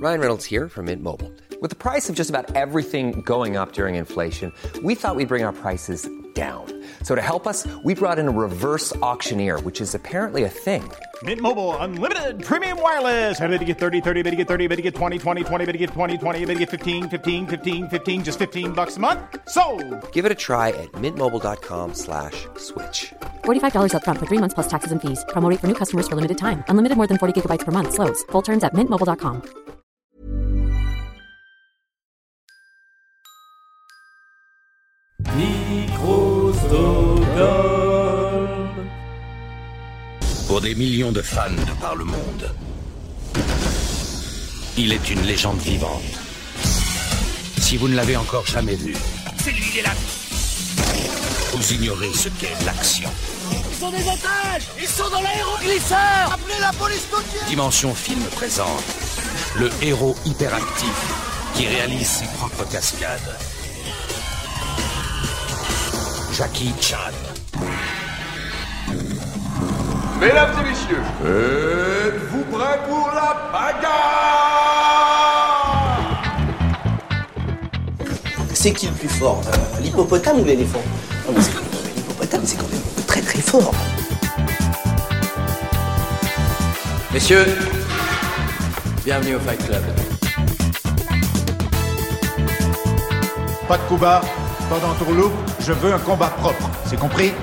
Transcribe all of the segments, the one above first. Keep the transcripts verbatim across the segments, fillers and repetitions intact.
Ryan Reynolds here from Mint Mobile. With the price of just about everything going up during inflation, we thought we'd bring our prices down. So to help us, we brought in a reverse auctioneer, which is apparently a thing. Mint Mobile Unlimited Premium Wireless. How to get thirty, thirty, how to get thirty, how to get twenty, twenty, twenty, how to get twenty, twenty, how to get fifteen, fifteen, fifteen, fifteen, just fifteen bucks a month? Sold! Give it a try at mintmobile.com slash switch. forty-five dollars up front for three months plus taxes and fees. Promo rate for new customers for limited time. Unlimited more than forty gigabytes per month. Slows full terms at mint mobile dot com. Microsoft. Pour des millions de fans de par le monde, il est une légende vivante. Si vous ne l'avez encore jamais vu, c'est lui, il est là. Vous ignorez ce qu'est l'action. Ils sont des otages! Ils sont dans l'aéroglisseur! Appelez la police tout de suite! Dimension Film présente le héros hyperactif qui réalise ses propres cascades. Jackie Chan. Mesdames et messieurs, êtes-vous prêts pour la bagarre? C'est qui le plus fort, euh, l'hippopotame ou l'éléphant? Non, mais c'est, l'hippopotame, c'est quand même très très fort. Messieurs, bienvenue au Fight Club. Pas de coup bas, pas d'entourloupe, je veux un combat propre. C'est compris?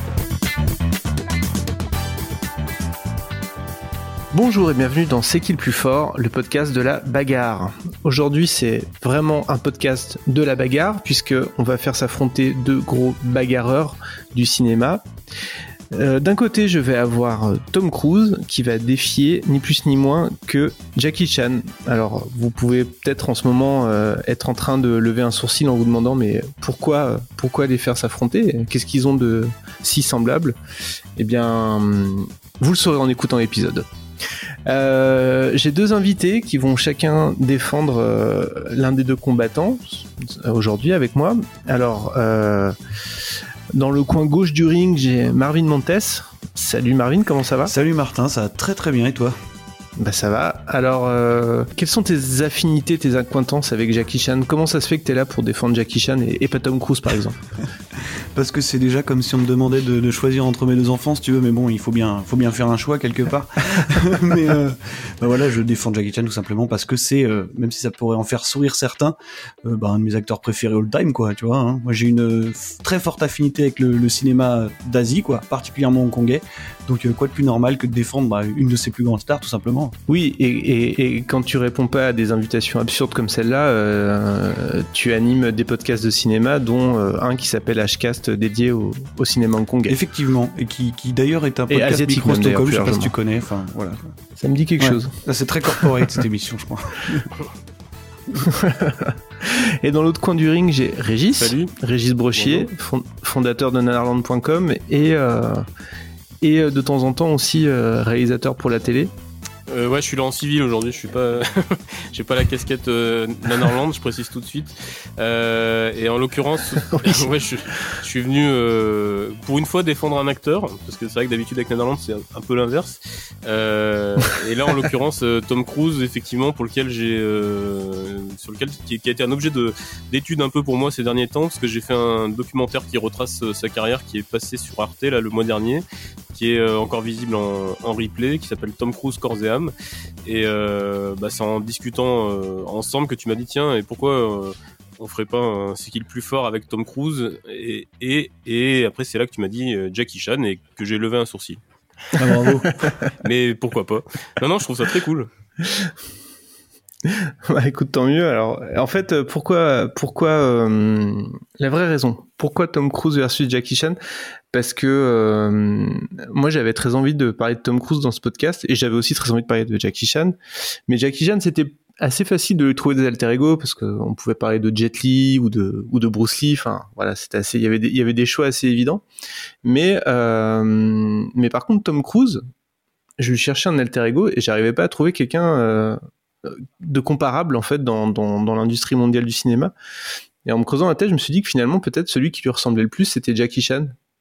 Bonjour et bienvenue dans C'est qui le plus fort, le podcast de la bagarre. Aujourd'hui, c'est vraiment un podcast de la bagarre puisque on va faire s'affronter deux gros bagarreurs du cinéma. Euh, d'un côté, je vais avoir Tom Cruise qui va défier ni plus ni moins que Jackie Chan. Alors, vous pouvez peut-être en ce moment euh, être en train de lever un sourcil en vous demandant mais pourquoi, pourquoi les faire s'affronter? Qu'est-ce qu'ils ont de si semblable? Eh bien, vous le saurez en écoutant l'épisode. Euh, j'ai deux invités qui vont chacun défendre euh, l'un des deux combattants euh, aujourd'hui avec moi. Alors, euh, dans le coin gauche du ring, j'ai Marvin Montes. Salut Marvin, comment ça va? Salut Martin, ça va très très bien et toi? Bah ça va. Alors, euh, quelles sont tes affinités, tes accointances avec Jackie Chan? Comment ça se fait que t'es là pour défendre Jackie Chan et, et pas Tom Cruise par exemple? Parce que c'est déjà comme si on me demandait de, de choisir entre mes deux enfants, si tu veux, mais bon, il faut bien, faut bien faire un choix quelque part. mais euh, bah voilà, je défends Jackie Chan tout simplement parce que c'est, euh, même si ça pourrait en faire sourire certains, euh, bah, un de mes acteurs préférés all time, quoi, tu vois. Hein. Moi, j'ai une euh, très forte affinité avec le, le cinéma d'Asie, quoi, particulièrement hongkongais. Donc, euh, quoi de plus normal que de défendre bah, une de ses plus grandes stars, tout simplement. Oui, et, et, et quand tu réponds pas à des invitations absurdes comme celle-là, euh, tu animes des podcasts de cinéma, dont euh, un qui s'appelle Hcast, dédié au, au cinéma hongkongais. Effectivement, et qui, qui d'ailleurs est un podcast Microsoft, je sais pas si tu connais, enfin voilà. Ça me dit quelque ouais. chose. Là, c'est très corporate cette émission, je crois. Et dans l'autre coin du ring, j'ai Régis. Salut. Régis Brochier, fond, fondateur de nanarland point com et, euh, et de temps en temps aussi euh, réalisateur pour la télé. Euh, ouais, je suis là en civil aujourd'hui. Je suis pas, j'ai pas la casquette euh, Nanarland, je précise tout de suite. Euh, et en l'occurrence, oui. ouais, je, je suis venu euh, pour une fois défendre un acteur, parce que c'est vrai que d'habitude avec Nanarland c'est un peu l'inverse. Euh, et là, en l'occurrence, euh, Tom Cruise, effectivement, pour lequel j'ai, euh, sur lequel qui, qui a été un objet de d'étude un peu pour moi ces derniers temps, parce que j'ai fait un documentaire qui retrace euh, sa carrière, qui est passé sur Arte là le mois dernier, qui est euh, encore visible en, en replay, qui s'appelle Tom Cruise Corps et âme. Et euh, bah, c'est en discutant euh, ensemble que tu m'as dit tiens, et pourquoi euh, on ferait pas un C'est qui le plus fort avec Tom Cruise, et, et, et après c'est là que tu m'as dit euh, Jackie Chan et que j'ai levé un sourcil. Ah, bravo. Mais pourquoi pas? Non, non, je trouve ça très cool. Bah écoute, tant mieux. Alors, en fait, pourquoi, pourquoi euh, la vraie raison, pourquoi Tom Cruise versus Jackie Chan? Parce que euh, moi, j'avais très envie de parler de Tom Cruise dans ce podcast, et j'avais aussi très envie de parler de Jackie Chan. Mais Jackie Chan, c'était assez facile de lui trouver des alter ego parce qu'on pouvait parler de Jet Li ou de ou de Bruce Lee. Enfin, voilà, c'était assez. Il y avait des, il y avait des choix assez évidents. Mais euh, mais par contre, Tom Cruise, je lui cherchais un alter ego et j'arrivais pas à trouver quelqu'un euh, de comparable en fait dans, dans dans l'industrie mondiale du cinéma. Et en me creusant la tête, je me suis dit que finalement peut-être celui qui lui ressemblait le plus c'était Jackie Chan.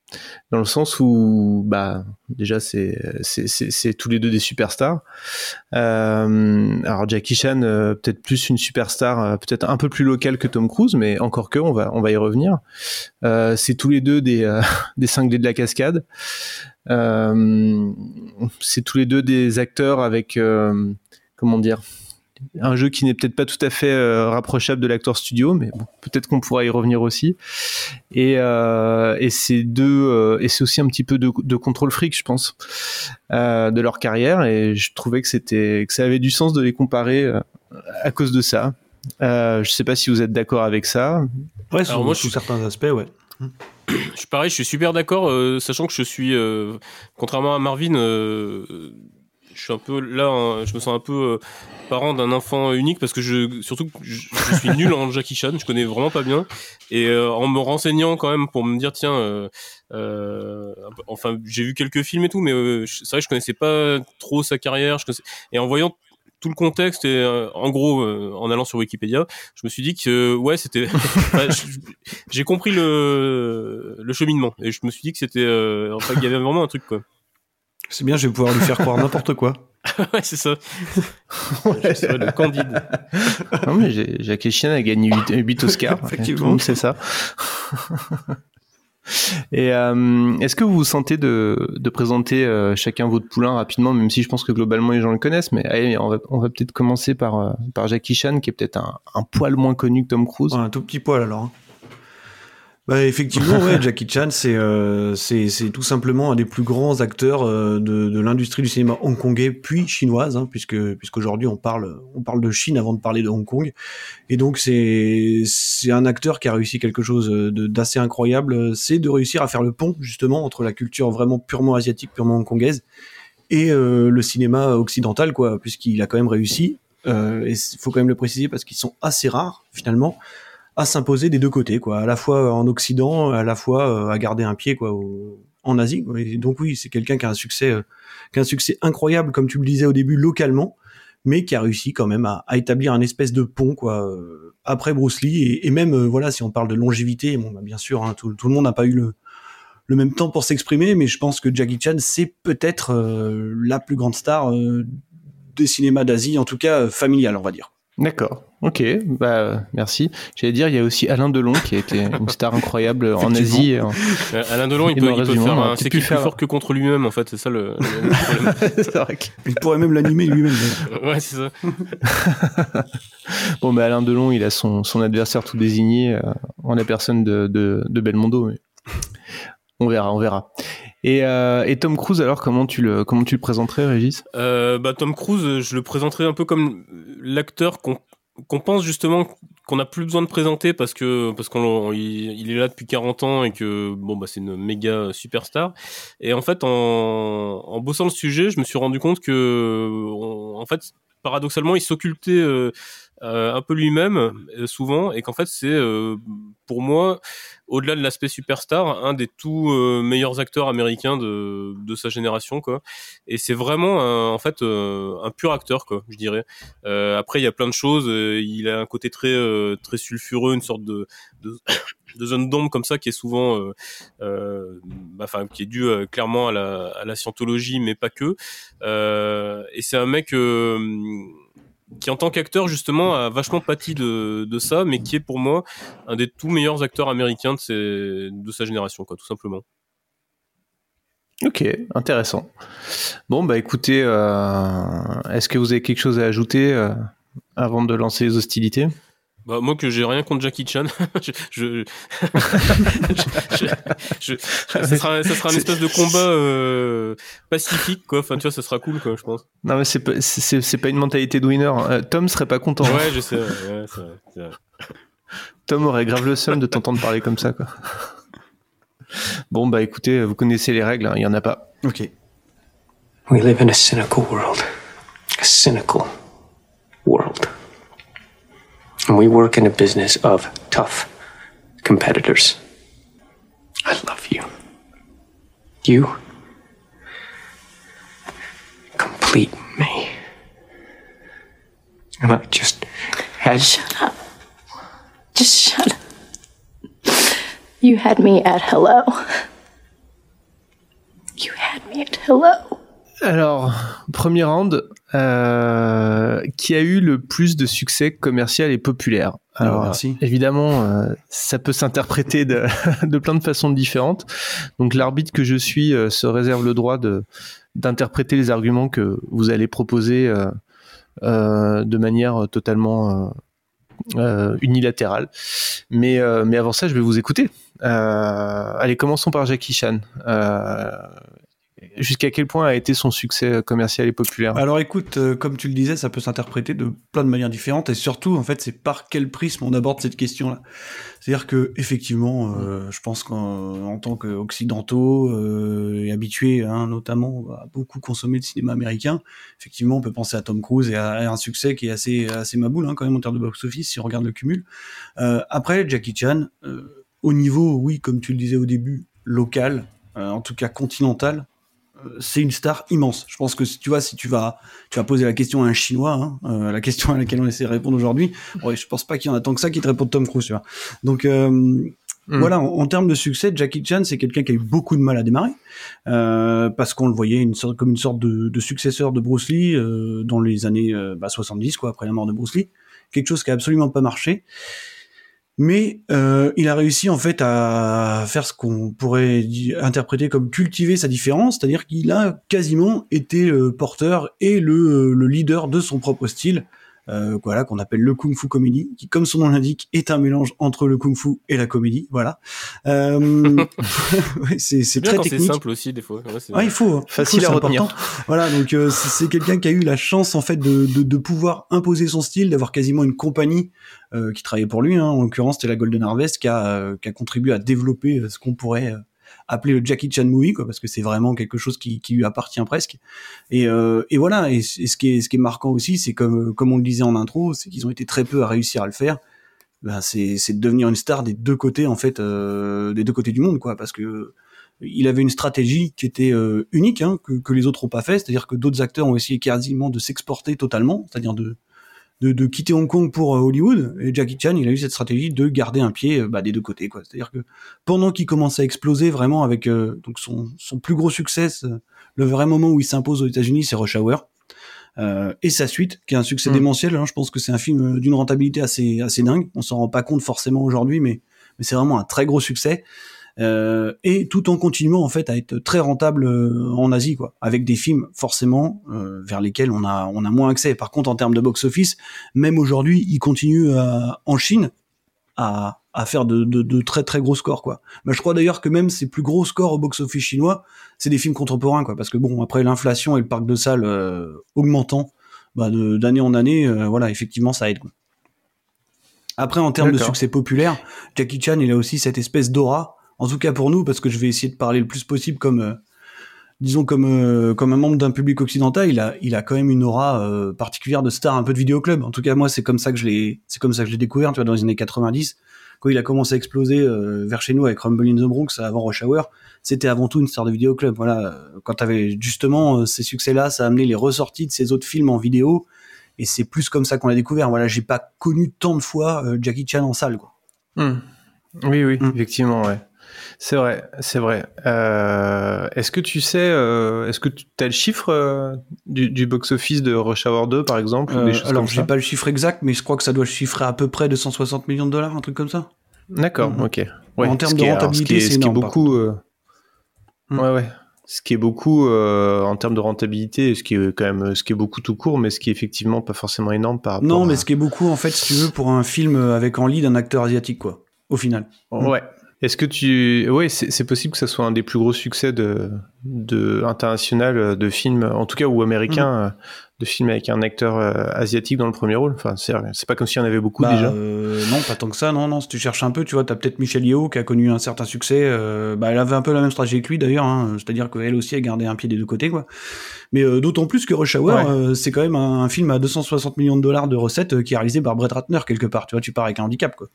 dans le sens où bah déjà c'est c'est c'est, c'est tous les deux des superstars. Euh, alors Jackie Chan euh, peut-être plus une superstar, euh, peut-être un peu plus locale que Tom Cruise, mais encore que on va on va y revenir. Euh, c'est tous les deux des euh, des cinglés de la cascade. Euh, c'est tous les deux des acteurs avec euh, comment dire, un jeu qui n'est peut-être pas tout à fait euh, rapprochable de l'acteur studio, mais bon, peut-être qu'on pourra y revenir aussi. Et, euh, et c'est deux, euh, et c'est aussi un petit peu de, de contrôle fric, je pense, euh, de leur carrière. Et je trouvais que c'était, que ça avait du sens de les comparer euh, à cause de ça. Euh, je sais pas si vous êtes d'accord avec ça. Ouais, sur, moi, sous je... certains aspects, ouais. Je suis pareil, je suis super d'accord, euh, sachant que je suis, euh, contrairement à Marvin, euh, je suis un peu là, hein, je me sens un peu euh, parent d'un enfant unique parce que je, surtout que je, je suis nul en Jackie Chan, je connais vraiment pas bien, et euh, en me renseignant quand même pour me dire tiens, euh, euh, enfin j'ai vu quelques films et tout, mais euh, c'est vrai que je connaissais pas trop sa carrière, je connaissais... et en voyant tout le contexte et euh, en gros euh, en allant sur Wikipédia, je me suis dit que euh, ouais c'était enfin, j'ai compris le le cheminement et je me suis dit que c'était euh, enfin qu'il y avait vraiment un truc quoi. C'est bien, je vais pouvoir lui faire croire n'importe quoi. Ouais, c'est ça. Ouais. C'est le Candide. Non mais Jackie Chan a gagné huit Oscars. Effectivement, tout le monde sait ça. Et euh, est-ce que vous vous sentez de, de présenter euh, chacun votre poulain rapidement, même si je pense que globalement les gens le connaissent, mais allez, on va, on va peut-être commencer par, euh, par Jackie Chan, qui est peut-être un, un poil moins connu que Tom Cruise. Ouais, un tout petit poil alors. Hein. Bah effectivement, ouais, Jackie Chan, c'est euh, c'est c'est tout simplement un des plus grands acteurs euh, de de l'industrie du cinéma hongkongais puis chinoise, hein, puisque puisqu'aujourd'hui on parle on parle de Chine avant de parler de Hong Kong, et donc c'est c'est un acteur qui a réussi quelque chose de d'assez incroyable, c'est de réussir à faire le pont justement entre la culture vraiment purement asiatique, purement hongkongaise, et euh, le cinéma occidental, quoi, puisqu'il a quand même réussi. Euh, et il faut quand même le préciser parce qu'ils sont assez rares finalement à s'imposer des deux côtés, quoi, à la fois en Occident, à la fois euh, à garder un pied, quoi, au, en Asie. Et donc oui, c'est quelqu'un qui a un succès, euh, qui a un succès incroyable, comme tu le disais au début, localement, mais qui a réussi quand même à, à établir un espèce de pont, quoi, euh, après Bruce Lee, et, et même euh, voilà, si on parle de longévité, bon, bah, bien sûr, hein, tout, tout le monde n'a pas eu le le même temps pour s'exprimer, mais je pense que Jackie Chan, c'est peut-être euh, la plus grande star euh, des cinémas d'Asie, en tout cas euh, familiale, on va dire. D'accord, ok, bah merci. J'allais dire, il y a aussi Alain Delon qui a été une star incroyable en Asie. En... Euh, Alain Delon, il peut, il peut faire un c'est qu'il est plus fort que contre lui-même, en fait, c'est ça le, le problème. C'est vrai qu'il pourrait même l'animer lui-même. Ouais, c'est ça. Bon, bah Alain Delon, il a son, son adversaire tout désigné euh, en la personne de, de, de Belmondo, mais on verra, on verra. Et, euh, et Tom Cruise, alors, comment tu le, comment tu le présenterais, Régis ? euh, bah, Tom Cruise, je le présenterais un peu comme l'acteur qu'on, qu'on pense justement qu'on n'a plus besoin de présenter parce que parce qu'on il, il est là depuis quarante ans et que bon bah c'est une méga superstar. Et en fait, en, en bossant le sujet, je me suis rendu compte que on, en fait, paradoxalement, il s'occultait euh, euh, un peu lui-même euh, souvent, et qu'en fait c'est euh, pour moi, au-delà de l'aspect superstar, un des tout euh, meilleurs acteurs américains de de sa génération, quoi. Et c'est vraiment un, en fait euh, un pur acteur, quoi, je dirais. Euh, après il y a plein de choses, euh, il a un côté très euh, très sulfureux, une sorte de de, de zone d'ombre comme ça qui est souvent euh, euh, bah, enfin qui est due euh, clairement à la à la scientologie, mais pas que. Euh, et c'est un mec euh, qui en tant qu'acteur justement a vachement pâti de de ça, mais qui est pour moi un des tout meilleurs acteurs américains de ses, de sa génération, quoi, tout simplement. Ok, intéressant. Bon bah écoutez, euh, est-ce que vous avez quelque chose à ajouter euh, avant de lancer les hostilités ? Bah moi que j'ai rien contre Jackie Chan, je, je, je, je, je ça sera ça sera un espèce de combat euh, pacifique, quoi. Enfin tu vois, ça sera cool, quoi, je pense. Non mais c'est pas c'est c'est pas une mentalité de winner. Euh, Tom serait pas content. Ouais, hein. Je sais. Ouais, c'est vrai, c'est vrai. Tom aurait grave le seum de t'entendre parler comme ça, quoi. Bon bah écoutez, vous connaissez les règles, hein, il y en a pas. Ok. We live in a cynical world. A cynical world. And we work in a business of tough competitors. I love you. You complete me. And I just had... Shut up. Just shut up. You had me at hello. damn it, hello. Alors, premier round, euh, qui a eu le plus de succès commercial et populaire. Alors, merci. Évidemment, euh, ça peut s'interpréter de, de plein de façons différentes. Donc, l'arbitre que je suis euh, se réserve le droit de, d'interpréter les arguments que vous allez proposer euh, euh, de manière totalement euh, euh, unilatérale. Mais, euh, mais avant ça, je vais vous écouter. Euh, allez, commençons par Jackie Chan. Euh, Jusqu'à quel point a été son succès commercial et populaire ? Alors écoute, euh, comme tu le disais, ça peut s'interpréter de plein de manières différentes, et surtout, en fait, c'est par quel prisme on aborde cette question-là. C'est-à-dire que effectivement, euh, je pense qu'en en tant qu'occidentaux euh, et habitués, hein, notamment, à beaucoup consommer le cinéma américain, effectivement, on peut penser à Tom Cruise et à, à un succès qui est assez assez maboule, hein, quand même en termes de box-office, si on regarde le cumul. Euh, après, Jackie Chan, euh, au niveau, oui, comme tu le disais au début, local, euh, en tout cas continental. C'est une star immense. Je pense que si tu vois, si tu vas, tu vas poser la question à un Chinois, hein, euh, la question à laquelle on essaie de répondre aujourd'hui, ouais, je pense pas qu'il y en a tant que ça qui te répondent Tom Cruise, tu vois. Donc euh, mm. voilà, en, en termes de succès, Jackie Chan, c'est quelqu'un qui a eu beaucoup de mal à démarrer, euh, parce qu'on le voyait une sorte, comme une sorte de, de successeur de Bruce Lee euh, dans les années euh, bah, soixante-dix, quoi, après la mort de Bruce Lee. Quelque chose qui a absolument pas marché. Mais euh, il a réussi en fait à faire ce qu'on pourrait interpréter comme cultiver sa différence, c'est-à-dire qu'il a quasiment été le porteur et le, le leader de son propre style, euh, voilà, qu'on appelle le kung-fu comédie, qui, comme son nom l'indique, est un mélange entre le kung-fu et la comédie, voilà. Euh, ouais, c'est, c'est très quand technique. C'est simple aussi des fois. Ouais, c'est... Ah, il faut, facile il faut, à retenir. Important. Voilà, donc euh, c'est, c'est quelqu'un qui a eu la chance en fait de, de, de pouvoir imposer son style, d'avoir quasiment une compagnie euh, qui travaillait pour lui. Hein. En l'occurrence, c'était la Golden Harvest qui a, euh, qui a contribué à développer ce qu'on pourrait euh, appeler le Jackie Chan Movie, quoi, parce que c'est vraiment quelque chose qui, qui lui appartient presque. Et, euh, et voilà. Et, et ce qui est, ce qui est marquant aussi, c'est comme, comme on le disait en intro, c'est qu'ils ont été très peu à réussir à le faire. Ben c'est, c'est de devenir une star des deux côtés en fait, euh, des deux côtés du monde, quoi, parce que il avait une stratégie qui était euh, unique, hein, que, que les autres ont pas fait, c'est-à-dire que d'autres acteurs ont essayé quasiment de s'exporter totalement, c'est-à-dire de de, de quitter Hong Kong pour euh, Hollywood, et Jackie Chan, il a eu cette stratégie de garder un pied euh, bah, des deux côtés, quoi. C'est-à-dire que pendant qu'il commence à exploser vraiment avec euh, donc son son plus gros succès, le vrai moment où il s'impose aux États-Unis, c'est Rush Hour. Euh, et sa suite, qui est un succès mmh. démentiel, hein, je pense que c'est un film d'une rentabilité assez assez dingue. On s'en rend pas compte forcément aujourd'hui, mais mais c'est vraiment un très gros succès. Euh, et tout en continuant en fait à être très rentable euh, en Asie, quoi, avec des films forcément euh, vers lesquels on a on a moins accès. Par contre, en termes de box-office, même aujourd'hui, il continue à, en Chine à à faire de, de, de très très gros scores, quoi. Mais je crois d'ailleurs que même ses plus gros scores au box-office chinois, c'est des films contemporains, quoi, parce que bon, après l'inflation et le parc de salles euh, augmentant bah, de, d'année en année, euh, voilà, effectivement, ça aide, quoi. Après, en termes D'accord. de succès populaire, Jackie Chan, il a aussi cette espèce d'aura. En tout cas pour nous, parce que je vais essayer de parler le plus possible comme, euh, disons comme euh, comme un membre d'un public occidental, il a il a quand même une aura euh, particulière de star, un peu de vidéoclub. En tout cas moi c'est comme ça que je l'ai c'est comme ça que je l'ai découvert, tu vois, dans les années quatre-vingt-dix, quand il a commencé à exploser euh, vers chez nous avec Rumble in the Bronx avant Rush Hour, c'était avant tout une star de vidéoclub. Voilà, quand t'avais justement euh, ces succès-là, ça a amené les ressorties de ces autres films en vidéo, et c'est plus comme ça qu'on l'a découvert. Voilà, j'ai pas connu tant de fois euh, Jackie Chan en salle, quoi. Mmh. Oui oui, mmh. effectivement, ouais. C'est vrai, c'est vrai. Euh, est-ce que tu sais, euh, est-ce que tu as le chiffre euh, du, du box-office de Rush Hour deux, par exemple, euh, ou des choses alors, comme j'ai ça pas le chiffre exact, mais je crois que ça doit chiffrer à peu près de cent soixante millions de dollars, un truc comme ça. D'accord, mmh. ok. Ouais, en termes de rentabilité, est, c'est ce énorme. Qui est beaucoup, euh... mmh. ouais, ouais. Ce qui est beaucoup euh, en termes de rentabilité, ce qui est quand même, ce qui est beaucoup tout court, mais ce qui est effectivement pas forcément énorme par rapport. Non, mais à... ce qui est beaucoup, en fait, si tu veux, pour un film avec en lead un acteur asiatique, quoi. Au final. Ouais. Est-ce que tu... Oui, c'est, c'est possible que ça soit un des plus gros succès de, de international de films, en tout cas, ou américain, mmh. de films avec un acteur euh, asiatique dans le premier rôle. Enfin, c'est, c'est pas comme s'il y en avait beaucoup bah, déjà. Euh, non, pas tant que ça, non, non. Si tu cherches un peu, tu vois, t'as peut-être Michelle Yeoh qui a connu un certain succès. Euh, bah, elle avait un peu la même stratégie que lui, d'ailleurs, hein, c'est-à-dire qu'elle aussi a gardé un pied des deux côtés, quoi. Mais euh, d'autant plus que Rush Hour, ouais. euh, c'est quand même un, un film à deux cent soixante millions de dollars de recettes euh, qui est réalisé par Brett Ratner, quelque part. Tu vois, tu pars avec un handicap, quoi.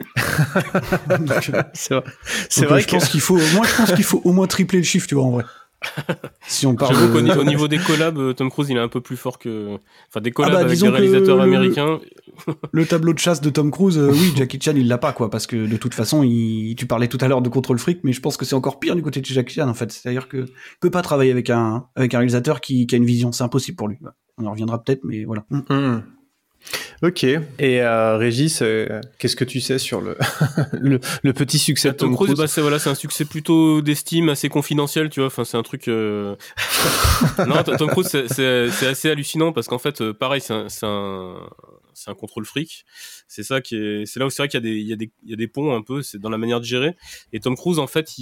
Donc, c'est vrai, c'est donc, vrai je que... pense qu'il faut moi je pense qu'il faut au moins tripler le chiffre, tu vois, en vrai. Si on parle J'avoue de... qu'au au niveau des collabs, Tom Cruise il est un peu plus fort que, enfin, des collabs ah bah, avec des réalisateurs le... américains. Le tableau de chasse de Tom Cruise, euh, oui, Jackie Chan, il l'a pas, quoi, parce que de toute façon, il, tu parlais tout à l'heure de contrôle fric, mais je pense que c'est encore pire du côté de Jackie Chan, en fait. C'est-à-dire que, que pas travailler avec un, avec un réalisateur qui, qui a une vision, c'est impossible pour lui. On en reviendra peut-être, mais voilà. Mmh. Ok. Et euh, Régis, euh, qu'est-ce que tu sais sur le le, le petit succès de Tom, Tom Cruise, Cruise bah, c'est voilà, c'est un succès plutôt d'estime, assez confidentiel, tu vois. Enfin, c'est un truc. Euh... non, Tom Cruise, c'est, c'est, c'est assez hallucinant parce qu'en fait, pareil, c'est un, c'est un, c'est un contrôle fric. C'est ça qui est. C'est là où c'est vrai qu'il y a des, il y a des, il y a des ponts un peu. C'est dans la manière de gérer. Et Tom Cruise, en fait,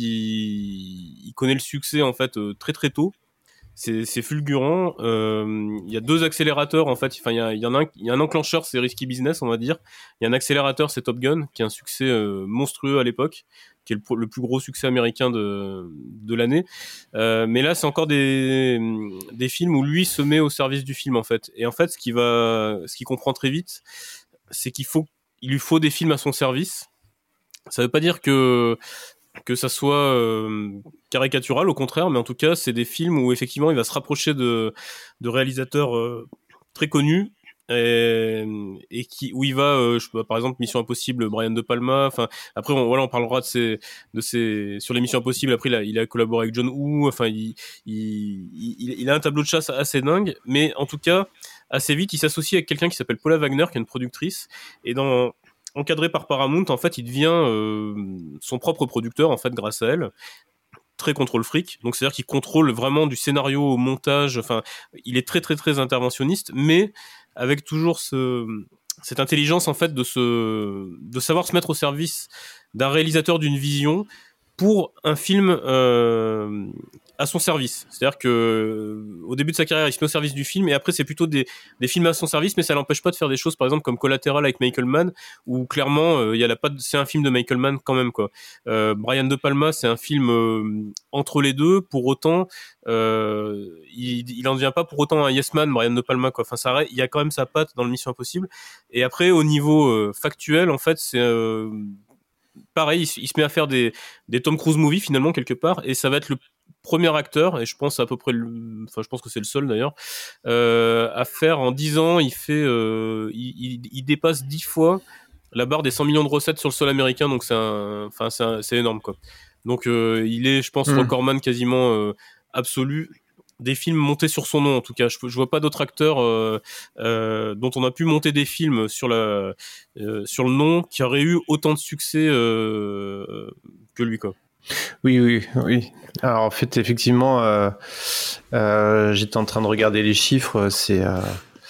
il, il connaît le succès en fait très très tôt. C'est, c'est fulgurant. Il euh, y a deux accélérateurs en fait. Enfin, il y, a, il y en a un, il y a un enclencheur, c'est Risky Business, on va dire. Il y a un accélérateur, c'est Top Gun, qui est un succès euh, monstrueux à l'époque, qui est le, le plus gros succès américain de de l'année. Euh, mais là, c'est encore des des films où lui se met au service du film en fait. Et en fait, ce qui va, ce qu'il comprend très vite, c'est qu'il faut, il lui faut des films à son service. Ça veut pas dire que que ça soit euh, caricatural, au contraire, mais en tout cas, c'est des films où effectivement, il va se rapprocher de, de réalisateurs euh, très connus et, et qui où il va, euh, je sais pas, par exemple, Mission Impossible, Brian De Palma. Enfin, après, on, voilà, on parlera de ses, de ses sur les Missions Impossibles. Après, il a, il a collaboré avec John Woo. Enfin, il, il, il, il a un tableau de chasse assez dingue, mais en tout cas, assez vite, il s'associe avec quelqu'un qui s'appelle Paula Wagner, qui est une productrice, et dans encadré par Paramount, en fait, il devient euh, son propre producteur, en fait, grâce à elle. Très contrôle fric. Donc, c'est-à-dire qu'il contrôle vraiment du scénario au montage. Enfin, il est très, très, très interventionniste, mais avec toujours ce, cette intelligence, en fait, de se, de savoir se mettre au service d'un réalisateur d'une vision pour un film euh, à son service. C'est-à-dire que au début de sa carrière, il se met au service du film et après c'est plutôt des, des films à son service, mais ça l'empêche pas de faire des choses, par exemple comme Collateral avec Michael Mann, où clairement euh, il y a la patte, c'est un film de Michael Mann quand même quoi. Euh, Brian De Palma, c'est un film euh, entre les deux. Pour autant, euh, il, il en devient pas pour autant un yes man, Brian De Palma quoi. Enfin ça, il y a quand même sa patte dans le Mission Impossible. Et après au niveau euh, factuel, en fait, c'est euh, pareil, il se, il se met à faire des, des Tom Cruise movies finalement quelque part, et ça va être le premier acteur, et je pense à peu près, le, enfin je pense que c'est le seul d'ailleurs, euh, à faire en dix ans, il fait, euh, il, il, il dépasse dix fois la barre des cent millions de recettes sur le sol américain, donc c'est un, enfin c'est, un, c'est énorme quoi. Donc euh, il est, je pense, mmh. recordman quasiment euh, absolu des films montés sur son nom en tout cas. Je, je vois pas d'autres acteurs euh, euh, dont on a pu monter des films sur la euh, sur le nom qui auraient eu autant de succès euh, que lui quoi. Oui, oui, oui. Alors en fait, effectivement, euh, euh, j'étais en train de regarder les chiffres. C'est euh,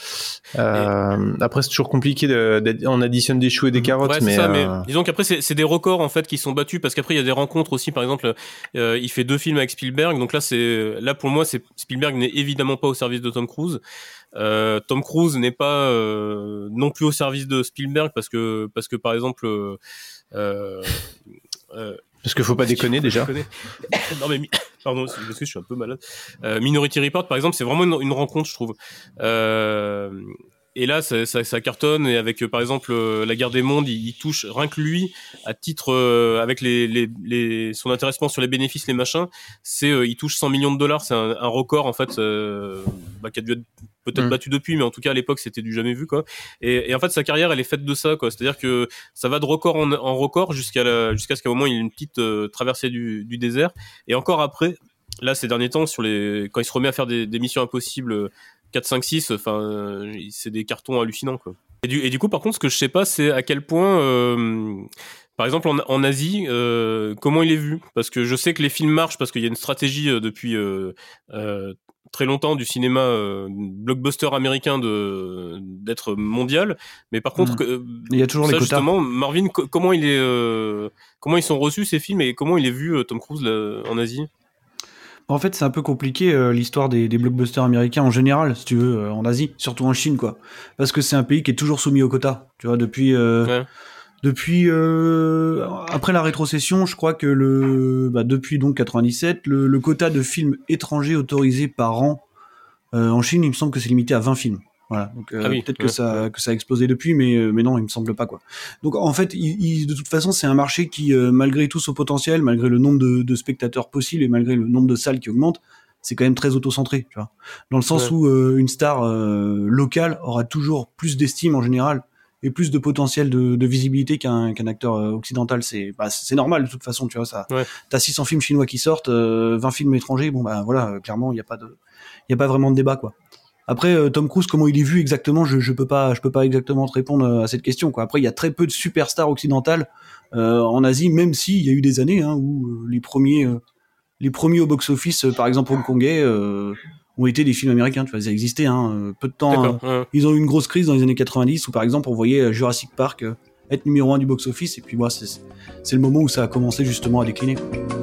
euh, après c'est toujours compliqué. De, de, on additionne des choux et des carottes, ouais, mais, ça, euh... mais disons qu'après c'est, c'est des records en fait qui sont battus parce qu'après il y a des rencontres aussi. Par exemple, euh, il fait deux films avec Spielberg. Donc là, c'est là pour moi, c'est Spielberg n'est évidemment pas au service de Tom Cruise. Euh, Tom Cruise n'est pas euh, non plus au service de Spielberg parce que parce que par exemple. Euh, euh, Parce qu'il faut pas déconner déjà. Non mais pardon, parce que je suis un peu malade. Euh, Minority Report, par exemple, c'est vraiment une, une rencontre, je trouve. Euh, et là, ça, ça, ça cartonne. Et avec, par exemple, La Guerre des Mondes, il, il touche rien que lui, à titre, euh, avec les, les, les, son intéressement sur les bénéfices, les machins, c'est, euh, il touche cent millions de dollars. C'est un, un record en fait, euh, bah, qui a dû être peut-être mmh. battu depuis, mais en tout cas à l'époque c'était du jamais vu quoi. Et, et en fait sa carrière elle est faite de ça quoi. C'est-à-dire que ça va de record en, en record jusqu'à la, jusqu'à ce qu'à un moment il y ait une petite euh, traversée du, du désert. Et encore après, là ces derniers temps sur les, quand il se remet à faire des, des missions impossibles quatre, cinq, six, enfin euh, c'est des cartons hallucinants quoi. Et du, et du coup par contre ce que je sais pas c'est à quel point euh, par exemple en, en Asie euh, comment il est vu, parce que je sais que les films marchent parce qu'il y a une stratégie euh, depuis euh, euh, très longtemps du cinéma euh, blockbuster américain de d'être mondial, mais par contre mmh. euh, il y a toujours ça, les quotas. Justement, Marvin, co- comment il est euh, comment ils sont reçus ces films et comment il est vu euh, Tom Cruise là, en Asie? En fait, c'est un peu compliqué euh, l'histoire des, des blockbusters américains en général, si tu veux, euh, en Asie, surtout en Chine quoi, parce que c'est un pays qui est toujours soumis aux quotas, tu vois, depuis euh, ouais. Depuis euh, après la rétrocession, je crois que le bah, depuis donc quatre-vingt-dix-sept, le, le quota de films étrangers autorisés par an euh, en Chine, il me semble que c'est limité à vingt films. Voilà, donc euh, ah oui, peut-être ouais, que ça ouais. que ça a explosé depuis, mais euh, mais non, il me semble pas quoi. Donc en fait, il, il, de toute façon, c'est un marché qui, euh, malgré tout son potentiel, malgré le nombre de, de spectateurs possibles et malgré le nombre de salles qui augmente, c'est quand même très auto-centré, tu vois. Dans le sens ouais. où euh, une star euh, locale aura toujours plus d'estime en général et plus de potentiel de, de visibilité qu'un, qu'un acteur euh, occidental. C'est, bah, c'est normal de toute façon, tu vois ça. Ouais. T'as six cents films chinois qui sortent, euh, vingt films étrangers. Bon bah voilà, euh, clairement il y a pas de, il y a pas vraiment de débat quoi. Après euh, Tom Cruise, comment il est vu exactement, je, je peux pas, je peux pas exactement te répondre à cette question quoi. Après il y a très peu de superstars occidentales euh, en Asie, même s'il y a eu des années hein, où euh, les premiers, euh, les premiers au box-office, euh, par exemple hongkongais. Euh, ont été des films américains, tu vois, ça existait, hein, peu de temps. Euh, ouais. Ils ont eu une grosse crise dans les années quatre-vingt-dix où, par exemple, on voyait Jurassic Park euh, être numéro un du box-office, et puis voilà, c'est, c'est le moment où ça a commencé justement à décliner.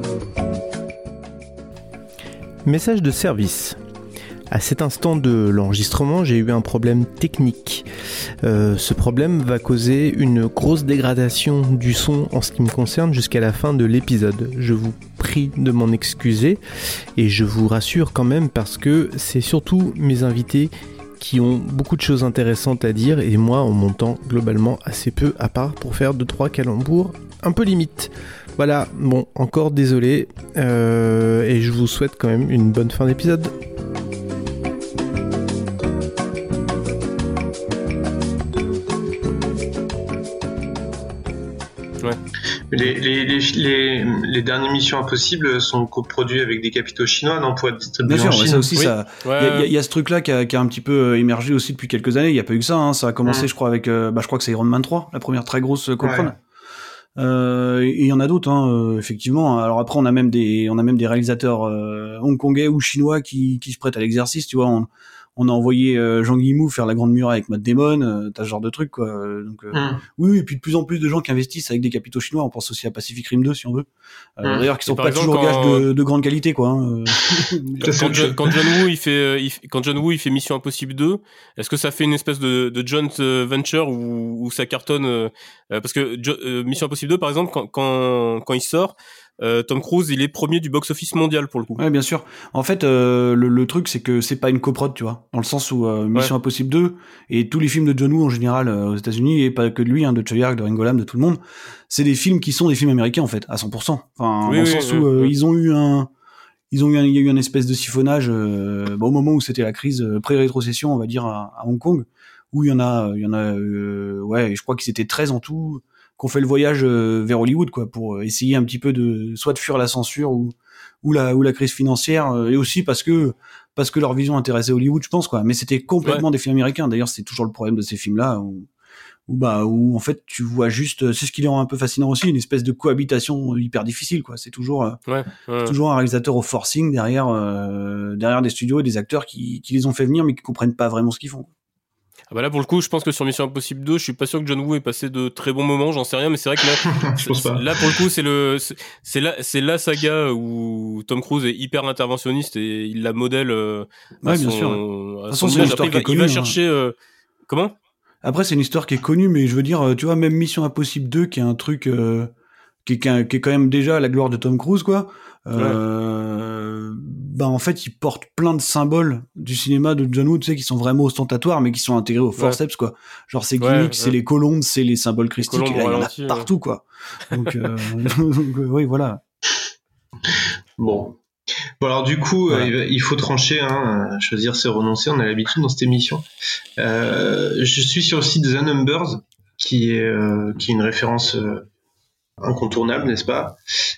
Message de service. À cet instant de l'enregistrement, j'ai eu un problème technique. Euh, ce problème va causer une grosse dégradation du son en ce qui me concerne jusqu'à la fin de l'épisode. Je vous prie de m'en excuser et je vous rassure quand même parce que c'est surtout mes invités qui ont beaucoup de choses intéressantes à dire et moi en montant globalement assez peu à part pour faire deux trois calembours un peu limite. Voilà, bon, encore désolé euh, et je vous souhaite quand même une bonne fin d'épisode. Ouais. Les, les, les, les, les dernières Missions Impossibles sont coproduits avec des capitaux chinois, non, pour être distribués Bien en sûr, Chine. ça aussi, oui. ça. Il ouais. y, y, y a ce truc-là qui a, qui a un petit peu émergé aussi depuis quelques années. Il y a pas eu que ça. Hein. Ça a commencé, mmh. je crois, avec, euh, bah, je crois que c'est Iron Man trois, la première très grosse coprone. Ouais. Euh, et il y en a d'autres, hein, euh, effectivement. Alors après, on a même des, on a même des réalisateurs euh, hongkongais ou chinois qui, qui se prêtent à l'exercice. Tu vois, on, on a envoyé euh, Jean Guillemot faire La Grande Muraille avec Matt Damon, euh, t'as ce genre de truc quoi. Donc euh, mm. oui, et puis de plus en plus de gens qui investissent avec des capitaux chinois. On pense aussi à Pacific Rim deux si on veut. Euh, mm. D'ailleurs, qui sont pas exemple, toujours gages quand... de, de grande qualité quoi. Hein. quand, John, quand John Woo il fait, il, quand John Woo il fait Mission Impossible deux, est-ce que ça fait une espèce de, de joint venture où, où ça cartonne euh, parce que euh, Mission Impossible deux par exemple quand quand, quand il sort. Euh, Tom Cruise, il est premier du box-office mondial pour le coup. Ouais, bien sûr. En fait, euh, le, le truc, c'est que c'est pas une coprode, tu vois, dans le sens où euh, Mission ouais. Impossible deux et tous les films de John Woo en général euh, aux États-Unis et pas que de lui, hein, de Choyark, de Ringo Lam, de tout le monde, c'est des films qui sont des films américains en fait, à cent pour cent. Enfin, oui, dans oui, le sens oui, où euh, oui. ils ont eu un, ils ont eu, un, il y a eu une espèce de siphonnage euh, bah, au moment où c'était la crise euh, pré-rétrocession, on va dire à, à Hong Kong, où il y en a, il y en a, euh, ouais, je crois qu'ils étaient treize en tout. Qu'on fait le voyage euh, vers Hollywood quoi pour essayer un petit peu de soit de fuir la censure ou ou la ou la crise financière euh, et aussi parce que parce que leur vision intéressait Hollywood je pense quoi mais c'était complètement ouais. des films américains d'ailleurs c'est toujours le problème de ces films là où, où bah où en fait tu vois juste c'est ce qui les rend un peu fascinant aussi une espèce de cohabitation hyper difficile quoi c'est toujours euh, ouais, ouais. toujours un réalisateur au forcing derrière euh, derrière des studios et des acteurs qui qui les ont fait venir mais qui comprennent pas vraiment ce qu'ils font. Ah bah là pour le coup je pense que sur Mission Impossible deux je suis pas sûr que John Woo ait passé de très bons moments j'en sais rien mais c'est vrai que là je pense pas. Là pour le coup c'est le c'est, c'est la c'est la saga où Tom Cruise est hyper interventionniste et il la modèle euh, ouais, à bien son, sûr. À son son c'est une histoire Après, qui est il va, connue, il va hein. chercher euh, comment après c'est une histoire qui est connue mais je veux dire tu vois même Mission Impossible deux qui est un truc euh, qui est, qui est qui est quand même déjà la gloire de Tom Cruise quoi. Euh, ouais. Bah en fait il porte plein de symboles du cinéma de John Woo tu sais qui sont vraiment ostentatoires mais qui sont intégrés au forceps ouais. quoi genre c'est gimmicks ouais, ouais. c'est les colombes c'est les symboles christiques et là, il y en a partout ouais. quoi donc, euh, donc euh, oui voilà bon bon alors du coup voilà. euh, il faut trancher hein, choisir c'est renoncer on a l'habitude dans cette émission euh, je suis sur le site The Numbers qui est euh, qui est une référence euh, incontournable, n'est-ce pas ?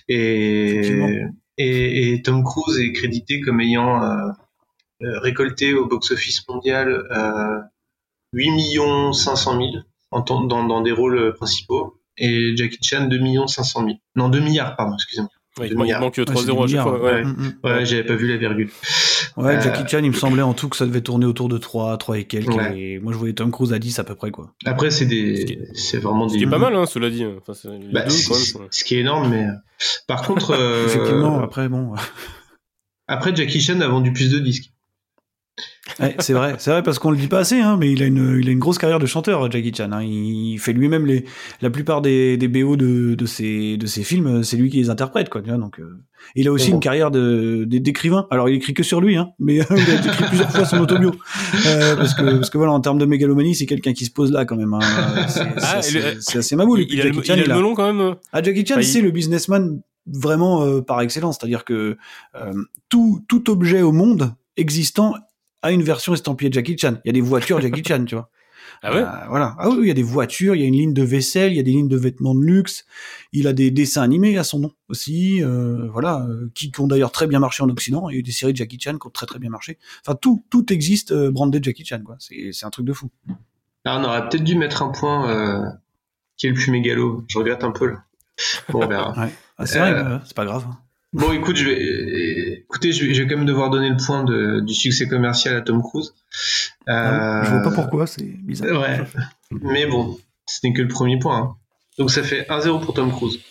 Et, et, et Tom Cruise est crédité comme ayant euh, récolté au box-office mondial euh, huit millions cinq cent mille en t- dans, dans des rôles principaux et Jackie Chan deux millions cinq cent mille. Non, deux milliards, pardon, excusez-moi. Ouais, il manque trois zéro à chaque fois. Ouais, ouais, mmh, ouais, ouais, j'avais pas vu la virgule. Ouais, euh, Jackie Chan, il me semblait en tout que ça devait tourner autour de trois, trois et quelques. Ouais. Et moi, je voyais Tom Cruise à dix à peu près, quoi. Après, c'est des, est, c'est vraiment des. Ce qui est pas mal, hein, cela dit. Enfin, c'est bah, deux, c'est, quand même. Ce qui est énorme, mais par contre. Euh... Effectivement, après, bon. Après, Jackie Chan a vendu plus de disques. Ouais, c'est vrai, c'est vrai parce qu'on le dit pas assez, hein, mais il a une, il a une grosse carrière de chanteur, Jackie Chan. Hein. Il fait lui-même les, la plupart des, des B O de, de ses, de ses films, c'est lui qui les interprète, quoi. Tu vois, donc, euh, il a aussi bon. une carrière de, de, d'écrivain. Alors, il écrit que sur lui, hein, mais il a écrit plusieurs fois son autobio, euh, parce que, parce que voilà, en termes de mégalomanie, c'est quelqu'un qui se pose là quand même. Hein. C'est, c'est, ah, c'est, le, c'est, c'est assez maboule. Il, il, a le, Chan, il a le melon quand même. Ah, Jackie Chan, bah, c'est il... le businessman vraiment euh, par excellence, c'est-à-dire que euh, tout, tout objet au monde existant a une version estampillée de Jackie Chan. Il y a des voitures Jackie Chan, tu vois. Ah ouais. Euh, voilà. Ah oui, il y a des voitures, il y a une ligne de vaisselle, il y a des lignes de vêtements de luxe. Il a des dessins animés à son nom aussi, euh, voilà, euh, qui, qui ont d'ailleurs très bien marché en Occident. Il y a eu des séries de Jackie Chan qui ont très très bien marché. Enfin, tout tout existe euh, brandé Jackie Chan, quoi. C'est c'est un truc de fou. Ah, on aurait peut-être dû mettre un point euh, qui est le plus mégalo. Je regrette un peu là. Bon, on verra. Ouais. Ah, c'est euh... vrai, c'est pas grave. Bon, écoute, je vais, écoutez, je vais, je vais quand même devoir donner le point de, du succès commercial à Tom Cruise. Euh... Ah, je vois pas pourquoi, c'est bizarre. Ouais. Mais bon, ce n'est que le premier point. Hein. Donc ça fait un zéro pour Tom Cruise.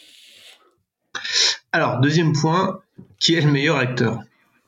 Alors, deuxième point, qui est le meilleur acteur?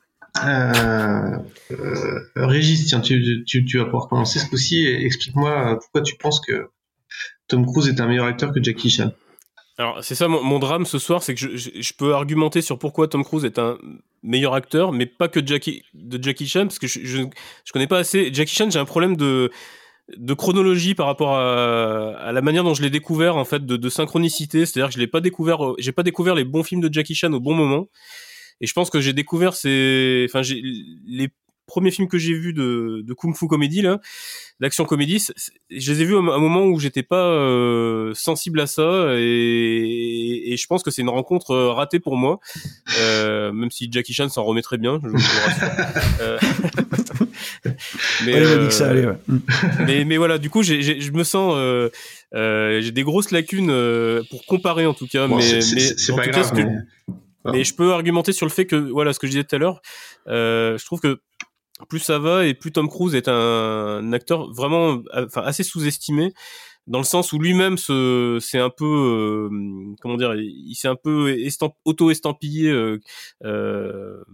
euh, euh, Régis, tiens, tu, tu, tu vas pouvoir commencer ce coup-ci et explique-moi pourquoi tu penses que Tom Cruise est un meilleur acteur que Jackie Chan. Alors, c'est ça, mon, mon drame ce soir, c'est que je, je, je peux argumenter sur pourquoi Tom Cruise est un meilleur acteur, mais pas que Jackie, de Jackie Chan, parce que je, je, je connais pas assez. Jackie Chan, j'ai un problème de, de chronologie par rapport à, à la manière dont je l'ai découvert, en fait, de, de synchronicité. C'est-à-dire que je l'ai pas découvert, j'ai pas découvert les bons films de Jackie Chan au bon moment. Et je pense que j'ai découvert ces, enfin, j'ai, les premiers films que j'ai vus de, de Kung Fu comédie, là, d'action comédie, je les ai vus à un moment où j'étais pas euh, sensible à ça, et, et je pense que c'est une rencontre ratée pour moi, euh, même si Jackie Chan s'en remet très bien, je vous rassure. euh, mais, ouais, il a dit que ça allait, ouais. mais, mais voilà, du coup, j'ai, j'ai, je me sens, euh, euh, j'ai des grosses lacunes euh, pour comparer en tout cas, bon, mais, c'est, c'est, mais c'est en pas tout grave. cas, ce que, mais... Mais je peux argumenter sur le fait que, voilà, ce que je disais tout à l'heure, euh, je trouve que plus ça va et plus Tom Cruise est un, un acteur vraiment, enfin, assez sous-estimé, dans le sens où lui-même se, c'est un peu, euh, comment dire, il, il s'est un peu estamp, auto-estampillé, euh, euh,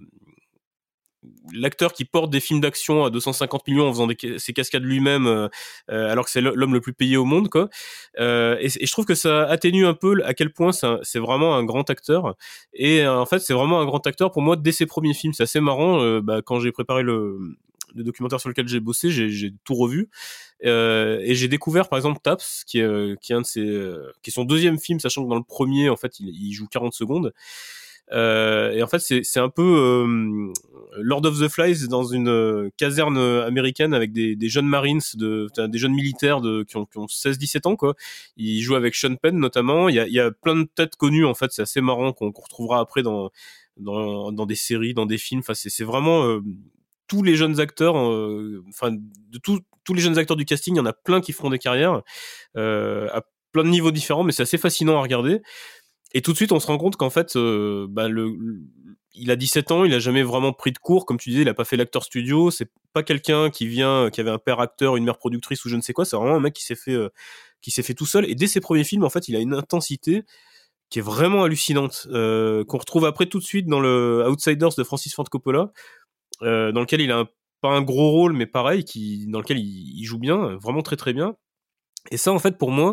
l'acteur qui porte des films d'action à deux cent cinquante millions en faisant des, ses cascades lui-même, euh, alors que c'est l'homme le plus payé au monde, quoi. Euh, et, et je trouve que ça atténue un peu à quel point c'est, un, c'est vraiment un grand acteur. Et euh, en fait, c'est vraiment un grand acteur pour moi dès ses premiers films. C'est assez marrant. Euh, bah, quand j'ai préparé le, le documentaire sur lequel j'ai bossé, j'ai, j'ai tout revu. Euh, et j'ai découvert par exemple Taps, qui est, qui est un de ses, euh, qui est son deuxième film, sachant que dans le premier, en fait, il, il joue quarante secondes. Euh, et en fait, c'est, c'est un peu euh, Lord of the Flies dans une euh, caserne américaine avec des, des jeunes Marines, de, des jeunes militaires de, qui ont, qui ont seize dix-sept ans, quoi. Il joue avec Sean Penn notamment. Il y a, il y a plein de têtes connues, en fait. C'est assez marrant qu'on, qu'on retrouvera après dans, dans, dans des séries, dans des films. Enfin, c'est, c'est vraiment euh, tous les jeunes acteurs, euh, enfin, de tout, tous les jeunes acteurs du casting, il y en a plein qui feront des carrières euh, à plein de niveaux différents, mais c'est assez fascinant à regarder. Et tout de suite, on se rend compte qu'en fait, euh, bah, le, le, il a dix-sept ans, il a jamais vraiment pris de cours, comme tu disais, il a pas fait l'acteur studio. C'est pas quelqu'un qui vient, qui avait un père acteur, une mère productrice ou je ne sais quoi. C'est vraiment un mec qui s'est fait, euh, qui s'est fait tout seul. Et dès ses premiers films, en fait, il a une intensité qui est vraiment hallucinante, euh, qu'on retrouve après tout de suite dans le Outsiders de Francis Ford Coppola, euh, dans lequel il a un, pas un gros rôle, mais pareil, qui, dans lequel il, il joue bien, vraiment très très bien. Et ça, en fait, pour moi,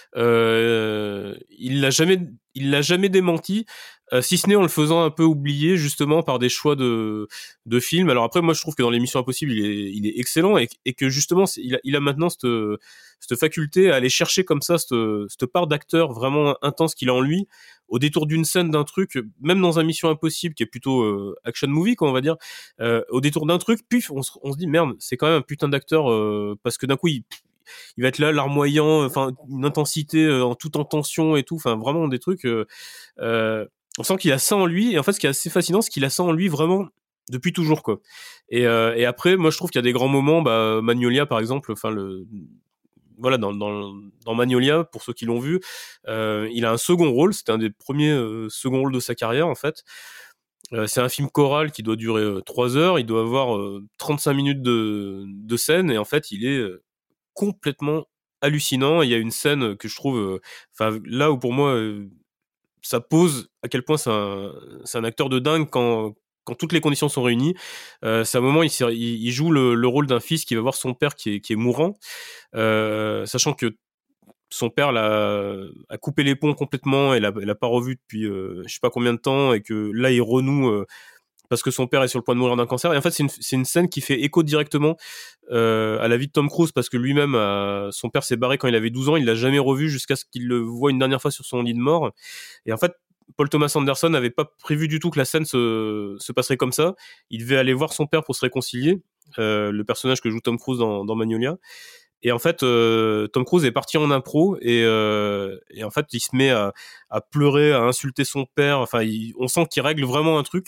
euh, il l'a jamais, il l'a jamais démenti, euh, si ce n'est en le faisant un peu oublier justement par des choix de de films. Alors après, moi, je trouve que dans les Missions Impossibles, il est, il est excellent et, et que justement, il a, il a maintenant cette cette faculté à aller chercher comme ça cette cette part d'acteur vraiment intense qu'il a en lui, au détour d'une scène, d'un truc, même dans un Mission Impossible qui est plutôt euh, action movie, quoi, on va dire, euh, au détour d'un truc, puis on se, on se dit merde, c'est quand même un putain d'acteur euh, parce que d'un coup il il va être là larmoyant, enfin une intensité euh, en toute en tension et tout, enfin vraiment des trucs euh, euh, on sent qu'il a ça en lui. Et en fait, ce qui est assez fascinant, c'est qu'il a ça en lui vraiment depuis toujours, quoi. Et, euh, et après, moi je trouve qu'il y a des grands moments, bah Magnolia par exemple, enfin le voilà, dans, dans, dans Magnolia, pour ceux qui l'ont vu, euh, il a un second rôle, c'était un des premiers euh, second rôles de sa carrière en fait. Euh, c'est un film choral qui doit durer euh, trois heures, il doit avoir euh, trente-cinq minutes de, de scène, et en fait il est euh, complètement hallucinant. Il y a une scène que je trouve, enfin euh, là où pour moi euh, ça pose à quel point c'est un, c'est un acteur de dingue quand quand toutes les conditions sont réunies. Euh, c'est un moment il, il joue le, le rôle d'un fils qui va voir son père qui est qui est mourant, euh, sachant que son père l'a, a coupé les ponts complètement et l'a, l'a pas revu depuis euh, je sais pas combien de temps, et que là il renoue euh, parce que son père est sur le point de mourir d'un cancer. Et en fait, c'est une, c'est une scène qui fait écho directement euh, à la vie de Tom Cruise, parce que lui-même, euh, son père s'est barré quand il avait douze ans, il l'a jamais revu jusqu'à ce qu'il le voie une dernière fois sur son lit de mort. Et en fait, Paul Thomas Anderson n'avait pas prévu du tout que la scène se, se passerait comme ça. Il devait aller voir son père pour se réconcilier, euh, le personnage que joue Tom Cruise dans, dans Magnolia. Et en fait, euh, Tom Cruise est parti en impro et, euh, et en fait, il se met à, à pleurer, à insulter son père. Enfin, il, on sent qu'il règle vraiment un truc.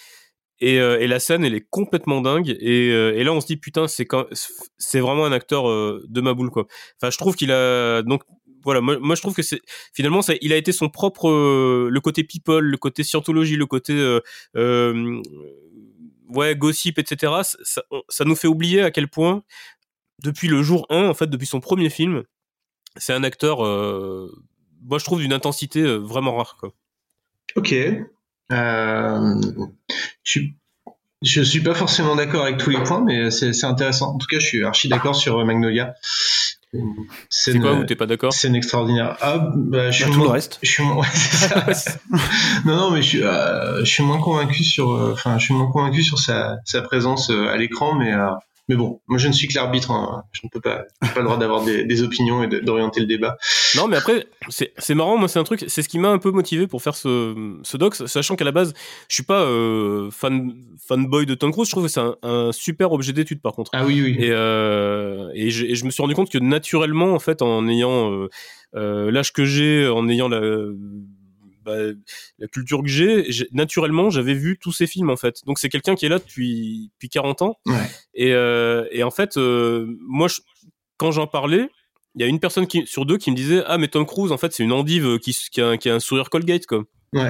Et, euh, et la scène, elle est complètement dingue. Et, euh, et là, on se dit putain, c'est quand, c'est vraiment un acteur euh, de ma boule, quoi. Enfin, je trouve qu'il a donc voilà. Moi, moi, je trouve que c'est finalement, ça, il a été son propre euh, le côté people, le côté scientologie, le côté euh, euh, ouais gossip, et cetera. Ça, ça, ça nous fait oublier à quel point depuis le jour un, en fait, depuis son premier film, c'est un acteur, euh, moi je trouve d'une intensité euh, vraiment rare, quoi. Ok. Euh, je, je suis pas forcément d'accord avec tous les points, mais c'est, c'est intéressant. En tout cas, je suis archi d'accord sur Magnolia. C'est, c'est quoi où t'es pas d'accord? C'est une extraordinaire. Ah, bah, je bah, suis tout moins, le reste. Je suis moins, ouais, c'est ça. non, non, mais je suis, euh, je suis moins convaincu sur, enfin, euh, je suis moins convaincu sur sa, sa présence euh, à l'écran, mais. Euh, Mais bon, moi je ne suis que l'arbitre, hein. Je ne peux pas, j'ai pas le droit d'avoir des, des opinions et de, d'orienter le débat. Non, mais après, c'est, c'est marrant, moi c'est un truc, c'est ce qui m'a un peu motivé pour faire ce, ce doc, sachant qu'à la base, je suis pas euh, fan, fanboy de Tom Cruise, je trouve que c'est un, un super objet d'étude par contre. Ah oui, oui. Et, euh, et, je, et je me suis rendu compte que naturellement, en fait, en ayant euh, euh, l'âge que j'ai, en ayant la... Bah, la culture que j'ai, j'ai, naturellement, j'avais vu tous ces films en fait. Donc c'est quelqu'un qui est là depuis depuis quarante ans. Ouais. Et euh, et en fait, euh, moi, je, quand j'en parlais, il y a une personne qui, sur deux qui me disait ah mais Tom Cruise en fait c'est une endive qui qui a, qui a un sourire Colgate quoi. Ouais.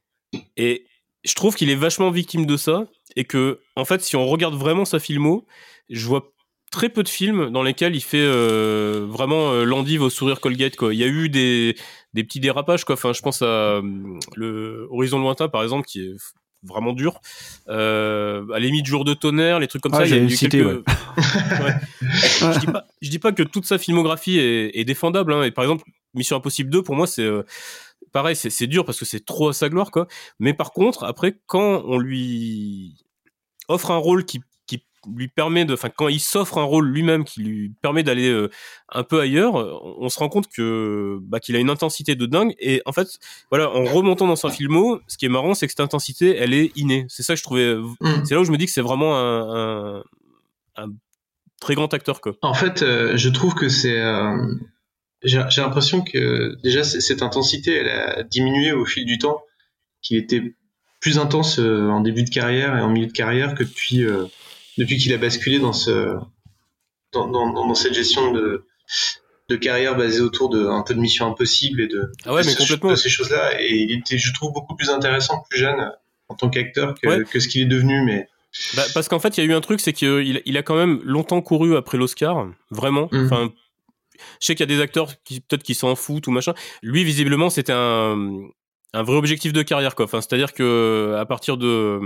Et je trouve qu'il est vachement victime de ça et que en fait si on regarde vraiment sa filmo, je vois très peu de films dans lesquels il fait euh, vraiment euh, l'endive au sourire Colgate quoi. Il y a eu des des petits dérapages quoi. Enfin, je pense à euh, le Horizon lointain par exemple qui est vraiment dur. Euh, à la limite Jour de tonnerre, les trucs comme ah, ça. Il y a eu cité, quelques... ouais. ouais. je dis pas, je dis pas que toute sa filmographie est, est défendable. Hein. Et par exemple, Mission Impossible deux pour moi c'est euh, pareil, c'est, c'est dur parce que c'est trop à sa gloire quoi. Mais par contre, après quand on lui offre un rôle qui lui permet de, enfin quand il s'offre un rôle lui-même qui lui permet d'aller euh, un peu ailleurs, on, on se rend compte que bah qu'il a une intensité de dingue et en fait voilà en remontant dans son filmo, ce qui est marrant c'est que cette intensité elle est innée. C'est ça que je trouvais, mmh. c'est là où je me dis que c'est vraiment un, un, un très grand acteur quoi. En fait, euh, je trouve que c'est, euh, j'ai, j'ai l'impression que déjà cette intensité elle a diminué au fil du temps, qu'il était plus intense euh, en début de carrière et en milieu de carrière que depuis. Euh, depuis qu'il a basculé dans ce dans, dans, dans cette gestion de de carrière basée autour de un peu de Mission Impossible et de, ah ouais, de, mais ce, complètement. de ces choses-là, et il était je trouve beaucoup plus intéressant plus jeune en tant qu'acteur que, ouais. que ce qu'il est devenu. Mais bah, parce qu'en fait il y a eu un truc, c'est qu'il il a quand même longtemps couru après l'Oscar, vraiment. Mmh. Enfin, je sais qu'il y a des acteurs qui peut-être qui s'en foutent ou machin. Lui visiblement c'était un un vrai objectif de carrière quoi. Enfin, c'est-à-dire que à partir de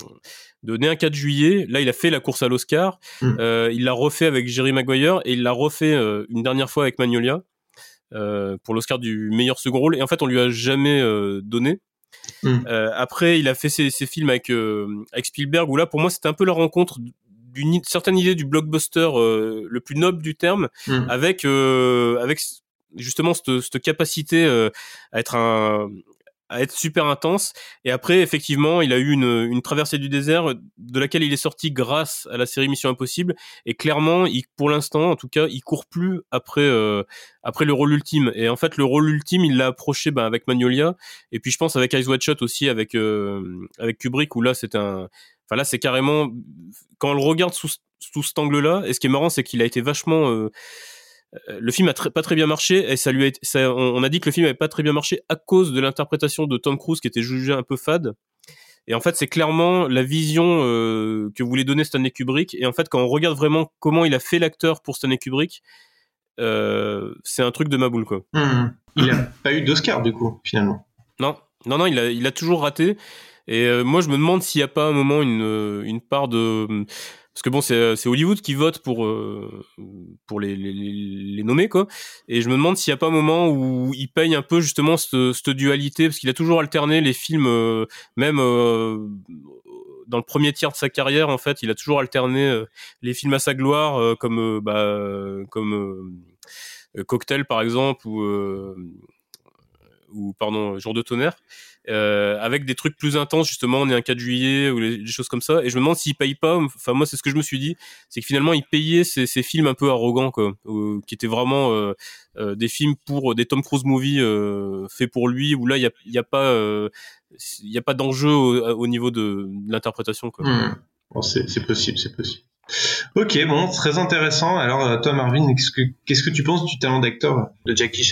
de né un quatre juillet, là il a fait la course à l'Oscar, mmh. euh, il l'a refait avec Jerry Maguire et il l'a refait euh, une dernière fois avec Magnolia euh, pour l'Oscar du meilleur second rôle et en fait on lui a jamais euh, donné. Mmh. Euh, après il a fait ses, ses films avec euh, avec Spielberg où là pour moi c'était un peu la rencontre d'une certaine idée du blockbuster euh, le plus noble du terme mmh. avec euh, avec justement cette, cette capacité euh, à être un à être super intense. Et après, effectivement, il a eu une, une traversée du désert de laquelle il est sorti grâce à la série Mission Impossible. Et clairement, il, pour l'instant, en tout cas, il court plus après euh, après le rôle ultime. Et en fait, le rôle ultime, il l'a approché ben, avec Magnolia. Et puis, je pense avec Eyes Wide Shut aussi, avec euh, avec Kubrick, où là, c'est un... Enfin là, c'est carrément... Quand on le regarde sous, sous cet angle-là, et ce qui est marrant, c'est qu'il a été vachement... Euh, le film a très, pas très bien marché et ça lui a été, ça, on a dit que le film avait pas très bien marché à cause de l'interprétation de Tom Cruise qui était jugé un peu fade. Et en fait, c'est clairement la vision euh, que voulait donner Stanley Kubrick. Et en fait, quand on regarde vraiment comment il a fait l'acteur pour Stanley Kubrick, euh, c'est un truc de ma boule quoi. Mmh. Il a pas eu d'Oscar du coup finalement. Non, non, non, il a, il a toujours raté. Et euh, moi, je me demande s'il y a pas un moment une, une part de parce que bon, c'est, c'est Hollywood qui vote pour euh, pour les, les les nommer quoi. Et je me demande s'il y a pas un moment où il paye un peu justement cette, cette dualité, parce qu'il a toujours alterné les films, euh, même euh, dans le premier tiers de sa carrière en fait, il a toujours alterné euh, les films à sa gloire, euh, comme euh, bah euh, comme euh, Cocktail par exemple ou euh, ou pardon Jour de tonnerre, euh, avec des trucs plus intenses justement, on est un quatre juillet ou les, des choses comme ça. Et je me demande s'il paye pas. Enfin moi c'est ce que je me suis dit, c'est que finalement il payait ces, ces films un peu arrogants quoi, euh, qui étaient vraiment euh, euh, des films pour des Tom Cruise movies euh, faits pour lui, où là il y a, y a pas euh, il y a pas d'enjeu au, au niveau de, de l'interprétation quoi. Mmh. Bon, c'est, c'est possible, c'est possible. Ok, bon, très intéressant. Alors, toi, Marvin, qu'est-ce que, qu'est-ce que tu penses du talent d'acteur de Jackie Chan ?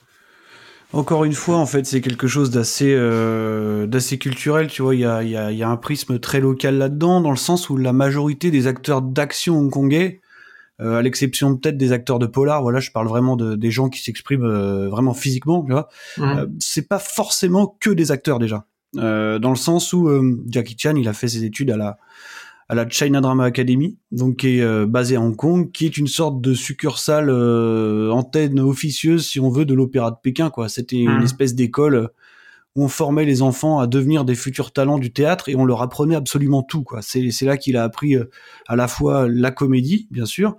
Encore une fois, en fait, c'est quelque chose d'assez, euh, d'assez culturel, tu vois. Il y a, il y a, il y a un prisme très local là-dedans, dans le sens où la majorité des acteurs d'action hongkongais, euh, à l'exception peut-être des acteurs de polar, voilà, je parle vraiment de des gens qui s'expriment euh, vraiment physiquement, tu vois. Mmh. Euh, c'est pas forcément que des acteurs déjà, euh, dans le sens où euh, Jackie Chan, il a fait ses études à la à la China Drama Academy, donc qui est euh, basée à Hong Kong, qui est une sorte de succursale euh, antenne officieuse, si on veut, de l'opéra de Pékin, quoi. C'était mmh. une espèce d'école où on formait les enfants à devenir des futurs talents du théâtre et on leur apprenait absolument tout, quoi. C'est, c'est là qu'il a appris euh, à la fois la comédie, bien sûr,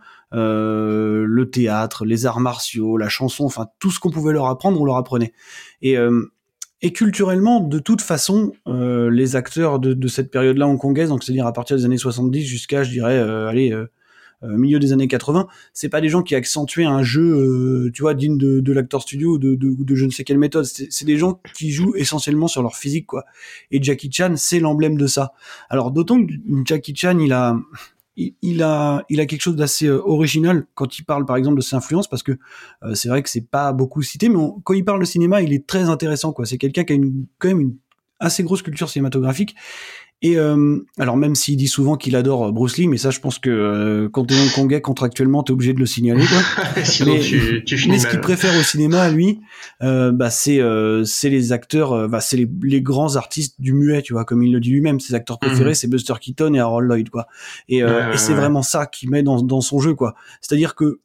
euh, le théâtre, les arts martiaux, la chanson, enfin tout ce qu'on pouvait leur apprendre, on leur apprenait. Et euh, Et culturellement, de toute façon, euh, les acteurs de, de cette période-là hongkongaise, donc c'est-à-dire à partir des années soixante-dix jusqu'à, je dirais, euh, allez, euh, euh, milieu des années quatre-vingts, c'est pas des gens qui accentuaient un jeu, euh, tu vois, digne de, de l'acteur studio ou de, de, de je ne sais quelle méthode. C'est, c'est des gens qui jouent essentiellement sur leur physique, quoi. Et Jackie Chan, c'est l'emblème de ça. Alors, d'autant que Jackie Chan, il a... Il a, il a quelque chose d'assez euh, original quand il parle, par exemple, de ses influences, parce que euh, c'est vrai que c'est pas beaucoup cité, mais on, quand il parle de cinéma, il est très intéressant, quoi. C'est quelqu'un qui a une, quand même une assez grosse culture cinématographique. Et euh, alors même s'il dit souvent qu'il adore Bruce Lee, mais ça, je pense que euh, quand t'es hongkongais, contractuellement, t'es obligé de le signaler, quoi. Sinon, mais, tu, tu finis mais ce mal. qu'il préfère au cinéma, lui, euh, bah c'est euh, c'est les acteurs, euh, bah c'est les, les grands artistes du muet, tu vois, comme il le dit lui-même. Ses acteurs préférés, mmh. c'est Buster Keaton et Harold Lloyd, quoi. Et, euh, euh, et c'est ouais. vraiment ça qu'il met dans dans son jeu, quoi. C'est-à-dire que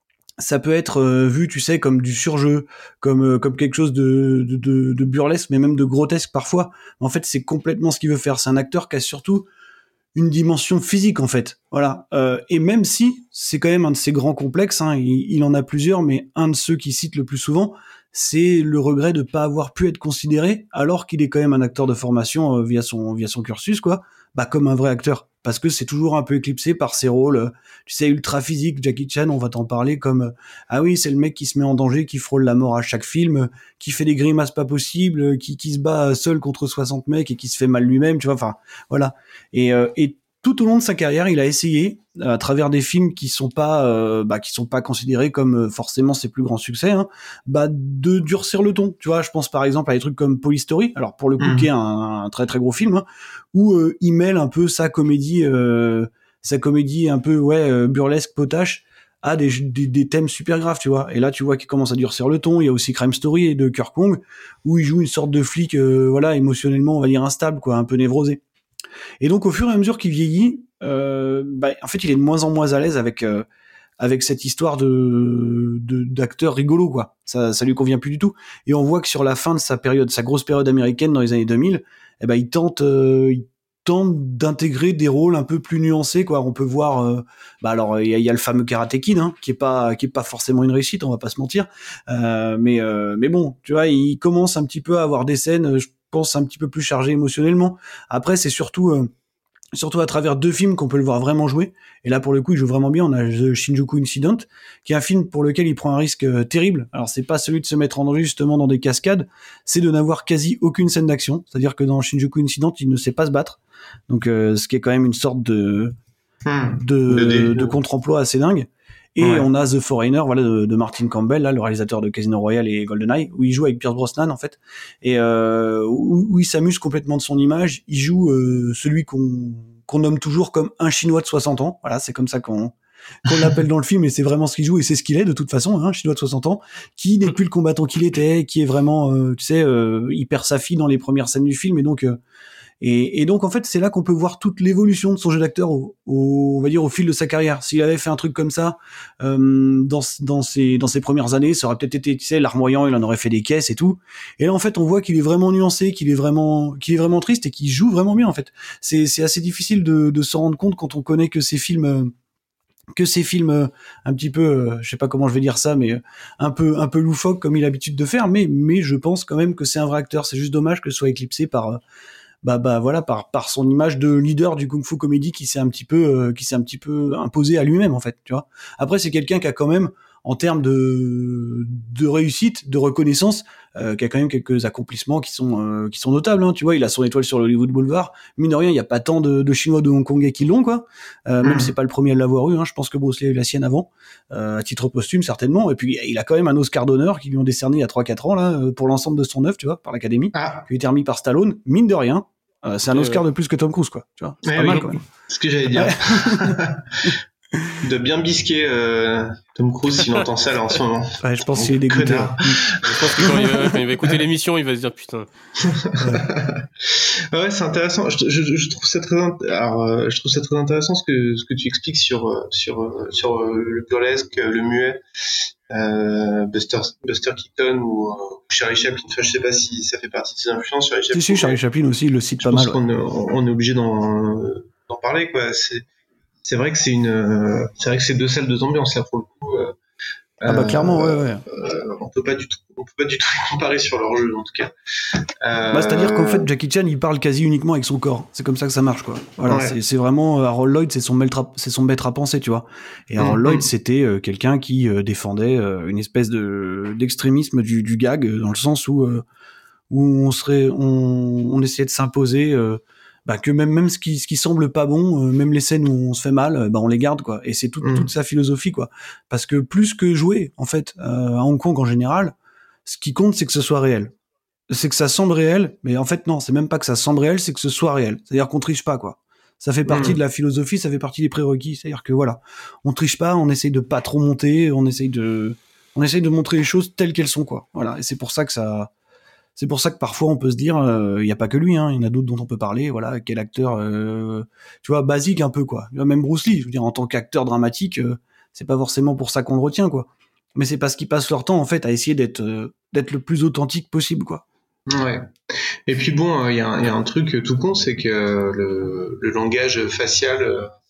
ça peut être euh, vu, tu sais, comme du surjeu, comme euh, comme quelque chose de, de de de burlesque, mais même de grotesque parfois. En fait, c'est complètement ce qu'il veut faire. C'est un acteur qui a surtout une dimension physique, en fait. Voilà. Euh, et même si c'est quand même un de ses grands complexes, hein, il, il en a plusieurs, mais un de ceux qu'il cite le plus souvent, c'est le regret de pas avoir pu être considéré, alors qu'il est quand même un acteur de formation euh, via son via son cursus, quoi. Bah comme un vrai acteur. Parce que c'est toujours un peu éclipsé par ses rôles, tu sais, ultra physiques. Jackie Chan, on va t'en parler comme, ah oui, c'est le mec qui se met en danger, qui frôle la mort à chaque film, qui fait des grimaces pas possibles, qui, qui se bat seul contre soixante mecs et qui se fait mal lui-même, tu vois, enfin, voilà. Et, euh, et tout au long de sa carrière, il a essayé, à travers des films qui sont pas, euh, bah, qui sont pas considérés comme forcément ses plus grands succès, hein, bah, de durcir le ton. Tu vois, je pense par exemple à des trucs comme Police Story. Alors pour le coup, mmh. qui est un, un très très gros film, hein, où euh, il mêle un peu sa comédie, euh, sa comédie un peu ouais euh, burlesque, potache, à des, des des thèmes super graves, tu vois. Et là, tu vois qu'il commence à durcir le ton. Il y a aussi Crime Story de Kirk Kong, où il joue une sorte de flic, euh, voilà, émotionnellement, on va dire instable, quoi, un peu névrosé. Et donc au fur et à mesure qu'il vieillit, euh, bah, en fait il est de moins en moins à l'aise avec euh, avec cette histoire de, de d'acteur rigolo, quoi. Ça ça lui convient plus du tout. Et on voit que sur la fin de sa période, sa grosse période américaine dans les années deux mille, eh ben il tente euh, il tente d'intégrer des rôles un peu plus nuancés, quoi. On peut voir euh, bah alors il y a, y a le fameux Karate Kid, hein, qui est pas qui est pas forcément une réussite, on va pas se mentir. Euh, mais euh, mais bon, tu vois, il commence un petit peu à avoir des scènes, je pense, un petit peu plus chargées émotionnellement. Après c'est surtout euh, surtout à travers deux films qu'on peut le voir vraiment jouer. Et là, pour le coup, il joue vraiment bien. On a The Shinjuku Incident, qui est un film pour lequel il prend un risque euh, terrible. Alors, c'est pas celui de se mettre en danger justement dans des cascades, c'est de n'avoir quasi aucune scène d'action. C'est-à-dire que dans Shinjuku Incident, il ne sait pas se battre. Donc, euh, ce qui est quand même une sorte de hmm. de, de, de contre-emploi assez dingue. Et ouais. on a The Foreigner, voilà, de, de Martin Campbell, là, le réalisateur de Casino Royale et GoldenEye, où il joue avec Pierce Brosnan, en fait, et euh, où, où il s'amuse complètement de son image. Il joue euh, celui qu'on qu'on nomme toujours comme un Chinois de soixante ans. Voilà, c'est comme ça qu'on qu'on l'appelle dans le film, et c'est vraiment ce qu'il joue, et c'est ce qu'il est de toute façon, hein, un Chinois de soixante ans, qui n'est plus le combattant qu'il était, qui est vraiment, euh, tu sais, euh, il perd sa fille dans les premières scènes du film, et donc... Euh, Et, et donc en fait c'est là qu'on peut voir toute l'évolution de son jeu d'acteur au, au, on va dire au fil de sa carrière. S'il avait fait un truc comme ça euh, dans dans ses dans ses premières années, ça aurait peut-être été, tu sais, larmoyant, il en aurait fait des caisses et tout. Et là en fait on voit qu'il est vraiment nuancé, qu'il est vraiment qu'il est vraiment triste et qu'il joue vraiment bien en fait. C'est c'est assez difficile de de s'en rendre compte quand on connaît que ces films euh, que ces films euh, un petit peu, euh, je sais pas comment je vais dire ça, mais euh, un peu un peu loufoque comme il a l'habitude de faire, mais mais je pense quand même que c'est un vrai acteur. C'est juste dommage que ce soit éclipsé par euh, bah bah voilà par par son image de leader du kung-fu comédie qui s'est un petit peu euh, qui s'est un petit peu imposé à lui-même en fait, tu vois. Après c'est quelqu'un qui a quand même en termes de de réussite, de reconnaissance, euh, qui a quand même quelques accomplissements qui sont euh, qui sont notables, hein, tu vois. Il a son étoile sur le Hollywood Boulevard. Mine de rien, il y a pas tant de, de Chinois de Hongkongais qui l'ont, quoi. Euh, mmh. Même si c'est pas le premier à l'avoir eu. Hein, je pense que Bruce Lee a eu la sienne avant, euh, à titre posthume certainement. Et puis il a quand même un Oscar d'honneur qui lui ont décerné il y a trois quatre ans là pour l'ensemble de son œuvre, tu vois, par l'Académie, ah. qui a été remis par Stallone. Mine de rien, euh, c'est un Oscar ouais. de plus que Tom Cruise, quoi. Tu vois, c'est ouais, pas oui. mal quand même. C'est ce que j'allais dire. De bien bisquer euh, Tom Cruise s'il entend ça là en ce moment. Ouais, je pense qu'il est dégoûté. Je pense que quand il, va, quand il va écouter l'émission, il va se dire putain. Ouais, ouais c'est intéressant. Je, je, je trouve ça très, alors, euh, je trouve ça très intéressant ce que ce que tu expliques sur sur sur euh, le burlesque, le muet, euh, Buster Buster Keaton ou euh, Charlie Chaplin. Enfin, je sais pas si ça fait partie de ses influences. Charlie Chaplin. Si si, Charlie Chaplin aussi, il le cite pas mal. Je pense qu'on ouais. on est obligé d'en d'en parler quoi. C'est C'est vrai que c'est une, c'est vrai que c'est deux salles, deux ambiances là pour le coup. Euh, ah bah clairement, ouais, ouais. Euh, on peut pas du tout, on peut pas du tout les comparer sur leur jeu en tout cas. Euh, bah c'est-à-dire qu'en fait Jackie Chan il parle quasi uniquement avec son corps. C'est comme ça que ça marche quoi. Voilà, ouais. c'est, c'est vraiment Harold Lloyd, c'est son maître, à, c'est son maître à penser, tu vois. Et Harold mmh, Lloyd mmh. c'était euh, quelqu'un qui euh, défendait euh, une espèce de d'extrémisme du, du gag euh, dans le sens où euh, où on serait, on, on essayait de s'imposer. Euh, bah que même même ce qui ce qui semble pas bon, euh, même les scènes où on se fait mal, bah on les garde quoi. Et c'est tout, mmh. toute sa philosophie quoi. Parce que plus que jouer en fait euh, à Hong Kong en général, ce qui compte c'est que ce soit réel. C'est que ça semble réel, mais en fait non, c'est même pas que ça semble réel, c'est que ce soit réel. C'est-à-dire qu'on triche pas quoi. Ça fait partie mmh. de la philosophie, ça fait partie des prérequis. C'est-à-dire que voilà, on triche pas, on essaye de pas trop monter, on essaye de on essaye de montrer les choses telles qu'elles sont quoi. Voilà. Et c'est pour ça que ça C'est pour ça que parfois on peut se dire, il euh, y a pas que lui, hein, il y en a d'autres dont on peut parler. Voilà, quel acteur, euh, tu vois, basique un peu quoi. Même Bruce Lee, je veux dire, en tant qu'acteur dramatique, euh, c'est pas forcément pour ça qu'on le retient quoi. Mais c'est parce qu'ils passent leur temps en fait à essayer d'être euh, d'être le plus authentique possible quoi. Ouais. Et puis bon, il y, y a un truc tout con, c'est que le, le langage facial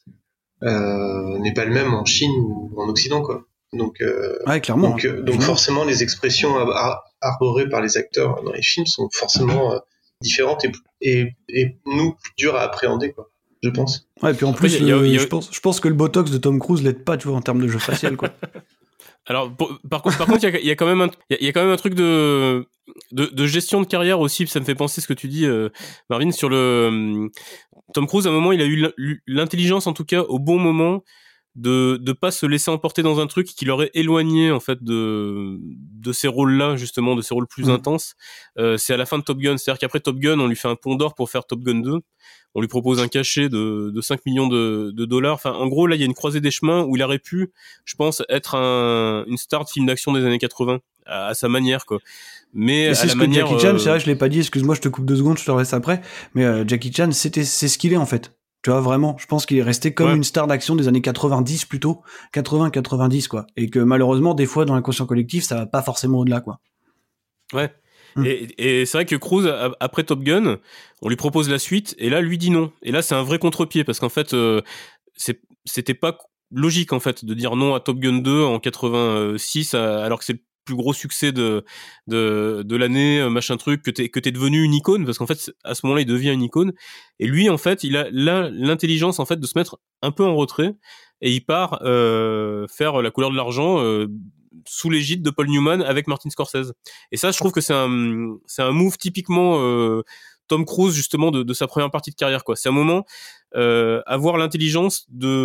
euh, n'est pas le même en Chine ou en Occident quoi. Donc, euh, ouais, clairement. Donc, euh, donc forcément, les expressions ar- arborées par les acteurs dans les films sont forcément euh, différentes et, et, et nous plus dures à appréhender, quoi. Je pense. Ouais, et puis en plus, Après, le, y a, y a... je pense, je pense que le botox de Tom Cruise l'aide pas, tu vois, en termes de jeu facial, quoi. Alors, pour, par contre, par contre, il y a, y a quand même un, il y, y a quand même un truc de, de, de gestion de carrière aussi. Ça me fait penser ce que tu dis, euh, Marvin, sur le euh, Tom Cruise. À un moment, il a eu l'intelligence, en tout cas, au bon moment, de de pas se laisser emporter dans un truc qui l'aurait éloigné en fait de de ces rôles-là justement, de ces rôles plus mmh. intenses. Euh, c'est à la fin de Top Gun, c'est-à-dire qu'après Top Gun, on lui fait un pont d'or pour faire Top Gun deux. On lui propose un cachet de de cinq millions de de dollars. Enfin, en gros, là, il y a une croisée des chemins où il aurait pu, je pense, être un une star de film d'action des années quatre-vingts à, à sa manière quoi. Mais et c'est à ce la que manière, Jackie Chan, euh... c'est vrai, je l'ai pas dit. Excuse-moi, je te coupe deux secondes, je te laisse après. Mais euh, Jackie Chan, c'était c'est ce qu'il est en fait. Tu vois, vraiment, je pense qu'il est resté comme ouais. une star d'action des années quatre-vingt-dix plutôt, quatre-vingts quatre-vingt-dix quoi. Et que malheureusement, des fois, dans l'inconscient collectif, ça va pas forcément au-delà quoi. Ouais. Mmh. Et, et c'est vrai que Cruise, après Top Gun, on lui propose la suite, et là, lui dit non. Et là, c'est un vrai contre-pied, parce qu'en fait, euh, c'est, c'était pas logique, en fait, de dire non à Top Gun deux en quatre-vingt-six, alors que c'est le plus gros succès de de de l'année, machin truc, que t'es que t'es devenu une icône, parce qu'en fait à ce moment-là il devient une icône, et lui en fait il a là l'intelligence en fait de se mettre un peu en retrait, et il part euh, faire La couleur de l'argent euh, sous l'égide de Paul Newman avec Martin Scorsese. Et ça je trouve que c'est un c'est un move typiquement euh, Tom Cruise justement de, de sa première partie de carrière quoi. C'est un moment euh, avoir l'intelligence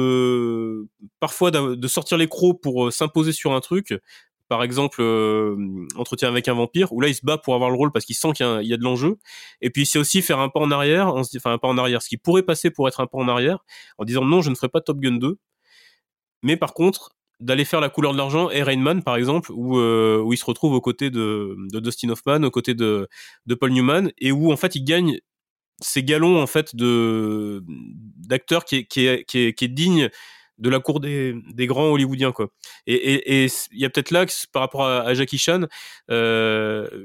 de parfois de sortir les crocs pour euh, s'imposer sur un truc. Par exemple, euh, Entretien avec un vampire, où là il se bat pour avoir le rôle parce qu'il sent qu'il y a, il y a de l'enjeu. Et puis c'est aussi faire un pas en arrière, on se dit, enfin un pas en arrière, ce qui pourrait passer pour être un pas en arrière, en disant non, je ne ferai pas Top Gun deux. Mais par contre, d'aller faire La couleur de l'argent et Rain Man par exemple, où euh, où il se retrouve aux côtés de, de Dustin Hoffman, aux côtés de de Paul Newman, et où en fait il gagne ses galons en fait de d'acteur qui est qui est qui est, qui est digne de la cour des, des grands hollywoodiens quoi. Et et et il y a peut-être là que, par rapport à, à Jackie Chan, euh,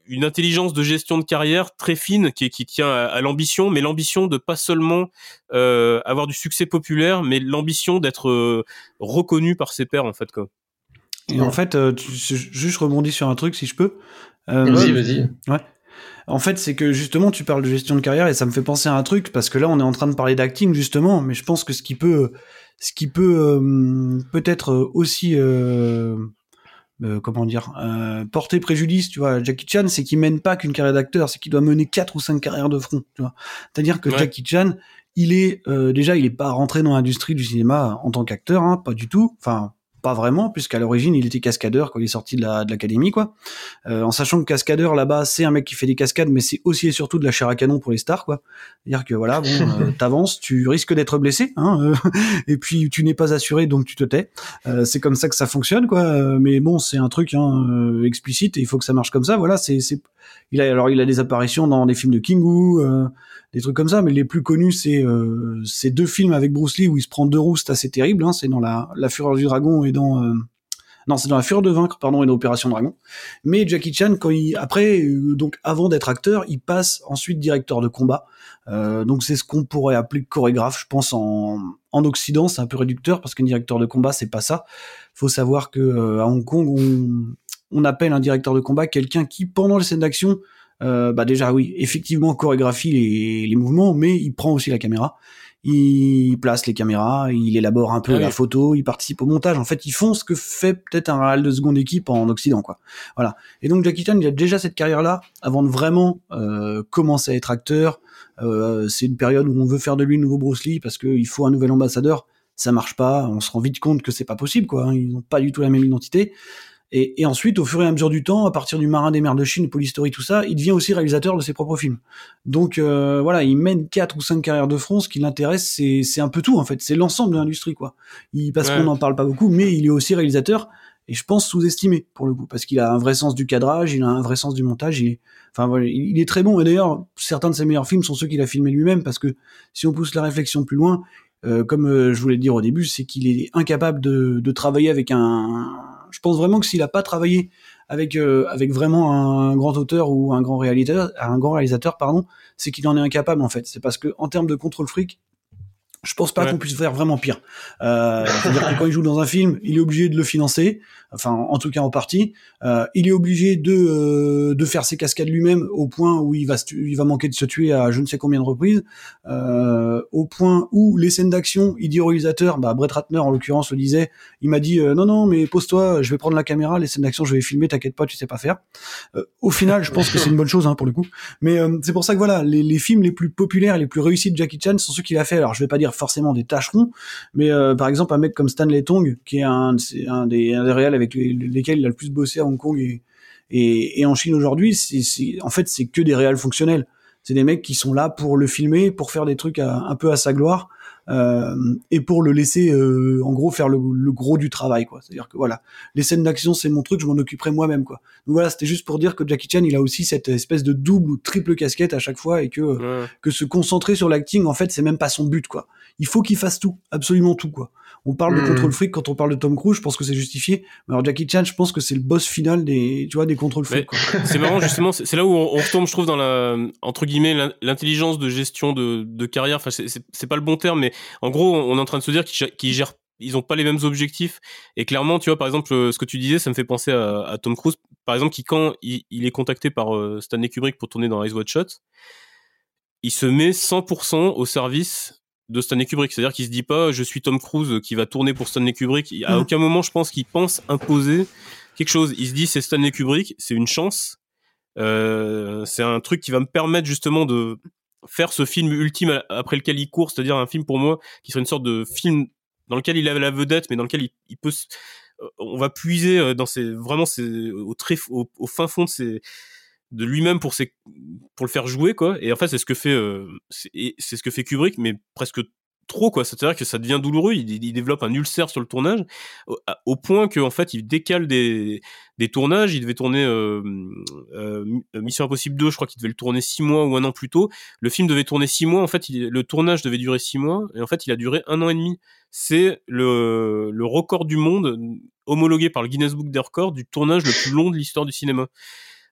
une intelligence de gestion de carrière très fine qui, qui tient à, à l'ambition, mais l'ambition de pas seulement euh, avoir du succès populaire, mais l'ambition d'être euh, reconnu par ses pairs en fait quoi. Et en fait, euh, tu, juste je rebondis sur un truc si je peux. Euh, vas-y, vas-y. Ouais. En fait, c'est que justement, tu parles de gestion de carrière et ça me fait penser à un truc parce que là, on est en train de parler d'acting justement, mais je pense que ce qui peut, ce qui peut euh, peut-être aussi, euh, euh, comment dire, euh, porter préjudice, tu vois, à Jackie Chan, c'est qu'il mène pas qu'une carrière d'acteur, c'est qu'il doit mener quatre ou cinq carrières de front, tu vois. C'est-à-dire que ouais. Jackie Chan, il est euh, déjà, il est pas rentré dans l'industrie du cinéma en tant qu'acteur, hein, pas du tout. Enfin. Pas vraiment, puisqu'à l'origine, il était cascadeur quand il est sorti de la de l'académie, quoi. Euh, en sachant que cascadeur, là-bas, c'est un mec qui fait des cascades, mais c'est aussi et surtout de la chair à canon pour les stars, quoi. C'est-à-dire que, voilà, bon, euh, t'avances, tu risques d'être blessé, hein, euh, et puis tu n'es pas assuré, donc tu te tais. Euh, c'est comme ça que ça fonctionne, quoi. Euh, mais bon, c'est un truc hein, euh, explicite, et il faut que ça marche comme ça, voilà, c'est... c'est... Il a, alors, il a des apparitions dans des films de King-Wu, euh, des trucs comme ça, mais les plus connus, c'est euh, ces deux films avec Bruce Lee où il se prend deux roustes assez terribles, hein, c'est dans la, la Fureur du Dragon et dans... Euh, non, c'est dans la Fureur de Vaincre, pardon, et dans Opération Dragon. Mais Jackie Chan, quand il, après, euh, donc avant d'être acteur, il passe ensuite directeur de combat. Euh, donc c'est ce qu'on pourrait appeler chorégraphe, je pense en, en Occident, c'est un peu réducteur parce qu'un directeur de combat, c'est pas ça. Faut savoir que euh, à Hong Kong, on, on appelle un directeur de combat quelqu'un qui, pendant les scènes d'action, euh, bah déjà oui, effectivement chorégraphie les, les mouvements, mais il prend aussi la caméra. Il place les caméras, il élabore un peu ah la oui. photo, il participe au montage. En fait, ils font ce que fait peut-être un réal de seconde équipe en Occident, quoi. Voilà. Et donc Jackie Chan, il a déjà cette carrière-là avant de vraiment euh, commencer à être acteur. Euh, c'est une période où on veut faire de lui le nouveau Bruce Lee parce qu'il faut un nouvel ambassadeur. Ça marche pas. On se rend vite compte que c'est pas possible, quoi. Ils n'ont pas du tout la même identité. Et, et ensuite, au fur et à mesure du temps, à partir du Marin des mers de Chine, Police Story, tout ça, il devient aussi réalisateur de ses propres films. Donc euh, voilà, il mène quatre ou cinq carrières de front. Ce qui l'intéresse, c'est, c'est un peu tout en fait. C'est l'ensemble de l'industrie, quoi. Il, parce ouais. qu'on n'en parle pas beaucoup, mais il est aussi réalisateur. Et je pense sous-estimé pour le coup, parce qu'il a un vrai sens du cadrage, il a un vrai sens du montage. Il est, enfin voilà, il est très bon. Et d'ailleurs, certains de ses meilleurs films sont ceux qu'il a filmés lui-même, parce que si on pousse la réflexion plus loin, euh, comme euh, je voulais le dire au début, c'est qu'il est incapable de, de travailler avec un. Je pense vraiment que s'il a pas travaillé avec euh, avec vraiment un grand auteur ou un grand réalisateur, un grand réalisateur, pardon, c'est qu'il en est incapable en fait. C'est parce que en termes de contrôle fric, je pense pas ouais. qu'on puisse faire vraiment pire. Euh, c'est-à-dire que quand il joue dans un film, il est obligé de le financer, enfin en tout cas en partie. Euh, il est obligé de euh, de faire ses cascades lui-même au point où il va se tu- il va manquer de se tuer à je ne sais combien de reprises. Euh, au point où les scènes d'action, il dit au réalisateur, bah Brett Ratner en l'occurrence le disait, il m'a dit euh, non non mais pose-toi, je vais prendre la caméra, les scènes d'action je vais filmer, t'inquiète pas, tu sais pas faire. Euh, au final, je pense que c'est une bonne chose hein, pour le coup. Mais euh, c'est pour ça que voilà, les, les films les plus populaires et les plus réussis de Jackie Chan sont ceux qu'il a fait. Alors je vais pas dire forcément des tâcherons, mais euh, par exemple un mec comme Stanley Tong, qui est un, c'est un des, un des réals avec les, lesquels il a le plus bossé à Hong Kong et, et, et en Chine aujourd'hui, c'est, c'est, en fait c'est que des réals fonctionnels. C'est des mecs qui sont là pour le filmer, pour faire des trucs à, un peu à sa gloire, euh, et pour le laisser, euh, en gros, faire le, le gros du travail, quoi. C'est-à-dire que voilà, les scènes d'action, c'est mon truc, je m'en occuperai moi-même, quoi. Donc voilà, c'était juste pour dire que Jackie Chan, il a aussi cette espèce de double ou triple casquette à chaque fois, et que ouais. que se concentrer sur l'acting, en fait, c'est même pas son but, quoi. Il faut qu'il fasse tout, absolument tout, quoi. On parle mmh. de contrôle fric quand on parle de Tom Cruise, je pense que c'est justifié. Mais alors Jackie Chan, je pense que c'est le boss final des, tu vois, des contrôles fric, quoi. C'est marrant, justement, c'est, c'est là où on, on retombe, je trouve, dans la, entre guillemets, l'intelligence de gestion de, de carrière. Enfin, c'est, c'est, c'est pas le bon terme, mais en gros, on est en train de se dire qu'ils, qu'ils gèrent, ils ont pas les mêmes objectifs. Et clairement, tu vois, par exemple, ce que tu disais, ça me fait penser à, à Tom Cruise, par exemple, qui quand il, il est contacté par euh, Stanley Kubrick pour tourner dans Eyes Wide Shut, il se met cent pour cent au service de Stanley Kubrick. C'est-à-dire qu'il se dit pas, je suis Tom Cruise qui va tourner pour Stanley Kubrick. À mmh. aucun moment, je pense qu'il pense imposer quelque chose. Il se dit, c'est Stanley Kubrick, c'est une chance. Euh, c'est un truc qui va me permettre justement de faire ce film ultime après lequel il court, c'est-à-dire un film pour moi qui serait une sorte de film dans lequel il a la vedette, mais dans lequel il, il peut, on va puiser dans ses, vraiment ses, au très, au, au fin fond de ses, de lui-même pour ses, pour le faire jouer, quoi. Et en fait, c'est ce que fait, euh, c'est, c'est ce que fait Kubrick, mais presque trop, quoi. C'est-à-dire que ça devient douloureux. Il, il développe un ulcère sur le tournage, au, au point que, en fait, il décale des, des tournages. Il devait tourner euh, euh, Mission Impossible deux, je crois qu'il devait le tourner six mois ou un an plus tôt. Le film devait tourner six mois. En fait, il, le tournage devait durer six mois, et en fait, il a duré un an et demi. C'est le, le record du monde homologué par le Guinness Book des records du tournage le plus long de l'histoire du cinéma.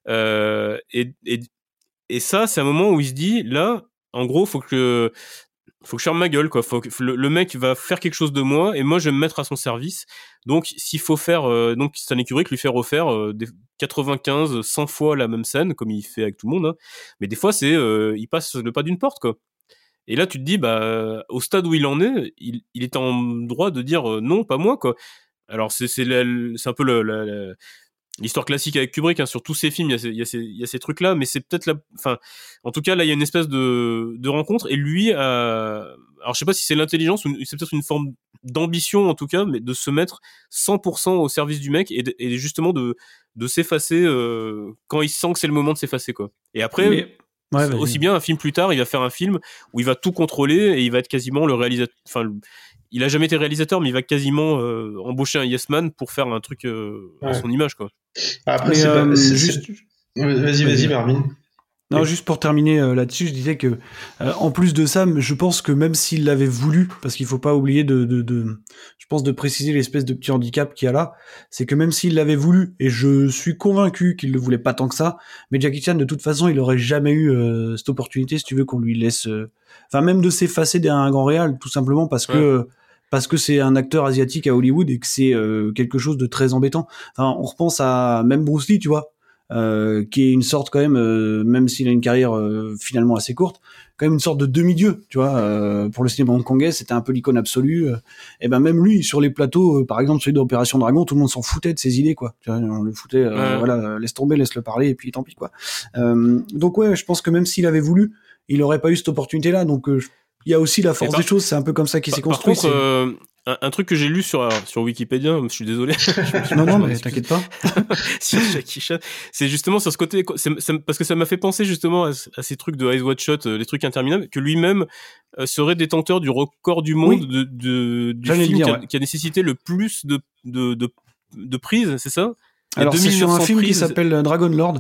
Euh, et, et, et ça, c'est un moment où il se dit, là, en gros, faut que, faut que je ferme ma gueule, quoi. Faut que le, le mec va faire quelque chose de moi, et moi, je vais me mettre à son service. Donc, s'il faut faire, euh, donc, Stanley Kubrick lui fait refaire euh, des quatre-vingt-quinze, cent fois la même scène, comme il fait avec tout le monde, hein. Mais des fois, c'est, euh, il passe le pas d'une porte, quoi. Et là, tu te dis, bah, au stade où il en est, il, il est en droit de dire euh, non, pas moi, quoi. Alors, c'est, c'est, la, c'est un peu le, la, la, l'histoire classique avec Kubrick, hein, sur tous ses films, il y a ces, il y a ces, il y a ces trucs-là, mais c'est peut-être la, enfin, en tout cas, là, il y a une espèce de, de rencontre, et lui, a, alors je sais pas si c'est l'intelligence, ou c'est peut-être une forme d'ambition, en tout cas, mais de se mettre cent pour cent au service du mec, et, de, et justement de, de s'effacer, euh, quand il sent que c'est le moment de s'effacer, quoi. Et après, mais... ouais, aussi bien un film plus tard, il va faire un film où il va tout contrôler, et il va être quasiment le réalisateur, enfin, le, il a jamais été réalisateur, mais il va quasiment euh, embaucher un yes man pour faire un truc euh, ouais. à son image, quoi. Après, c'est euh, pas, c'est, juste... c'est... Vas-y, vas-y, Marvin. Non, juste pour terminer euh, là-dessus, je disais que euh, en plus de ça, je pense que même s'il l'avait voulu, parce qu'il faut pas oublier de, de, de, je pense de préciser l'espèce de petit handicap qu'il y a là, c'est que même s'il l'avait voulu, et je suis convaincu qu'il le voulait pas tant que ça, mais Jackie Chan de toute façon, il aurait jamais eu euh, cette opportunité, si tu veux, qu'on lui laisse, euh... enfin même de s'effacer derrière un grand réal, tout simplement parce ouais. que parce que c'est un acteur asiatique à Hollywood et que c'est euh, quelque chose de très embêtant. Enfin, on repense à même Bruce Lee, tu vois. Euh, qui est une sorte quand même, euh, même s'il a une carrière euh, finalement assez courte, quand même une sorte de demi-dieu, tu vois. Euh, pour le cinéma hongkongais, c'était un peu l'icône absolue. Euh, et ben même lui, sur les plateaux, euh, par exemple celui d'Opération Dragon, tout le monde s'en foutait de ses idées, quoi. Tu vois, on le foutait, euh, ouais. voilà, laisse tomber, laisse le parler, et puis tant pis, quoi. Euh, donc ouais, je pense que même s'il avait voulu, il aurait pas eu cette opportunité-là. Donc euh, il y a aussi la force par, des choses, c'est un peu comme ça qu'il par, s'est construit. Par contre, euh, un, un truc que j'ai lu sur alors, sur Wikipédia, je suis désolé. je non non, mais t'inquiète pas. Sur Jackie Chan, c'est justement sur ce côté, c'est, c'est, parce que ça m'a fait penser justement à, à ces trucs de Eyes Wide Shut, euh, les trucs interminables, que lui-même euh, serait détenteur du record du monde oui. de, de du J'allais film dire, qui, a, ouais. qui a nécessité le plus de de de, de prises, c'est ça? Alors c'est sur un film prises. qui s'appelle Dragon Lord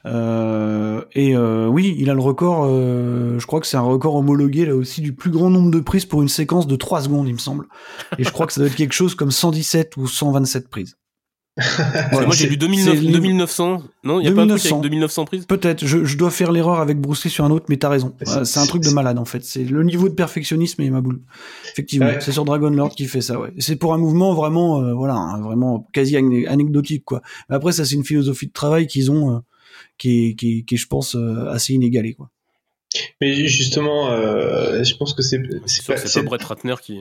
euh, et euh, oui il a le record euh, je crois que c'est un record homologué là aussi du plus grand nombre de prises pour une séquence de trois secondes il me semble et je crois que ça doit être quelque chose comme cent dix-sept ou cent vingt-sept prises. Voilà, moi j'ai lu deux mille neuf, deux mille neuf cents. Non, il y a pas un truc avec deux mille neuf cents prises. Peut-être, je, je dois faire l'erreur avec Bruce Lee sur un autre, mais t'as raison. C'est, c'est un truc de malade en fait. C'est le niveau de perfectionnisme et ma boule. Effectivement, ouais. C'est sur Dragon Lord qui fait ça. Ouais. C'est pour un mouvement vraiment, euh, voilà, hein, vraiment quasi anecdotique quoi. Mais après ça c'est une philosophie de travail qu'ils ont, euh, qui est, qui est, qui est, je pense, euh, assez inégalée quoi. Mais justement, euh, je pense que c'est, c'est, c'est pas, c'est, c'est pas Brett Ratner qui.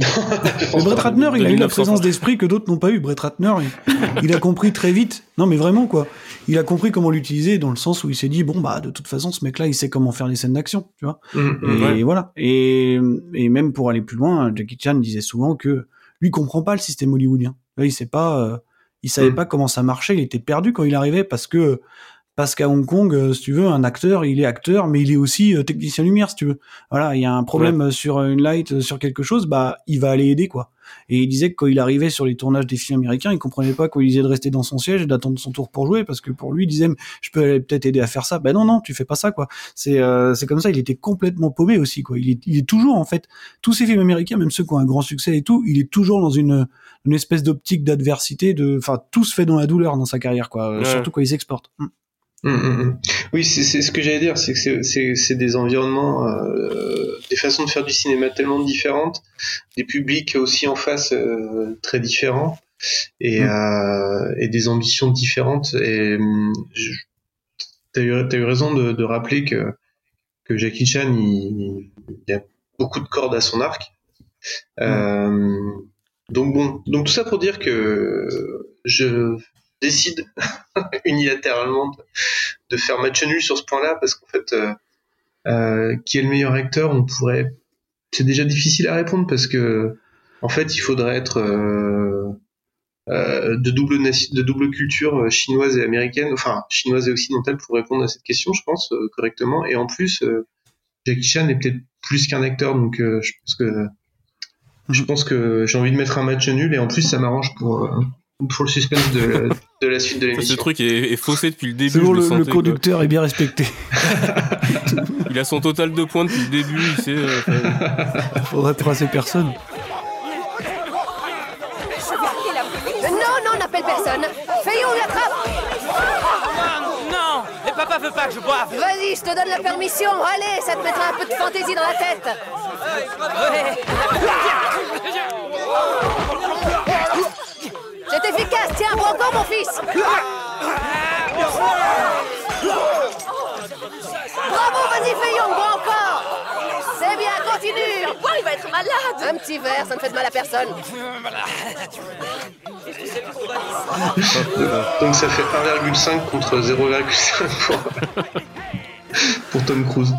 Mais Brett Ratner, il a eu la présence d'esprit que d'autres n'ont pas eu. Brett Ratner, il, il a compris très vite. Non, mais vraiment, quoi. Il a compris comment l'utiliser dans le sens où il s'est dit, bon, bah, de toute façon, ce mec-là, il sait comment faire les scènes d'action, tu vois. Mmh, et, ouais. et voilà. Et, et même pour aller plus loin, Jackie Chan disait souvent que lui, il comprend pas le système hollywoodien. Là, il sait pas, euh, il savait mmh. pas comment ça marchait. Il était perdu quand il arrivait parce que, Parce qu'à Hong Kong, euh, si tu veux, un acteur, il est acteur, mais il est aussi euh, technicien lumière, si tu veux. Voilà, il y a un problème ouais. sur une light, euh, sur quelque chose, bah, il va aller aider, quoi. Et il disait que quand il arrivait sur les tournages des films américains, il comprenait pas qu'on lui disait de rester dans son siège et d'attendre son tour pour jouer, parce que pour lui, il disait, je peux aller peut-être aider à faire ça. Ben non, non, tu fais pas ça, quoi. C'est, euh, c'est comme ça, il était complètement paumé aussi, quoi. Il est, il est toujours, en fait, tous ces films américains, même ceux qui ont un grand succès et tout, il est toujours dans une, une espèce d'optique d'adversité, de, enfin, tout se fait dans la douleur dans sa carrière, quoi. Ouais. Surtout quand il s'exporte. Hum. Mmh, mmh. Oui, c'est, c'est ce que j'allais dire, c'est que c'est, c'est, c'est des environnements, euh, des façons de faire du cinéma tellement différentes, des publics aussi en face euh, très différents, et, mmh. euh, et des ambitions différentes. Et je, t'as eu, t'as eu raison de, de rappeler que que Jackie Chan, il, il a beaucoup de cordes à son arc. Mmh. Euh, donc bon, donc tout ça pour dire que je décide unilatéralement de, de faire match nul sur ce point-là parce qu'en fait euh, euh, qui est le meilleur acteur, on pourrait, c'est déjà difficile à répondre parce que en fait il faudrait être euh, euh, de double nation, de double culture chinoise et américaine, enfin chinoise et occidentale pour répondre à cette question, je pense euh, correctement. Et en plus euh, Jackie Chan est peut-être plus qu'un acteur, donc euh, je pense que je pense que j'ai envie de mettre un match nul et en plus ça m'arrange pour euh, pour le suspense de, de la suite de l'émission. Ce truc est, est faussé depuis le début. C'est bon, le, le, sentais, le conducteur quoi. Est bien respecté. Il a son total de points depuis le début. Il sait, euh, enfin... Faudrait tracer personne. Non, non, n'appelle personne. Fayot l'attrape. Non, non. Papa veut pas que je boive. Vas-y, je te donne la permission. Allez, ça te mettra un peu de fantaisie dans la tête. Ouais. C'est efficace. Tiens, bois encore, mon fils. Bravo, vas-y, fais Young, bois encore. C'est bien, continue. Pourquoi il va être malade? Un petit verre, ça ne fait de mal à personne. Donc ça fait un virgule cinq contre zéro virgule cinq pour, pour Tom Cruise.